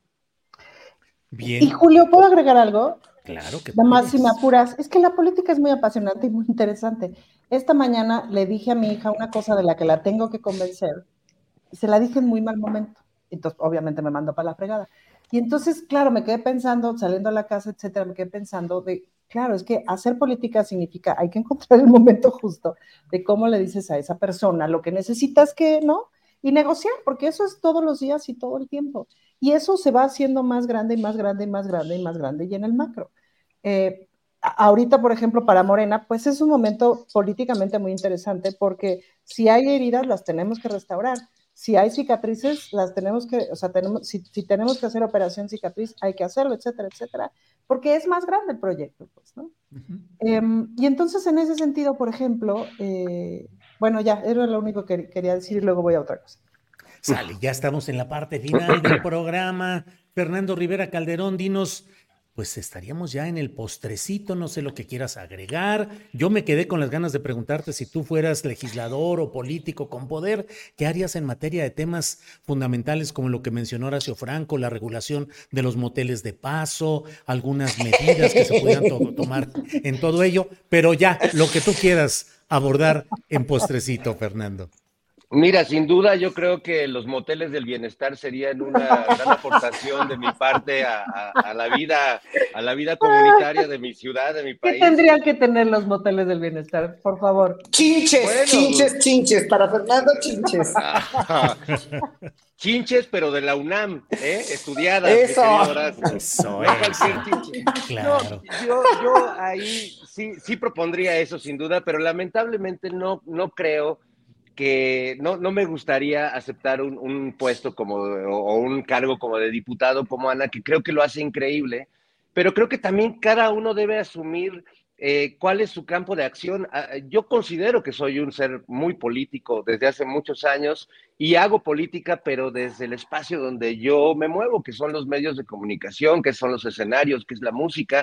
Bien. Y Julio, ¿puedo agregar algo? Claro que Nada más si me apuras, es que la política es muy apasionante y muy interesante. Esta mañana le dije a mi hija una cosa de la que la tengo que convencer, y se la dije en muy mal momento, entonces obviamente me mandó para la fregada. Y entonces, claro, me quedé pensando, saliendo a la casa, etcétera, me quedé pensando de, claro, es que hacer política significa, hay que encontrar el momento justo de cómo le dices a esa persona lo que necesitas que, ¿no? Y negociar, porque eso es todos los días y todo el tiempo. Y eso se va haciendo más grande y más grande y más grande y más grande y en el macro. Eh, ahorita, por ejemplo, para Morena, pues es un momento políticamente muy interesante porque si hay heridas, las tenemos que restaurar. Si hay cicatrices, las tenemos que, o sea, tenemos, si, si tenemos que hacer operación cicatriz, hay que hacerlo, etcétera, etcétera. porque es más grande el proyecto, pues, ¿no? Uh-huh. Eh, y entonces, en ese sentido, por ejemplo, eh, bueno, ya, era lo único que quería decir y luego voy a otra cosa. Sale, ya estamos en la parte final del programa. Fernando Rivera Calderón, dinos, pues estaríamos ya en el postrecito, no sé lo que quieras agregar. Yo me quedé con las ganas de preguntarte si tú fueras legislador o político con poder, ¿qué harías en materia de temas fundamentales como lo que mencionó Horacio Franco, la regulación de los moteles de paso, algunas medidas que se pudieran to- tomar en todo ello? Pero ya, lo que tú quieras abordar en postrecito, Fernando. Mira, sin duda yo creo que los moteles del bienestar serían una gran aportación de mi parte a, a, a la vida, a la vida comunitaria de mi ciudad, de mi país. ¿Qué tendrían que tener los moteles del bienestar, por favor? Chinches, Bueno, chinches, chinches, para Fernando, chinches. Chinches, pero de la UNAM, ¿eh? Estudiadas. Eso. Eso, no eso. Claro. No, yo, yo ahí sí, sí propondría eso, sin duda, pero lamentablemente no, no creo que no, no me gustaría aceptar un, un puesto como o un cargo como de diputado como Ana, que creo que lo hace increíble, pero creo que también cada uno debe asumir eh, cuál es su campo de acción. Yo considero que soy un ser muy político desde hace muchos años y hago política, pero desde el espacio donde yo me muevo, que son los medios de comunicación, que son los escenarios, que es la música.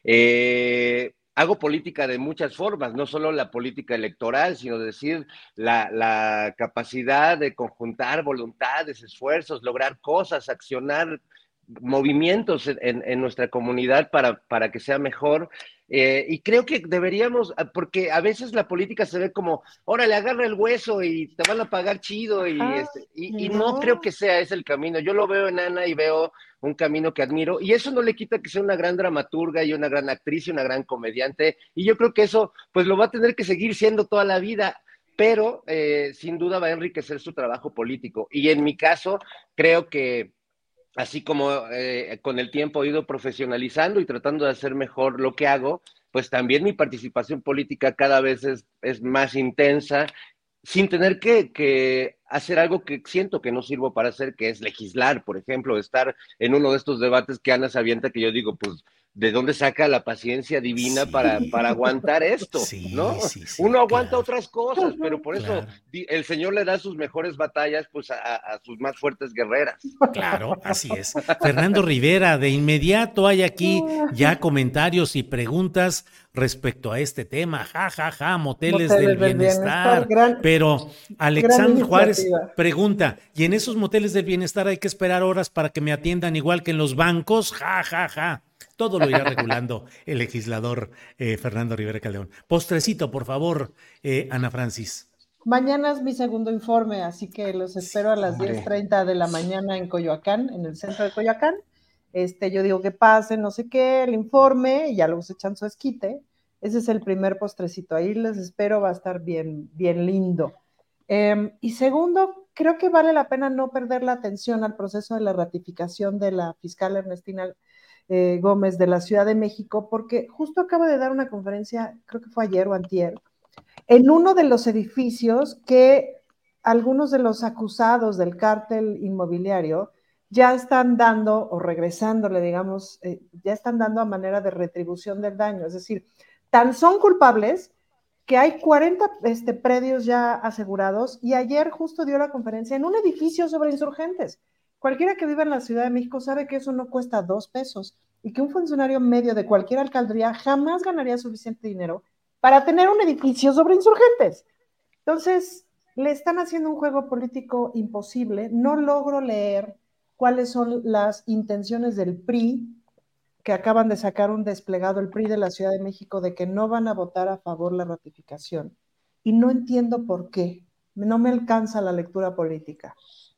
Eh, Hago política de muchas formas, no solo la política electoral, sino decir la, la capacidad de conjuntar voluntades, esfuerzos, lograr cosas, accionar movimientos en, en nuestra comunidad para, para que sea mejor. Eh, y creo que deberíamos, porque a veces la política se ve como, órale, agarra el hueso y te van a pagar chido, y, ah, este, y, y no. no creo que sea ese el camino. Yo lo veo en Ana y veo un camino que admiro, y eso no le quita que sea una gran dramaturga y una gran actriz y una gran comediante, y yo creo que eso pues lo va a tener que seguir siendo toda la vida, pero eh, sin duda va a enriquecer su trabajo político. Y en mi caso, creo que así como eh, con el tiempo he ido profesionalizando y tratando de hacer mejor lo que hago, pues también mi participación política cada vez es, es más intensa, sin tener que, que hacer algo que siento que no sirvo para hacer, que es legislar, por ejemplo, estar en uno de estos debates que Ana se avienta, que yo digo, pues, ¿de dónde saca la paciencia divina sí. para, para aguantar esto? Sí, ¿no? Sí, sí, Uno aguanta claro. otras cosas, pero por eso claro. el Señor le da sus mejores batallas pues a, a sus más fuertes guerreras. Claro, así es. Fernando Rivera, de inmediato hay aquí ya comentarios y preguntas respecto a este tema. Ja, ja, ja, moteles, moteles del bienestar. bienestar gran, pero Alexandre Juárez pregunta, ¿y en esos moteles del bienestar hay que esperar horas para que me atiendan igual que en los bancos? Ja, ja, ja. Todo lo irá regulando el legislador eh, Fernando Rivera Calderón. Postrecito, por favor, eh, Ana Francis. Mañana es mi segundo informe, así que los espero a las diez treinta de la mañana en Coyoacán, en el centro de Coyoacán. Este, yo digo que pasen, no sé qué, el informe, y ya luego se echan su esquite. Ese es el primer postrecito. Ahí les espero, va a estar bien, bien lindo. Eh, y segundo, creo que vale la pena no perder la atención al proceso de la ratificación de la fiscal Ernestina Eh, Gómez de la Ciudad de México, porque justo acaba de dar una conferencia, creo que fue ayer o antier, en uno de los edificios que algunos de los acusados del cártel inmobiliario ya están dando, o regresándole, digamos, eh, ya están dando a manera de retribución del daño. Es decir, tan son culpables que hay cuarenta este, predios ya asegurados, y ayer justo dio la conferencia en un edificio sobre insurgentes. Cualquiera que viva en la Ciudad de México sabe que eso no cuesta dos pesos y que un funcionario medio de cualquier alcaldía jamás ganaría suficiente dinero para tener un edificio sobre insurgentes. Entonces, le están haciendo un juego político imposible. No logro leer cuáles son las intenciones del P R I, que acaban de sacar un desplegado, el P R I de la Ciudad de México, de que no van a votar a favor la ratificación. Y no entiendo por qué. No me alcanza la lectura política.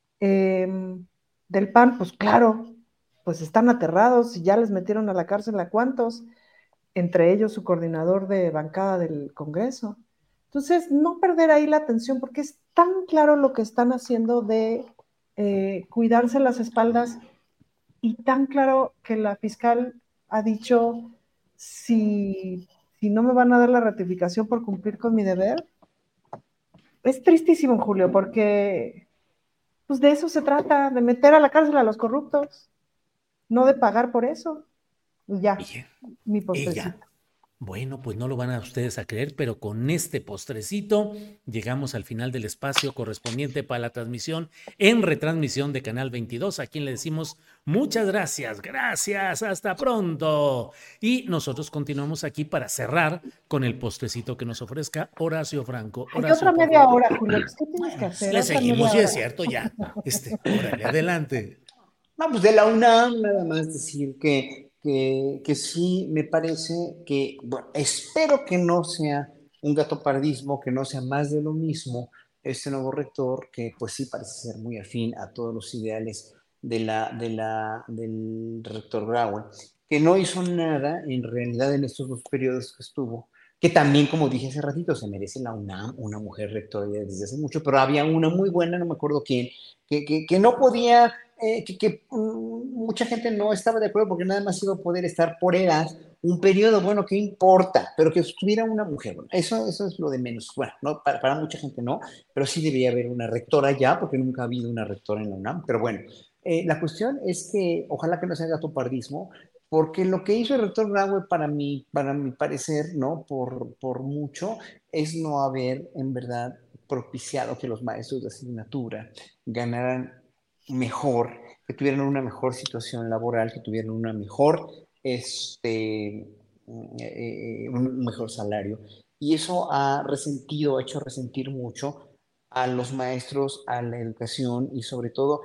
Eh... Del P A N, pues claro, pues están aterrados y ya les metieron a la cárcel a cuántos, entre ellos su coordinador de bancada del Congreso. Entonces, no perder ahí la atención, porque es tan claro lo que están haciendo de eh, cuidarse las espaldas, y tan claro que la fiscal ha dicho, si, si no me van a dar la ratificación por cumplir con mi deber. Es tristísimo, Julio, porque pues de eso se trata, de meter a la cárcel a los corruptos, no de pagar por eso. Y ya, Ella, mi postrecito. ella. Bueno, pues no lo van a ustedes a creer, pero con este postrecito llegamos al final del espacio correspondiente para la transmisión en retransmisión de Canal veintidós, a quien le decimos muchas gracias, gracias, hasta pronto. Y nosotros continuamos aquí para cerrar con el postrecito que nos ofrezca Horacio Franco. Hay Horacio, otra por media favor. hora, Julio. Pues, ¿qué tienes que hacer? Le Otra seguimos, media sí hora. es cierto, ya. Este, órale, adelante. Vamos, de la UNAM nada más decir que, que, que sí me parece que, bueno, espero que no sea un gatopardismo, que no sea más de lo mismo este nuevo rector, que pues sí parece ser muy afín a todos los ideales de la, de la, del rector Graue, que no hizo nada en realidad en estos dos periodos que estuvo, que también, como dije hace ratito, se merece la UNAM, una mujer rectora ya desde hace mucho, pero había una muy buena, no me acuerdo quién, que, que, que no podía, eh, que, que mm, mucha gente no estaba de acuerdo porque nada más iba a poder estar por edad un periodo, bueno, ¿qué importa? Pero que estuviera una mujer, bueno, eso, eso es lo de menos, bueno, no, para, para mucha gente no, pero sí debería haber una rectora ya, porque nunca ha habido una rectora en la UNAM, pero bueno, eh, la cuestión es que ojalá que no sea gatopardismo, porque lo que hizo el rector Graue para mí, para mi parecer, ¿no? Por, por mucho, es no haber en verdad propiciado que los maestros de asignatura ganaran mejor, que tuvieran una mejor situación laboral, que tuvieran una mejor, este, eh, un mejor salario. Y eso ha resentido, ha hecho resentir mucho a los maestros, a la educación y sobre todo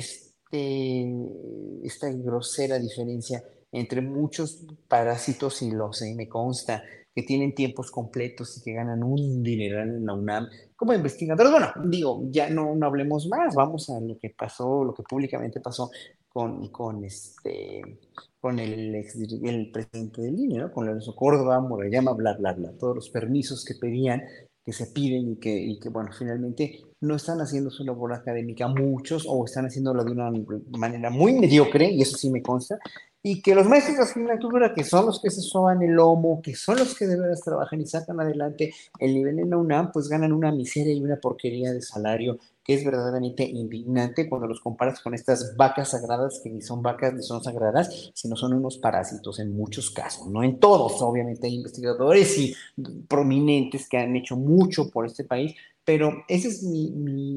este, esta grosera diferencia entre muchos parásitos, y lo sé, me consta, que tienen tiempos completos y que ganan un dineral en la UNAM como investigadores. Bueno, digo, ya no, no hablemos más, vamos a lo que pasó, lo que públicamente pasó con, con, este, con el, ex, el presidente del I N E, ¿no? Con Lorenzo Córdoba, Murayama, bla, bla, bla, todos los permisos que pedían, que se piden y que, y que, bueno, finalmente no están haciendo su labor académica muchos, o están haciéndolo de una manera muy mediocre, y eso sí me consta, y que los maestros de asignatura, que son los que se soban el lomo, que son los que de veras trabajan y sacan adelante el nivel en la UNAM, pues ganan una miseria y una porquería de salario que es verdaderamente indignante cuando los comparas con estas vacas sagradas, que ni son vacas ni son sagradas, sino son unos parásitos en muchos casos, no en todos. Obviamente hay investigadores y prominentes que han hecho mucho por este país, pero esa es mi, mi,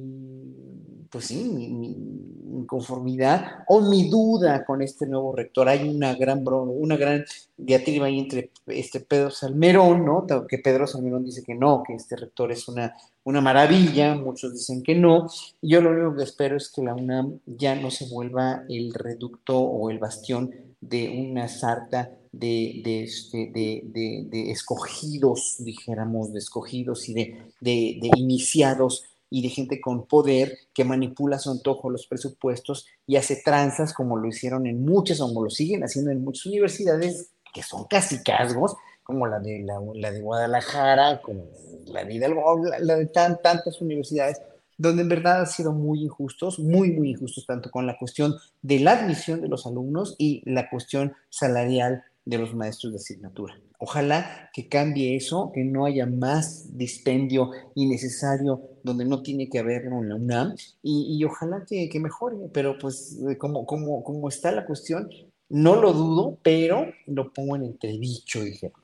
mi pues sí, mi, mi inconformidad o mi duda con este nuevo rector. Hay una gran, una gran diatriba ahí entre este Pedro Salmerón, ¿no? Que Pedro Salmerón dice que no, que este rector es una, una maravilla, muchos dicen que no. Y yo lo único que espero es que la UNAM ya no se vuelva el reducto o el bastión de una sarta de, de, de, de, de, de escogidos, dijéramos, de escogidos y de, de, de iniciados y de gente con poder que manipula a su antojo los presupuestos y hace tranzas, como lo hicieron en muchas, como lo siguen haciendo en muchas universidades que son cacicazgos, como la de, la, la de Guadalajara, como la de Hidalgo, la, la de tan, tantas universidades, donde en verdad han sido muy injustos, muy, muy injustos, tanto con la cuestión de la admisión de los alumnos y la cuestión salarial de los maestros de asignatura. Ojalá que cambie eso, que no haya más dispendio innecesario donde no tiene que haber en la UNAM, y, y ojalá que, que mejore, pero pues como, como, como está la cuestión, no lo dudo, pero lo pongo en entredicho, dijéramos.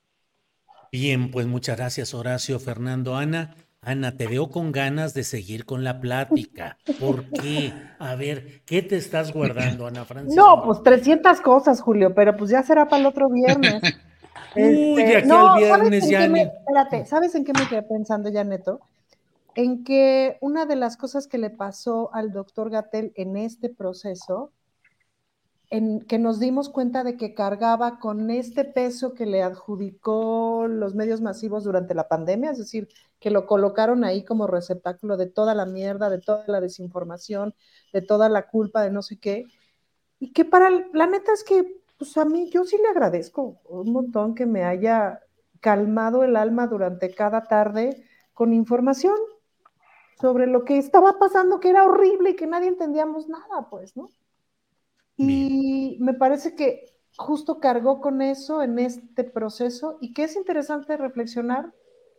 Bien, pues muchas gracias, Horacio, Fernando, Ana. Ana, te veo con ganas de seguir con la plática. ¿Por qué? A ver, ¿qué te estás guardando, Ana Francisca? No, pues trescientas cosas, Julio, pero pues ya será para el otro viernes. Uy, Este, aquí no, al viernes, ¿sabes en ya qué me, ni... espérate, ¿sabes en qué me quedé pensando ya, Neto? En que una de las cosas que le pasó al doctor Gatell en este proceso, en que nos dimos cuenta de que cargaba con este peso que le adjudicó los medios masivos durante la pandemia, es decir, que lo colocaron ahí como receptáculo de toda la mierda, de toda la desinformación, de toda la culpa, de no sé qué, y que para el, la neta es que, pues a mí, yo sí le agradezco un montón que me haya calmado el alma durante cada tarde con información sobre lo que estaba pasando, que era horrible y que nadie entendíamos nada, pues, ¿no? Y me parece que justo cargó con eso en este proceso y que es interesante reflexionar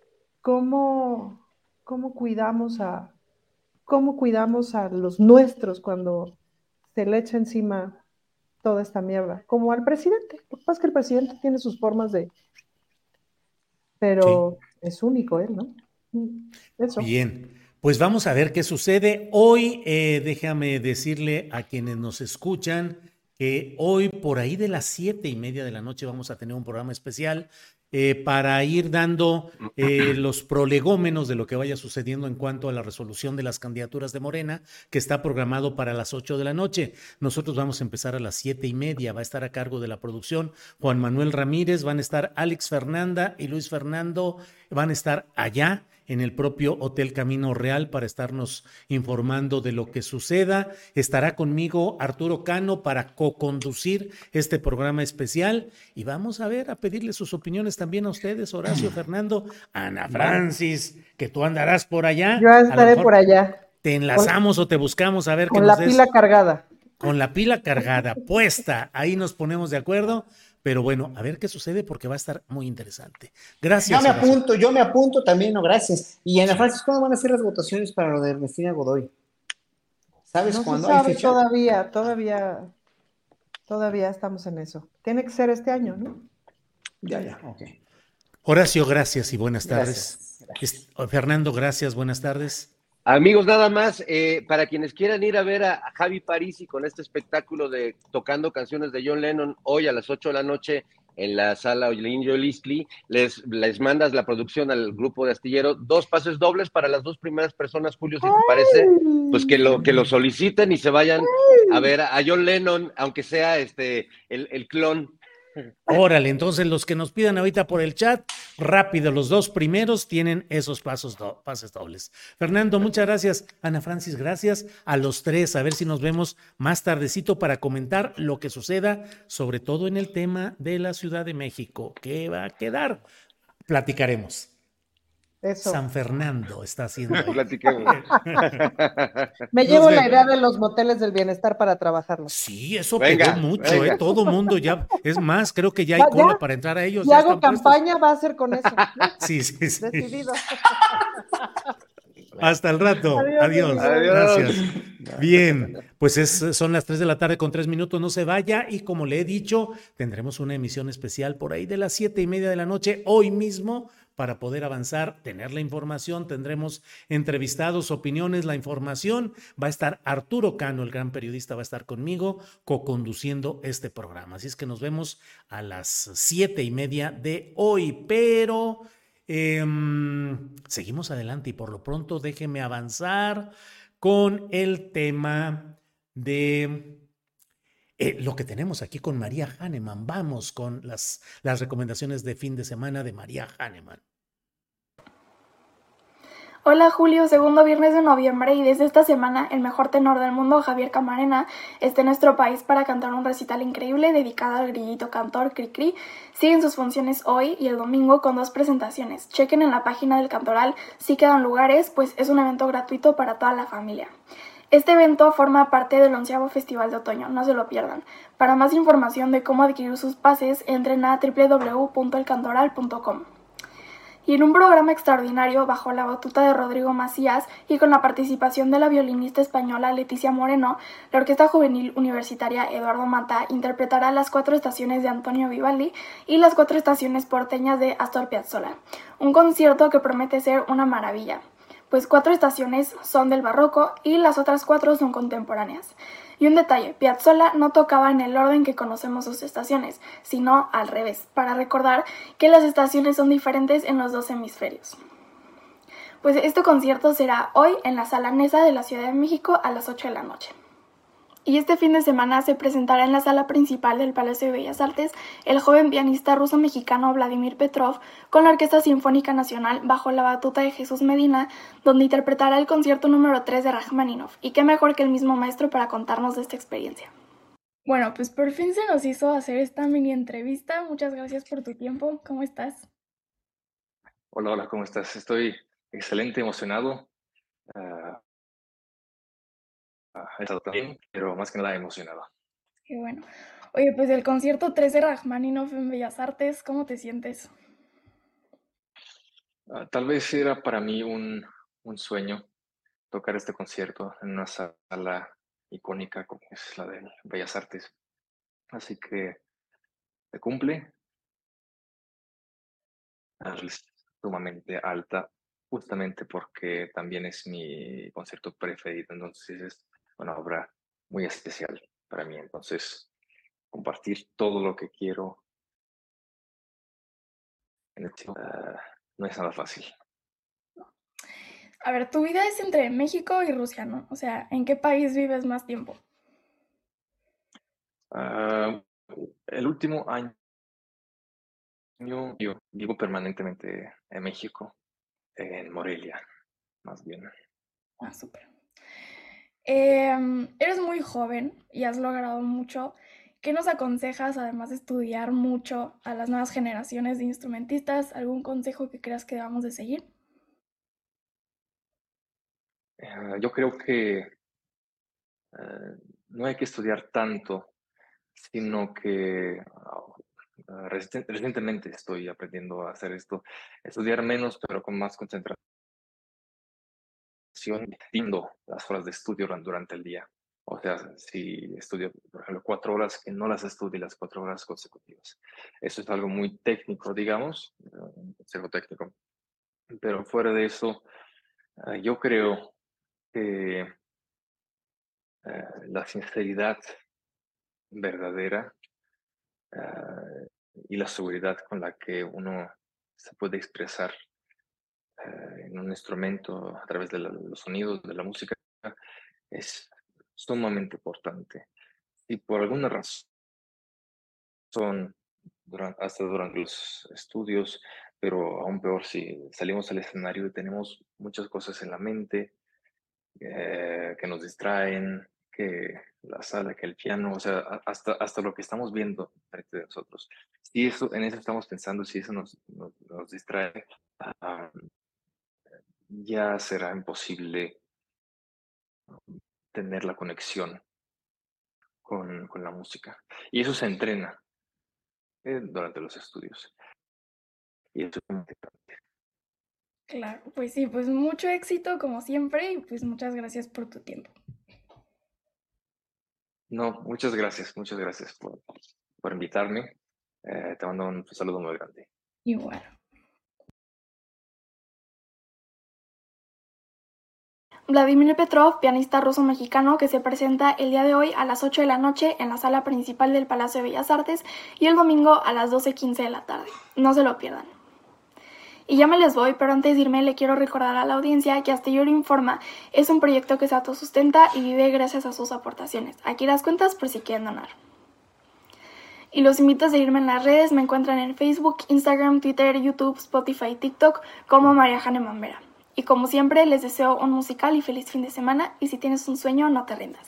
cómo, cómo cuidamos a cómo cuidamos a los nuestros cuando se le echa encima toda esta mierda, como al presidente. Lo que pasa es que el presidente tiene sus formas de... Pero sí. Es único él, ¿no? Eso. Bien, pues vamos a ver qué sucede. Hoy, eh, déjame decirle a quienes nos escuchan que hoy por ahí de las siete y media de la noche vamos a tener un programa especial eh, para ir dando eh, los prolegómenos de lo que vaya sucediendo en cuanto a la resolución de las candidaturas de Morena, que está programado para las ocho de la noche. Nosotros vamos a empezar a las siete y media, va a estar a cargo de la producción Juan Manuel Ramírez, van a estar Alex Fernanda y Luis Fernando, van a estar allá en el propio Hotel Camino Real para estarnos informando de lo que suceda. Estará conmigo Arturo Cano para co-conducir este programa especial y vamos a ver, a pedirle sus opiniones también a ustedes, Horacio, Fernando, Ana Francis, que tú andarás por allá. Yo estaré por allá. Te enlazamos con, o te buscamos a ver con la pila des, cargada. Con la pila cargada, puesta, ahí nos ponemos de acuerdo. Pero bueno, a ver qué sucede porque va a estar muy interesante. Gracias. Yo me Horacio. apunto, yo me apunto también, no, gracias. Y Ana Francis, ¿cuándo van a ser las votaciones para lo de Ernestina Godoy? ¿Sabes no cuándo? Se sabe, ¿Hay fecha? Todavía, todavía, todavía estamos en eso. Tiene que ser este año, ¿no? Ya, ya, ok. Horacio, gracias y buenas tardes. Gracias, gracias. Fernando, gracias, buenas tardes. Amigos, nada más, eh, para quienes quieran ir a ver a, a Javi Parisi con este espectáculo de tocando canciones de John Lennon hoy a las ocho de la noche en la sala Olinjo Listli, les, les mandas la producción al grupo de Astillero, dos pases dobles para las dos primeras personas, Julio, si te parece, pues que lo, que lo soliciten y se vayan a ver a, a John Lennon, aunque sea este el, el clon. Órale, entonces los que nos pidan ahorita por el chat, rápido, los dos primeros tienen esos pasos do, pases dobles. Fernando, muchas gracias. Ana Francis, gracias. A los tres, a ver si nos vemos más tardecito para comentar lo que suceda, sobre todo en el tema de la Ciudad de México. ¿Qué va a quedar? Platicaremos. Eso. San Fernando está haciendo. Platiquemos. Me llevo la idea de los moteles del bienestar para trabajarlo. Sí, eso venga, pegó mucho, venga. ¿eh? Todo mundo ya, es más, creo que ya hay ya, cola ya, para entrar a ellos. Si hago campaña, puestos. Va a ser con eso. Sí, sí, sí. Decidido. Hasta el rato. Adiós. Adiós. Adiós. Gracias. Bien, pues es, son las tres de la tarde con tres minutos, no se vaya y como le he dicho, tendremos una emisión especial por ahí de las siete y media de la noche, hoy mismo, para poder avanzar, tener la información, tendremos entrevistados, opiniones, la información. Va a estar Arturo Cano, el gran periodista, va a estar conmigo co-conduciendo este programa. Así es que nos vemos a las siete y media de hoy, pero eh, seguimos adelante y por lo pronto déjeme avanzar con el tema de... Eh, lo que tenemos aquí con María Hahnemann. Vamos con las, las recomendaciones de fin de semana de María Hahnemann. Hola Julio, segundo viernes de noviembre y desde esta semana el mejor tenor del mundo, Javier Camarena, está en nuestro país para cantar un recital increíble dedicado al grillito cantor Cricri. Siguen sus funciones hoy y el domingo con dos presentaciones. Chequen en la página del Cantoral si quedan lugares, pues es un evento gratuito para toda la familia. Este evento forma parte del onceavo Festival de Otoño, no se lo pierdan. Para más información de cómo adquirir sus pases, entren a doble u doble u doble u punto el cantoral punto com. Y en un programa extraordinario bajo la batuta de Rodrigo Macías y con la participación de la violinista española Leticia Moreno, la Orquesta Juvenil Universitaria Eduardo Mata interpretará las cuatro estaciones de Antonio Vivaldi y las cuatro estaciones porteñas de Astor Piazzolla. Un concierto que promete ser una maravilla, pues cuatro estaciones son del barroco y las otras cuatro son contemporáneas. Y un detalle, Piazzolla no tocaba en el orden que conocemos sus estaciones, sino al revés, para recordar que las estaciones son diferentes en los dos hemisferios. Pues este concierto será hoy en la Sala Nesa de la Ciudad de México a las ocho de la noche. Y este fin de semana se presentará en la sala principal del Palacio de Bellas Artes el joven pianista ruso-mexicano Vladimir Petrov con la Orquesta Sinfónica Nacional bajo la batuta de Jesús Medina, donde interpretará el concierto número tres de Rachmaninoff. Y qué mejor que el mismo maestro para contarnos de esta experiencia. Bueno, pues por fin se nos hizo hacer esta mini entrevista. Muchas gracias por tu tiempo. ¿Cómo estás? Hola, hola, ¿cómo estás? Estoy excelente, emocionado. Uh... He estado también, pero más que nada emocionado. Qué bueno. Oye, pues el concierto tres de Rachmaninoff en Bellas Artes, ¿cómo te sientes? Uh, tal vez era para mí un, un sueño tocar este concierto en una sala icónica como es la de Bellas Artes. Así que se cumple, es sumamente alta, justamente porque también es mi concierto preferido, entonces es una obra muy especial para mí. Entonces, compartir todo lo que quiero en este, uh, no es nada fácil. A ver, tu vida es entre México y Rusia, ¿no? O sea, ¿en qué país vives más tiempo? Uh, el último año yo vivo permanentemente en México, en Morelia, más bien. Ah, súper. Eh, eres muy joven y has logrado mucho. ¿Qué nos aconsejas, además de estudiar mucho, a las nuevas generaciones de instrumentistas? ¿Algún consejo que creas que debamos de seguir? Uh, yo creo que uh, no hay que estudiar tanto, sino que uh, recien- recientemente estoy aprendiendo a hacer esto, estudiar menos, pero con más concentración, dividiendo las horas de estudio duran- durante el día. O sea, si estudio, por ejemplo, cuatro horas, que no las estudie las cuatro horas consecutivas. Eso es algo muy técnico, digamos, eh, un consejo técnico. Pero fuera de eso, uh, yo creo que uh, la sinceridad verdadera uh, y la seguridad con la que uno se puede expresar uh, en un instrumento a través de la, los sonidos, de la música, es sumamente importante. Y por alguna razón, durante, hasta durante los estudios, pero aún peor si salimos al escenario y tenemos muchas cosas en la mente eh, que nos distraen, que la sala, que el piano, o sea, hasta, hasta lo que estamos viendo frente de nosotros. Si eso, en eso estamos pensando, si eso nos, nos, nos distrae, um, ya será imposible tener la conexión con, con la música. Y eso se entrena eh, durante los estudios. Y eso es muy importante. Claro, pues sí, pues mucho éxito como siempre y pues muchas gracias por tu tiempo. No, muchas gracias, muchas gracias por, por invitarme. Eh, te mando un saludo muy grande. Igual. Vladimir Petrov, pianista ruso-mexicano que se presenta el día de hoy a las ocho de la noche en la sala principal del Palacio de Bellas Artes y el domingo a las doce quince de la tarde. No se lo pierdan. Y ya me les voy, pero antes de irme le quiero recordar a la audiencia que Astillero Informa es un proyecto que se autosustenta y vive gracias a sus aportaciones. Aquí las cuentas por si quieren donar. Y los invito a seguirme en las redes, me encuentran en Facebook, Instagram, Twitter, YouTube, Spotify, TikTok como María Hahnemann Vera. Y como siempre les deseo un musical y feliz fin de semana y si tienes un sueño no te rindas.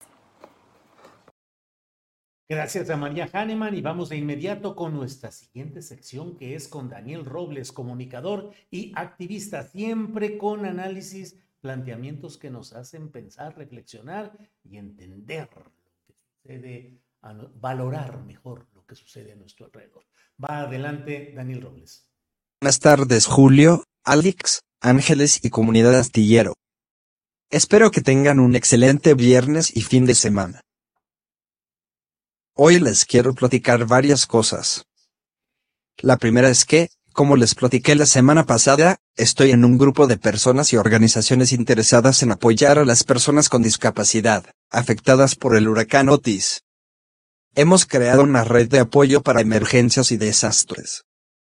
Gracias a María Hahnemann y vamos de inmediato con nuestra siguiente sección que es con Daniel Robles, comunicador y activista, siempre con análisis, planteamientos que nos hacen pensar, reflexionar y entender lo que sucede, valorar mejor lo que sucede a nuestro alrededor. Va adelante Daniel Robles. Buenas tardes Julio, Alex, Ángeles y comunidad astillero. Espero que tengan un excelente viernes y fin de semana. Hoy les quiero platicar varias cosas. La primera es que, como les platiqué la semana pasada, estoy en un grupo de personas y organizaciones interesadas en apoyar a las personas con discapacidad, afectadas por el huracán Otis. Hemos creado una red de apoyo para emergencias y desastres.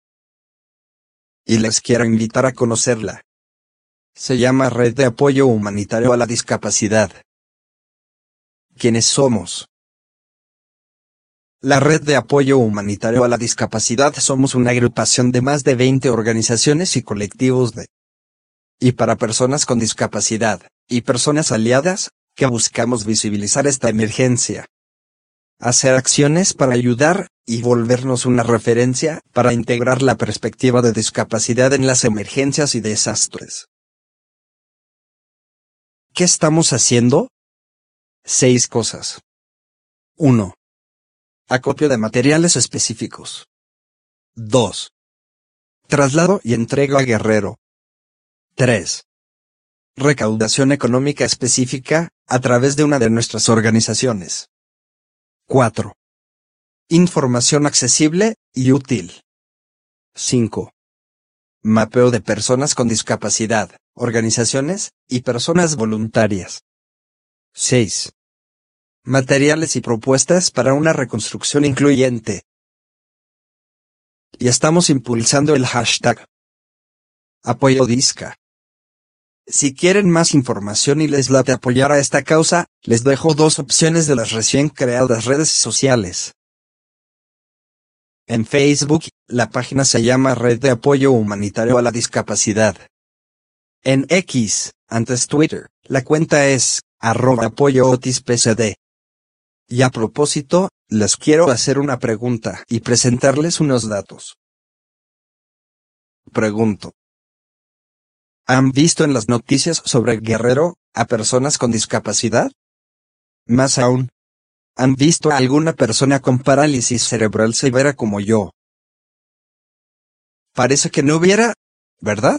Y les quiero invitar a conocerla. Se llama Red de Apoyo Humanitario a la Discapacidad. ¿Quiénes somos? La Red de Apoyo Humanitario a la Discapacidad somos una agrupación de más de veinte organizaciones y colectivos de y para personas con discapacidad, y personas aliadas, que buscamos visibilizar esta emergencia. Hacer acciones para ayudar, y volvernos una referencia, para integrar la perspectiva de discapacidad en las emergencias y desastres. ¿Qué estamos haciendo? Seis cosas. uno. Acopio de materiales específicos. dos. Traslado y entrega a Guerrero. tres. Recaudación económica específica, a través de una de nuestras organizaciones. cuatro. Información accesible y útil. cinco. Mapeo de personas con discapacidad, organizaciones y personas voluntarias. seis. Materiales y propuestas para una reconstrucción incluyente. Y estamos impulsando el hashtag Apoyo Disca. Si quieren más información y les late apoyar a esta causa, les dejo dos opciones de las recién creadas redes sociales. En Facebook, la página se llama Red de Apoyo Humanitario a la Discapacidad. En X, antes Twitter, la cuenta es arroba apoyo otispcd. Y a propósito, les quiero hacer una pregunta y presentarles unos datos. Pregunto. ¿Han visto en las noticias sobre Guerrero a personas con discapacidad? Más aún, ¿han visto a alguna persona con parálisis cerebral severa como yo? Parece que no hubiera, ¿verdad?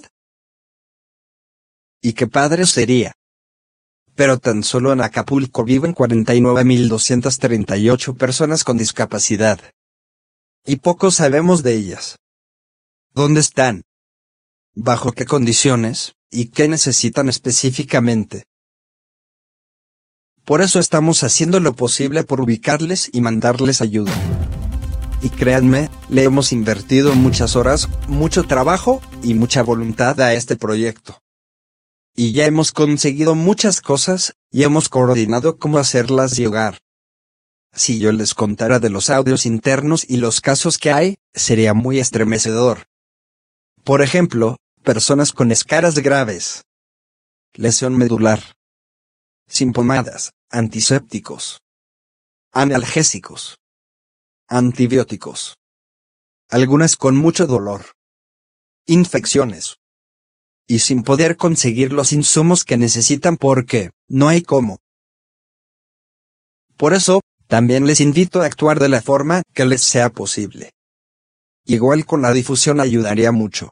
Y qué padre sería. Pero tan solo en Acapulco viven cuarenta y nueve mil doscientas treinta y ocho personas con discapacidad. Y poco sabemos de ellas. ¿Dónde están? ¿Bajo qué condiciones? ¿Y qué necesitan específicamente? Por eso estamos haciendo lo posible por ubicarles y mandarles ayuda. Y créanme, le hemos invertido muchas horas, mucho trabajo y mucha voluntad a este proyecto. Y ya hemos conseguido muchas cosas, y hemos coordinado cómo hacerlas llegar. Si yo les contara de los audios internos y los casos que hay, sería muy estremecedor. Por ejemplo, personas con escaras graves, lesión medular, sin pomadas, antisépticos, analgésicos, antibióticos, algunas con mucho dolor, infecciones, y sin poder conseguir los insumos que necesitan porque no hay cómo. Por eso, también les invito a actuar de la forma que les sea posible. Igual con la difusión ayudaría mucho.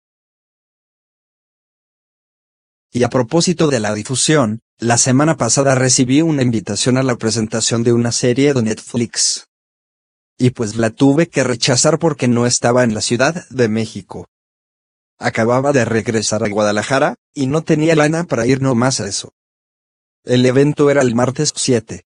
Y a propósito de la difusión, la semana pasada recibí una invitación a la presentación de una serie de Netflix. Y pues la tuve que rechazar porque no estaba en la Ciudad de México. Acababa de regresar a Guadalajara, y no tenía lana para ir nomás a eso. El evento era el martes siete.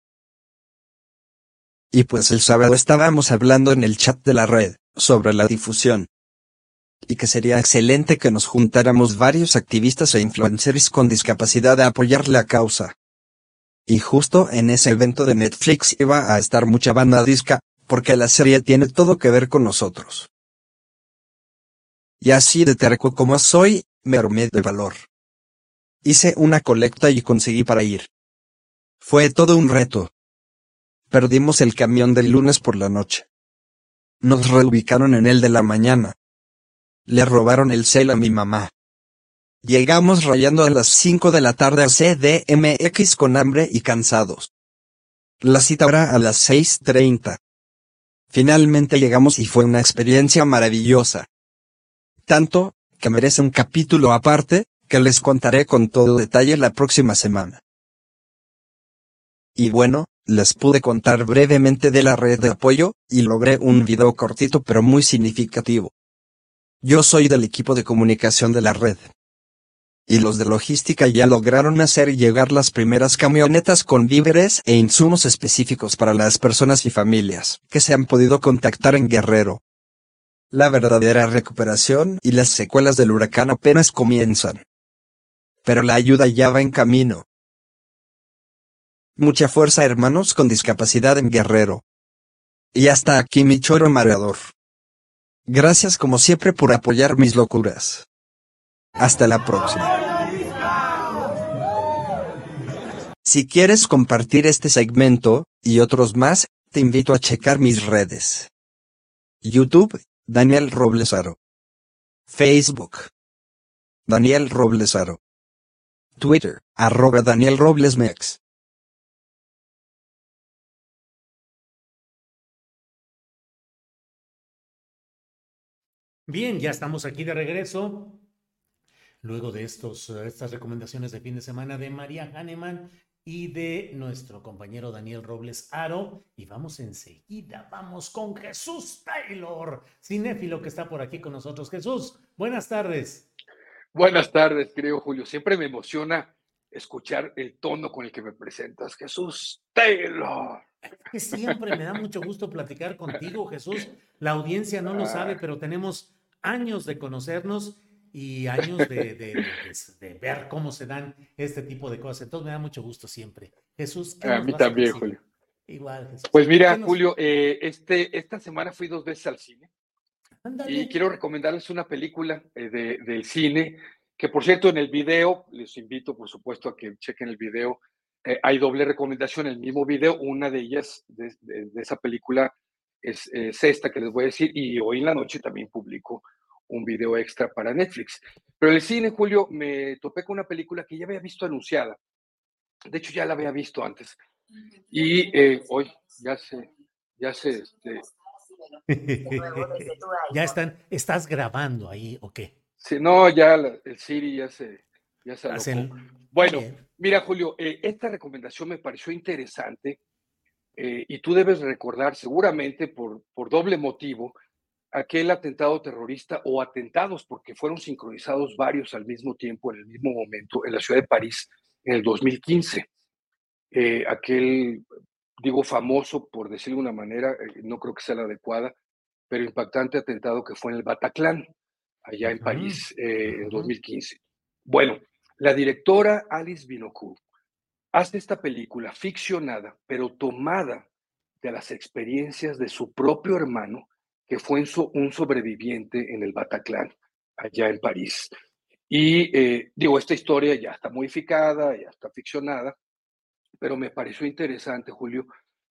Y pues el sábado estábamos hablando en el chat de la red, sobre la difusión. Y que sería excelente que nos juntáramos varios activistas e influencers con discapacidad a apoyar la causa. Y justo en ese evento de Netflix iba a estar mucha banda disca, porque la serie tiene todo que ver con nosotros. Y así de terco como soy, me armé de valor. Hice una colecta y conseguí para ir. Fue todo un reto. Perdimos el camión del lunes por la noche. Nos reubicaron en el de la mañana. Le robaron el cel a mi mamá. Llegamos rayando a las cinco de la tarde a C D M X con hambre y cansados. La cita era a las seis treinta. Finalmente llegamos y fue una experiencia maravillosa. Tanto, que merece un capítulo aparte, que les contaré con todo detalle la próxima semana. Y bueno, les pude contar brevemente de la red de apoyo, y logré un video cortito pero muy significativo. Yo soy del equipo de comunicación de la red. Y los de logística ya lograron hacer llegar las primeras camionetas con víveres e insumos específicos para las personas y familias que se han podido contactar en Guerrero. La verdadera recuperación y las secuelas del huracán apenas comienzan. Pero la ayuda ya va en camino. Mucha fuerza, hermanos con discapacidad en Guerrero. Y hasta aquí mi choro mareador. Gracias como siempre por apoyar mis locuras. Hasta la próxima. Si quieres compartir este segmento, y otros más, te invito a checar mis redes. YouTube, Daniel Roblesaro. Facebook, Daniel Roblesaro. Twitter, arroba Daniel Roblesmex. Bien, ya estamos aquí de regreso. Luego de estos, estas recomendaciones de fin de semana de María Hahnemann, y de nuestro compañero Daniel Robles Aro. Y vamos enseguida, vamos con Jesús Taylor, cinéfilo que está por aquí con nosotros. Jesús, buenas tardes. Buenas tardes, querido Julio. Siempre me emociona escuchar el tono con el que me presentas. Jesús Taylor. Que siempre me da mucho gusto platicar contigo, Jesús. La audiencia no lo sabe, pero tenemos años de conocernos y años de, de, de, de ver cómo se dan este tipo de cosas. Entonces me da mucho gusto siempre. Jesús, ¿qué A nos mí vas a también, decir? Julio. Igual, Jesús. Pues mira, nos... Julio, eh, este, esta semana fui dos veces al cine. Ándale. Y quiero recomendarles una película eh, de, del cine, que por cierto en el video, les invito por supuesto a que chequen el video, eh, hay doble recomendación en el mismo video, una de ellas de, de, de esa película es, es esta que les voy a decir, y hoy en la noche también publico un video extra para Netflix. Pero en el cine, Julio, me topé con una película que ya había visto anunciada, de hecho ya la había visto antes, y eh, hoy ya se, ya se, este, ya están, ¿estás grabando ahí o qué? Sí, no, ya la, el Siri ya se, ya se alocó. Hacen... Bueno, mira, Julio, eh, esta recomendación me pareció interesante eh, y tú debes recordar seguramente por, por doble motivo aquel atentado terrorista o atentados, porque fueron sincronizados varios al mismo tiempo, en el mismo momento, en la ciudad de París en el dos mil quince. Eh, aquel, digo, famoso, por decirlo de una manera, eh, no creo que sea la adecuada, pero impactante atentado que fue en el Bataclan, allá en París, eh, en dos mil quince. Bueno, la directora Alice Binocourt hace esta película ficcionada, pero tomada de las experiencias de su propio hermano, que fue un sobreviviente en el Bataclan, allá en París. Y eh, digo, esta historia ya está modificada, ya está ficcionada, pero me pareció interesante, Julio,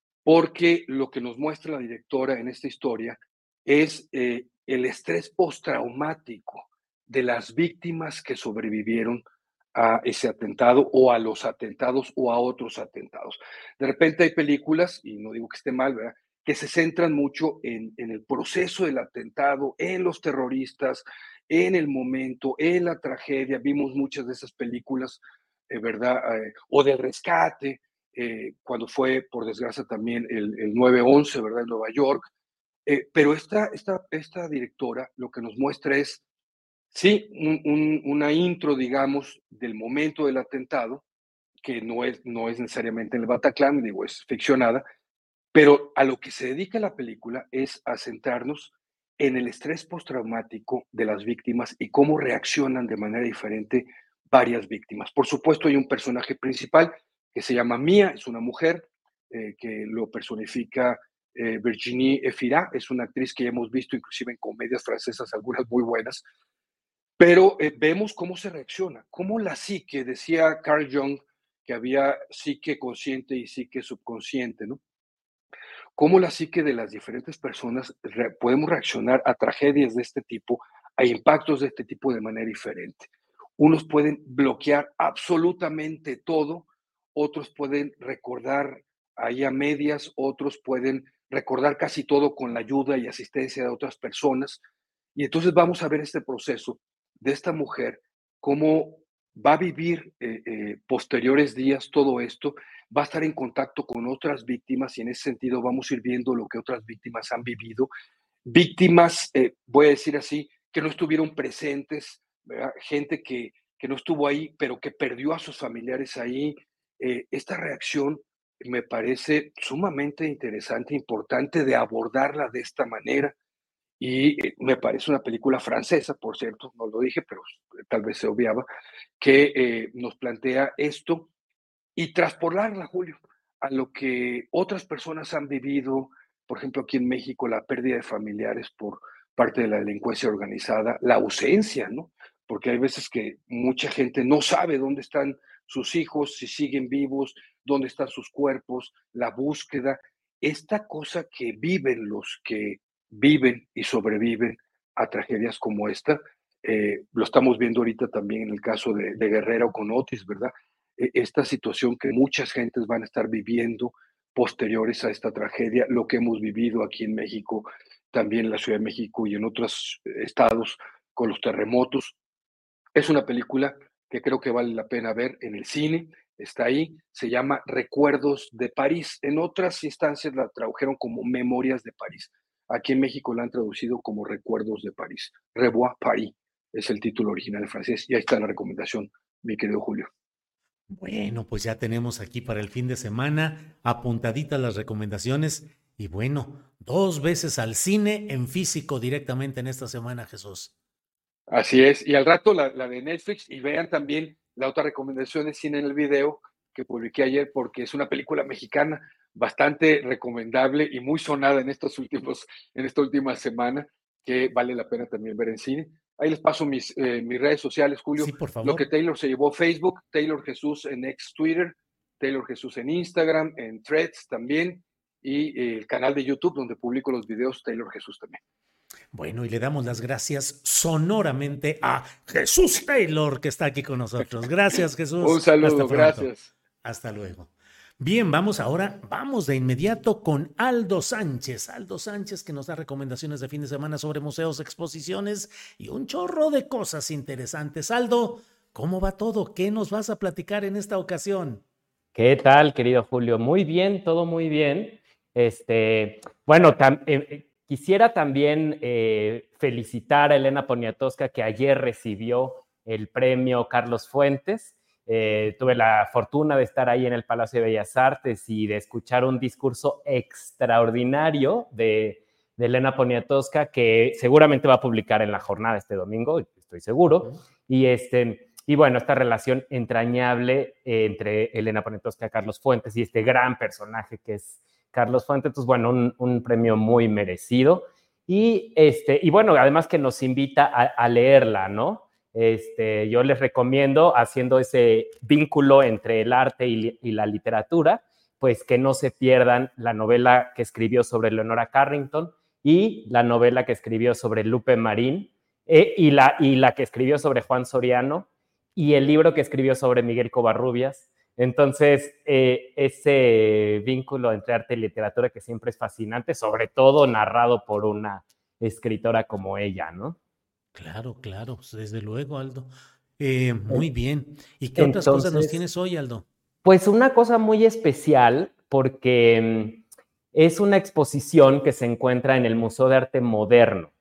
porque lo que nos muestra la directora en esta historia es eh, el estrés postraumático de las víctimas que sobrevivieron a ese atentado o a los atentados o a otros atentados. De repente hay películas, y no digo que esté mal, ¿verdad?, que se centran mucho en, en el proceso del atentado, en los terroristas, en el momento, en la tragedia. Vimos muchas de esas películas, eh, ¿verdad?, eh, o del rescate, eh, cuando fue, por desgracia, también el, el nueve once, ¿verdad?, en Nueva York. Eh, pero esta, esta, esta directora lo que nos muestra es, sí, un, un, una intro, digamos, del momento del atentado, que no es, no es necesariamente en el Bataclan, digo, es ficcionada, pero a lo que se dedica la película es a centrarnos en el estrés postraumático de las víctimas y cómo reaccionan de manera diferente varias víctimas. Por supuesto, hay un personaje principal que se llama Mia, es una mujer eh, que lo personifica eh, Virginie Efira, es una actriz que ya hemos visto inclusive en comedias francesas, algunas muy buenas, pero eh, vemos cómo se reacciona, cómo la psique, decía Carl Jung, que había psique consciente y psique subconsciente, ¿no? Cómo la psique de las diferentes personas re podemos reaccionar a tragedias de este tipo, a impactos de este tipo de manera diferente. Unos pueden bloquear absolutamente todo, otros pueden recordar ahí a medias, otros pueden recordar casi todo con la ayuda y asistencia de otras personas. Y entonces vamos a ver este proceso de esta mujer, cómo va a vivir eh, eh, posteriores días todo esto, va a estar en contacto con otras víctimas y en ese sentido vamos a ir viendo lo que otras víctimas han vivido. Víctimas, eh, voy a decir así, que no estuvieron presentes, ¿verdad? Gente que, que no estuvo ahí, pero que perdió a sus familiares ahí. Eh, esta reacción me parece sumamente interesante, importante de abordarla de esta manera. Y eh, me parece una película francesa, por cierto, no lo dije, pero tal vez se obviaba, que eh, nos plantea esto y traspolarla, Julio, a lo que otras personas han vivido, por ejemplo, aquí en México, la pérdida de familiares por parte de la delincuencia organizada, la ausencia, ¿no? Porque hay veces que mucha gente no sabe dónde están sus hijos, si siguen vivos, dónde están sus cuerpos, la búsqueda, esta cosa que viven los que viven y sobreviven a tragedias como esta, eh, lo estamos viendo ahorita también en el caso de, de Guerrero con Otis, ¿verdad? Esta situación que muchas gentes van a estar viviendo posteriores a esta tragedia, lo que hemos vivido aquí en México, también en la Ciudad de México y en otros estados con los terremotos. Es una película que creo que vale la pena ver en el cine, está ahí, se llama Recuerdos de París. En otras instancias la tradujeron como Memorias de París. Aquí en México la han traducido como Recuerdos de París. Revoir Paris es el título original en francés, y ahí está la recomendación, mi querido Julio. Bueno, pues ya tenemos aquí para el fin de semana apuntaditas las recomendaciones y bueno, dos veces al cine en físico directamente en esta semana, Jesús. Así es, y al rato la, la de Netflix, y vean también la otra recomendación de cine en el video que publiqué ayer, porque es una película mexicana bastante recomendable y muy sonada en estos últimos, en esta última semana, que vale la pena también ver en cine. Ahí les paso mis, eh, mis redes sociales, Julio. Sí, por favor. Lo que Taylor se llevó: Facebook, Taylor Jesús en ex Twitter, Taylor Jesús en Instagram, en Threads también, y eh, el canal de YouTube donde publico los videos, Taylor Jesús también. Bueno, y le damos las gracias sonoramente a Jesús Taylor, que está aquí con nosotros. Gracias, Jesús. Un saludo, Hasta gracias. Hasta luego. Bien, vamos ahora, vamos de inmediato con Aldo Sánchez. Aldo Sánchez, que nos da recomendaciones de fin de semana sobre museos, exposiciones y un chorro de cosas interesantes. Aldo, ¿cómo va todo? ¿Qué nos vas a platicar en esta ocasión? ¿Qué tal, querido Julio? Muy bien, todo muy bien. Este, bueno, tam, eh, quisiera también eh, felicitar a Elena Poniatowska, que ayer recibió el premio Carlos Fuentes. Eh, tuve la fortuna de estar ahí en el Palacio de Bellas Artes y de escuchar un discurso extraordinario de, de Elena Poniatowska, que seguramente va a publicar en La Jornada este domingo, estoy seguro. Y, este, y bueno, esta relación entrañable eh, entre Elena Poniatowska y Carlos Fuentes y este gran personaje que es Carlos Fuentes. Entonces, bueno, un, un premio muy merecido. Y, este, y bueno, además que nos invita a, a leerla, ¿no? Este, yo les recomiendo, haciendo ese vínculo entre el arte y, y la literatura, pues que no se pierdan la novela que escribió sobre Leonora Carrington y la novela que escribió sobre Lupe Marín eh, y, la, y la que escribió sobre Juan Soriano y el libro que escribió sobre Miguel Covarrubias. Entonces, eh, ese vínculo entre arte y literatura que siempre es fascinante, sobre todo narrado por una escritora como ella, ¿no? Claro, claro, desde luego, Aldo. Eh, muy bien. ¿Y qué Entonces, otras cosas nos tienes hoy, Aldo? Pues una cosa muy especial, porque es una exposición que se encuentra en el Museo de Arte Moderno.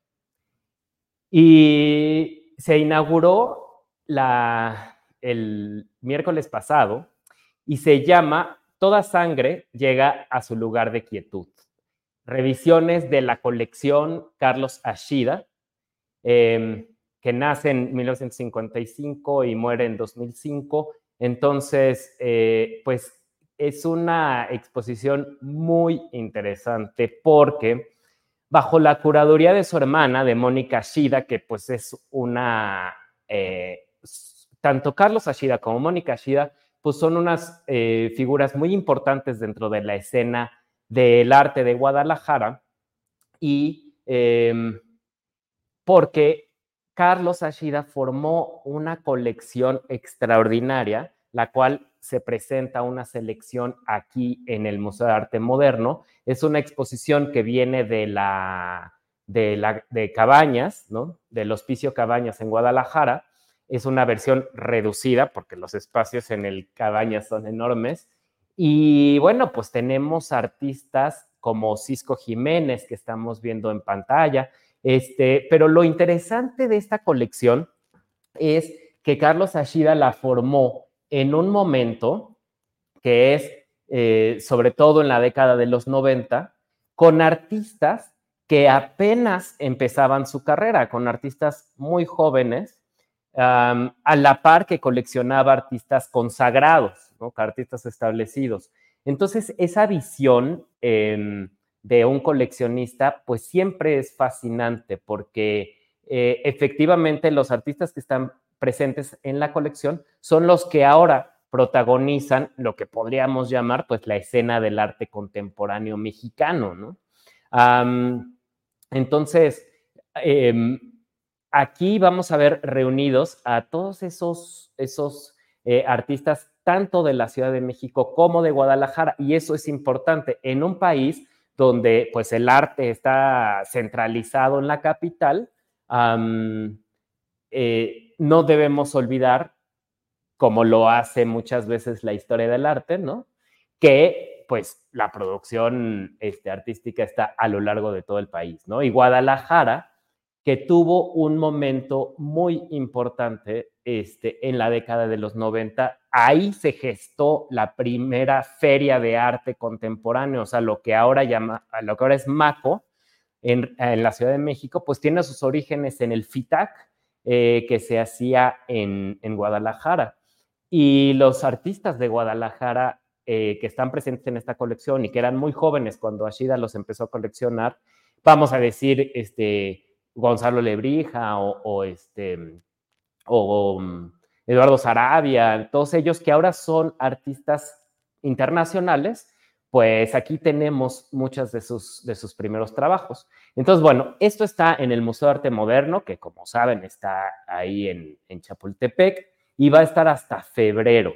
Y se inauguró la, el miércoles pasado y se llama Toda sangre llega a su lugar de quietud. Revisiones de la colección Carlos Ashida, Eh, que nace en mil novecientos cincuenta y cinco y muere en dos mil cinco. Entonces, eh, pues es una exposición muy interesante porque bajo la curaduría de su hermana, de Mónica Ashida, que pues es una, eh, tanto Carlos Ashida como Mónica Ashida, pues son unas eh, figuras muy importantes dentro de la escena del arte de Guadalajara y eh, porque Carlos Ashida formó una colección extraordinaria, la cual se presenta una selección aquí en el Museo de Arte Moderno. Es una exposición que viene de, la, de, la, de Cabañas, ¿no? Del Hospicio Cabañas en Guadalajara. Es una versión reducida porque los espacios en el Cabañas son enormes. Y bueno, pues tenemos artistas como Cisco Jiménez, que estamos viendo en pantalla. Este, pero lo interesante de esta colección es que Carlos Ashida la formó en un momento que es, eh, sobre todo en la década de los noventa, con artistas que apenas empezaban su carrera, con artistas muy jóvenes, um, a la par que coleccionaba artistas consagrados, ¿no? Artistas establecidos. Entonces, esa visión eh, de un coleccionista, pues siempre es fascinante porque eh, efectivamente los artistas que están presentes en la colección son los que ahora protagonizan lo que podríamos llamar pues la escena del arte contemporáneo mexicano, ¿no? Um, entonces, eh, aquí vamos a ver reunidos a todos esos, esos eh, artistas tanto de la Ciudad de México como de Guadalajara, y eso es importante en un país donde pues el arte está centralizado en la capital. Um, eh, no debemos olvidar como lo hace muchas veces la historia del arte, ¿no? Que pues la producción este, artística está a lo largo de todo el país, ¿no? Y Guadalajara, que tuvo un momento muy importante este, en la década de los noventa, ahí se gestó la primera feria de arte contemporáneo, o sea, lo que ahora, llama, lo que ahora es MACO, en, en la Ciudad de México, pues tiene sus orígenes en el FITAC, eh, que se hacía en, en Guadalajara. Y los artistas de Guadalajara eh, que están presentes en esta colección y que eran muy jóvenes cuando Ashida los empezó a coleccionar, vamos a decir, este, Gonzalo Lebrija o, o, este, o um, Eduardo Sarabia, todos ellos que ahora son artistas internacionales, pues aquí tenemos muchos de sus, de sus primeros trabajos. Entonces, bueno, esto está en el Museo de Arte Moderno, que como saben está ahí en, en Chapultepec, y va a estar hasta febrero.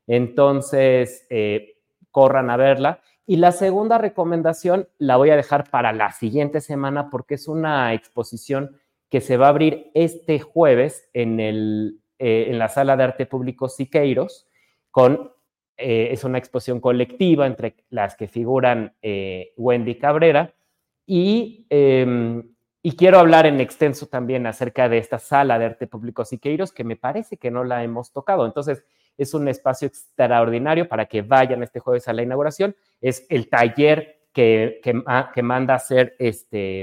Entonces, eh, corran a verla. Y la segunda recomendación la voy a dejar para la siguiente semana porque es una exposición que se va a abrir este jueves en, el, eh, en la Sala de Arte Público Siqueiros. Con, eh, es una exposición colectiva entre las que figuran eh, Wendy Cabrera. Y, eh, y quiero hablar en extenso también acerca de esta Sala de Arte Público Siqueiros, que me parece que no la hemos tocado. Entonces, es un espacio extraordinario para que vayan este jueves a la inauguración. Es el taller que, que, que manda a hacer este,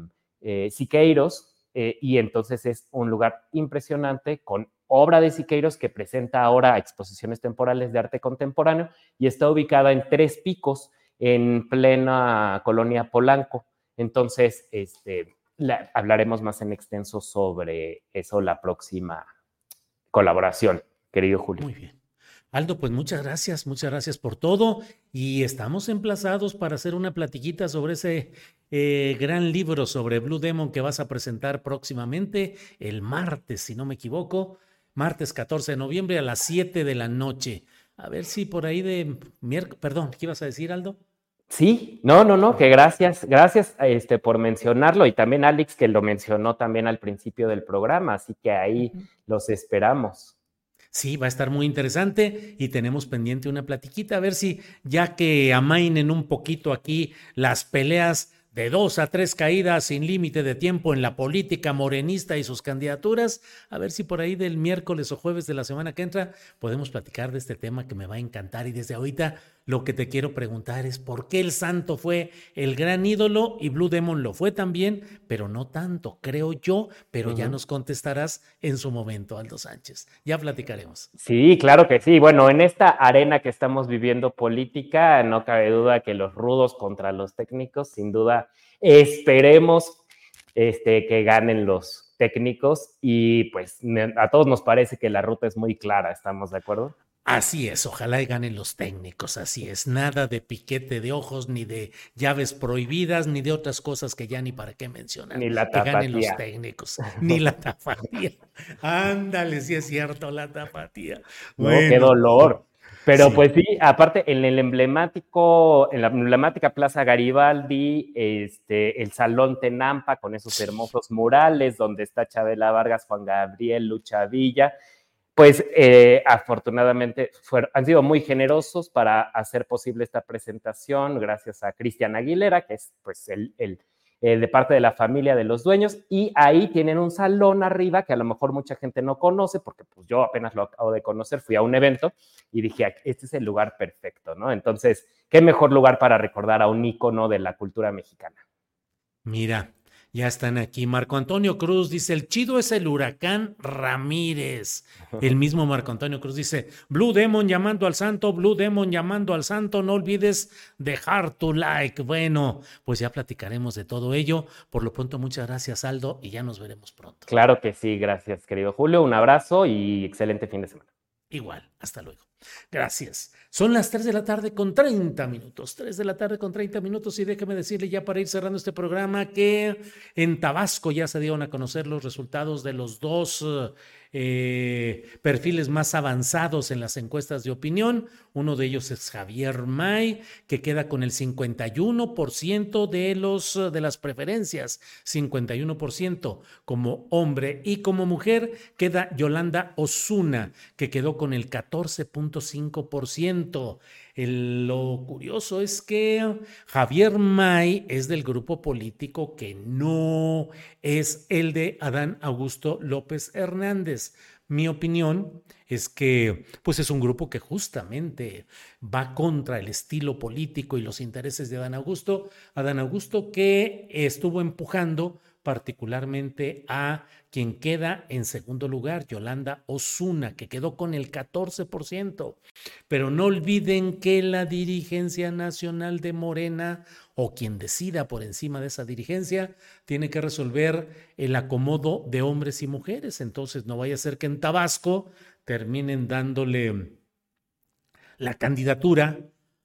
eh, Siqueiros, eh, y entonces es un lugar impresionante con obra de Siqueiros que presenta ahora exposiciones temporales de arte contemporáneo y está ubicada en Tres Picos, en plena colonia Polanco. Entonces, este, la, hablaremos más en extenso sobre eso la próxima colaboración. Querido Julio. Muy bien. Aldo, pues muchas gracias, muchas gracias por todo y estamos emplazados para hacer una platiquita sobre ese eh, gran libro sobre Blue Demon que vas a presentar próximamente el martes, si no me equivoco, martes catorce de noviembre a las siete de la noche. A ver si por ahí de miércoles, perdón, ¿qué ibas a decir, Aldo? Sí, no, no, no, que gracias, gracias este, por mencionarlo y también Alex que lo mencionó también al principio del programa, así que ahí uh-huh. los esperamos. Sí, va a estar muy interesante y tenemos pendiente una platiquita, a ver si ya que amainen un poquito aquí las peleas de dos a tres caídas sin límite de tiempo en la política morenista y sus candidaturas, a ver si por ahí del miércoles o jueves de la semana que entra podemos platicar de este tema que me va a encantar. Y desde ahorita lo que te quiero preguntar es por qué el Santo fue el gran ídolo y Blue Demon lo fue también, pero no tanto, creo yo, pero uh-huh. ya nos contestarás en su momento, Aldo Sánchez. Ya platicaremos. Sí, claro que sí. Bueno, en esta arena que estamos viviendo política, no cabe duda que los rudos contra los técnicos, sin duda, esperemos este, que ganen los técnicos y pues a todos nos parece que la ruta es muy clara, ¿estamos de acuerdo? Así es, ojalá y ganen los técnicos, así es, nada de piquete de ojos, ni de llaves prohibidas, ni de otras cosas que ya ni para qué mencionar. Ni la tapatía. Que ganen los técnicos, ni la tapatía. Ándale, sí es cierto, la tapatía. Bueno. No, qué dolor. Pero sí. Pues sí, aparte en el emblemático, en la emblemática Plaza Garibaldi, este, el Salón Tenampa con esos hermosos murales donde está Chabela Vargas, Juan Gabriel, Lucha Villa, pues eh, afortunadamente fueron, han sido muy generosos para hacer posible esta presentación, gracias a Cristian Aguilera, que es pues el, el, el de parte de la familia de los dueños, y ahí tienen un salón arriba que a lo mejor mucha gente no conoce, porque pues yo apenas lo acabo de conocer, fui a un evento y dije, este es el lugar perfecto, ¿no? Entonces, ¿qué mejor lugar para recordar a un ícono de la cultura mexicana? Mira, ya están aquí. Marco Antonio Cruz dice, el chido es el Huracán Ramírez. El mismo Marco Antonio Cruz dice, Blue Demon llamando al santo, Blue Demon llamando al santo, no olvides dejar tu like. Bueno, pues ya platicaremos de todo ello. Por lo pronto, muchas gracias, Aldo, y ya nos veremos pronto. Claro que sí, gracias, querido Julio. Un abrazo y excelente fin de semana. Igual, hasta luego. Gracias. Son las tres de la tarde con treinta minutos. tres de la tarde con treinta minutos y déjeme decirle ya para ir cerrando este programa que en Tabasco ya se dieron a conocer los resultados de los dos eh, perfiles más avanzados en las encuestas de opinión. Uno de ellos es Javier May, que queda con el cincuenta y uno por ciento de, los, de las preferencias, cincuenta y uno por ciento como hombre, y como mujer queda Yolanda Osuna, que quedó con el catorce punto cinco por ciento. El, lo curioso es que Javier May es del grupo político que no es el de Adán Augusto López Hernández. Mi opinión es que pues es un grupo que justamente va contra el estilo político y los intereses de Adán Augusto. Adán Augusto, que estuvo empujando particularmente a quien queda en segundo lugar, Yolanda Osuna, que quedó con el catorce por ciento. Pero no olviden que la dirigencia nacional de Morena, o quien decida por encima de esa dirigencia, tiene que resolver el acomodo de hombres y mujeres. Entonces no vaya a ser que en Tabasco terminen dándole la candidatura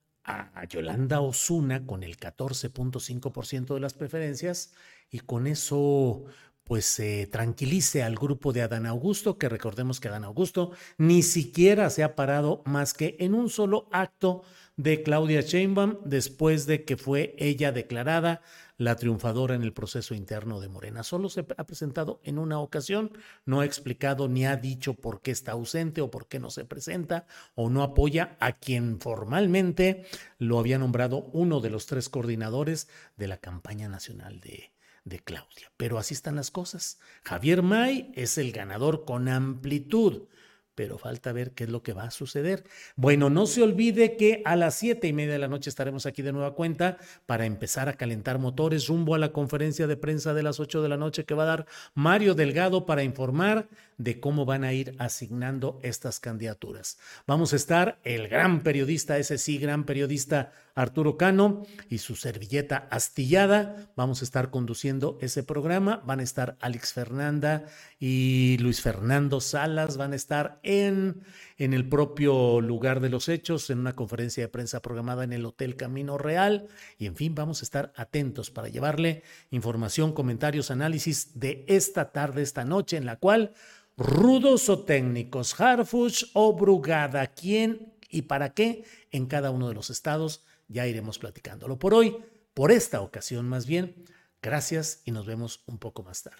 a Yolanda Osuna con el catorce punto cinco por ciento de las preferencias, y con eso pues se eh, tranquilice al grupo de Adán Augusto, que recordemos que Adán Augusto ni siquiera se ha parado más que en un solo acto de Claudia Sheinbaum después de que fue ella declarada la triunfadora en el proceso interno de Morena. Solo se ha presentado en una ocasión, no ha explicado ni ha dicho por qué está ausente o por qué no se presenta o no apoya a quien formalmente lo había nombrado uno de los tres coordinadores de la campaña nacional de de Claudia. Pero así están las cosas. Javier May es el ganador con amplitud, pero falta ver qué es lo que va a suceder. Bueno, no se olvide que a las siete y media de la noche estaremos aquí de nueva cuenta para empezar a calentar motores rumbo a la conferencia de prensa de las ocho de la noche que va a dar Mario Delgado para informar de cómo van a ir asignando estas candidaturas. Vamos a estar el gran periodista, ese sí, gran periodista Arturo Cano y su servilleta astillada. Vamos a estar conduciendo ese programa. Van a estar Alex Fernanda y Luis Fernando Salas. Van a estar en, en el propio lugar de los hechos, en una conferencia de prensa programada en el Hotel Camino Real. Y en fin, vamos a estar atentos para llevarle información, comentarios, análisis de esta tarde, esta noche, en la cual rudos o técnicos, Harfuch o Brugada, quién y para qué en cada uno de los estados, ya iremos platicándolo. Por hoy, por esta ocasión más bien, gracias y nos vemos un poco más tarde.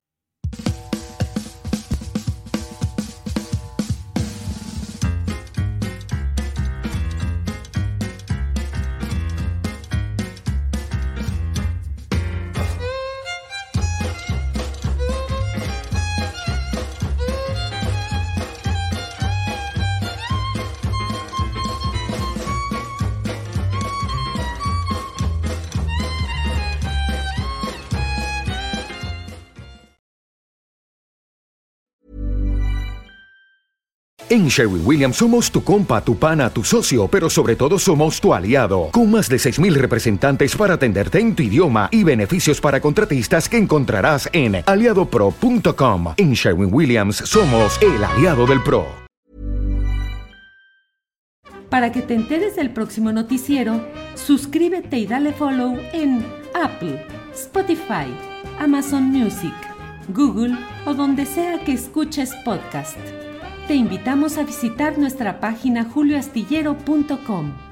En Sherwin-Williams somos tu compa, tu pana, tu socio, pero sobre todo somos tu aliado, con más de seis mil representantes para atenderte en tu idioma y beneficios para contratistas que encontrarás en aliado pro punto com. En Sherwin-Williams somos el aliado del pro. Para que te enteres del próximo noticiero, suscríbete y dale follow en Apple, Spotify, Amazon Music, Google o donde sea que escuches podcast. Te invitamos a visitar nuestra página julio astillero punto com.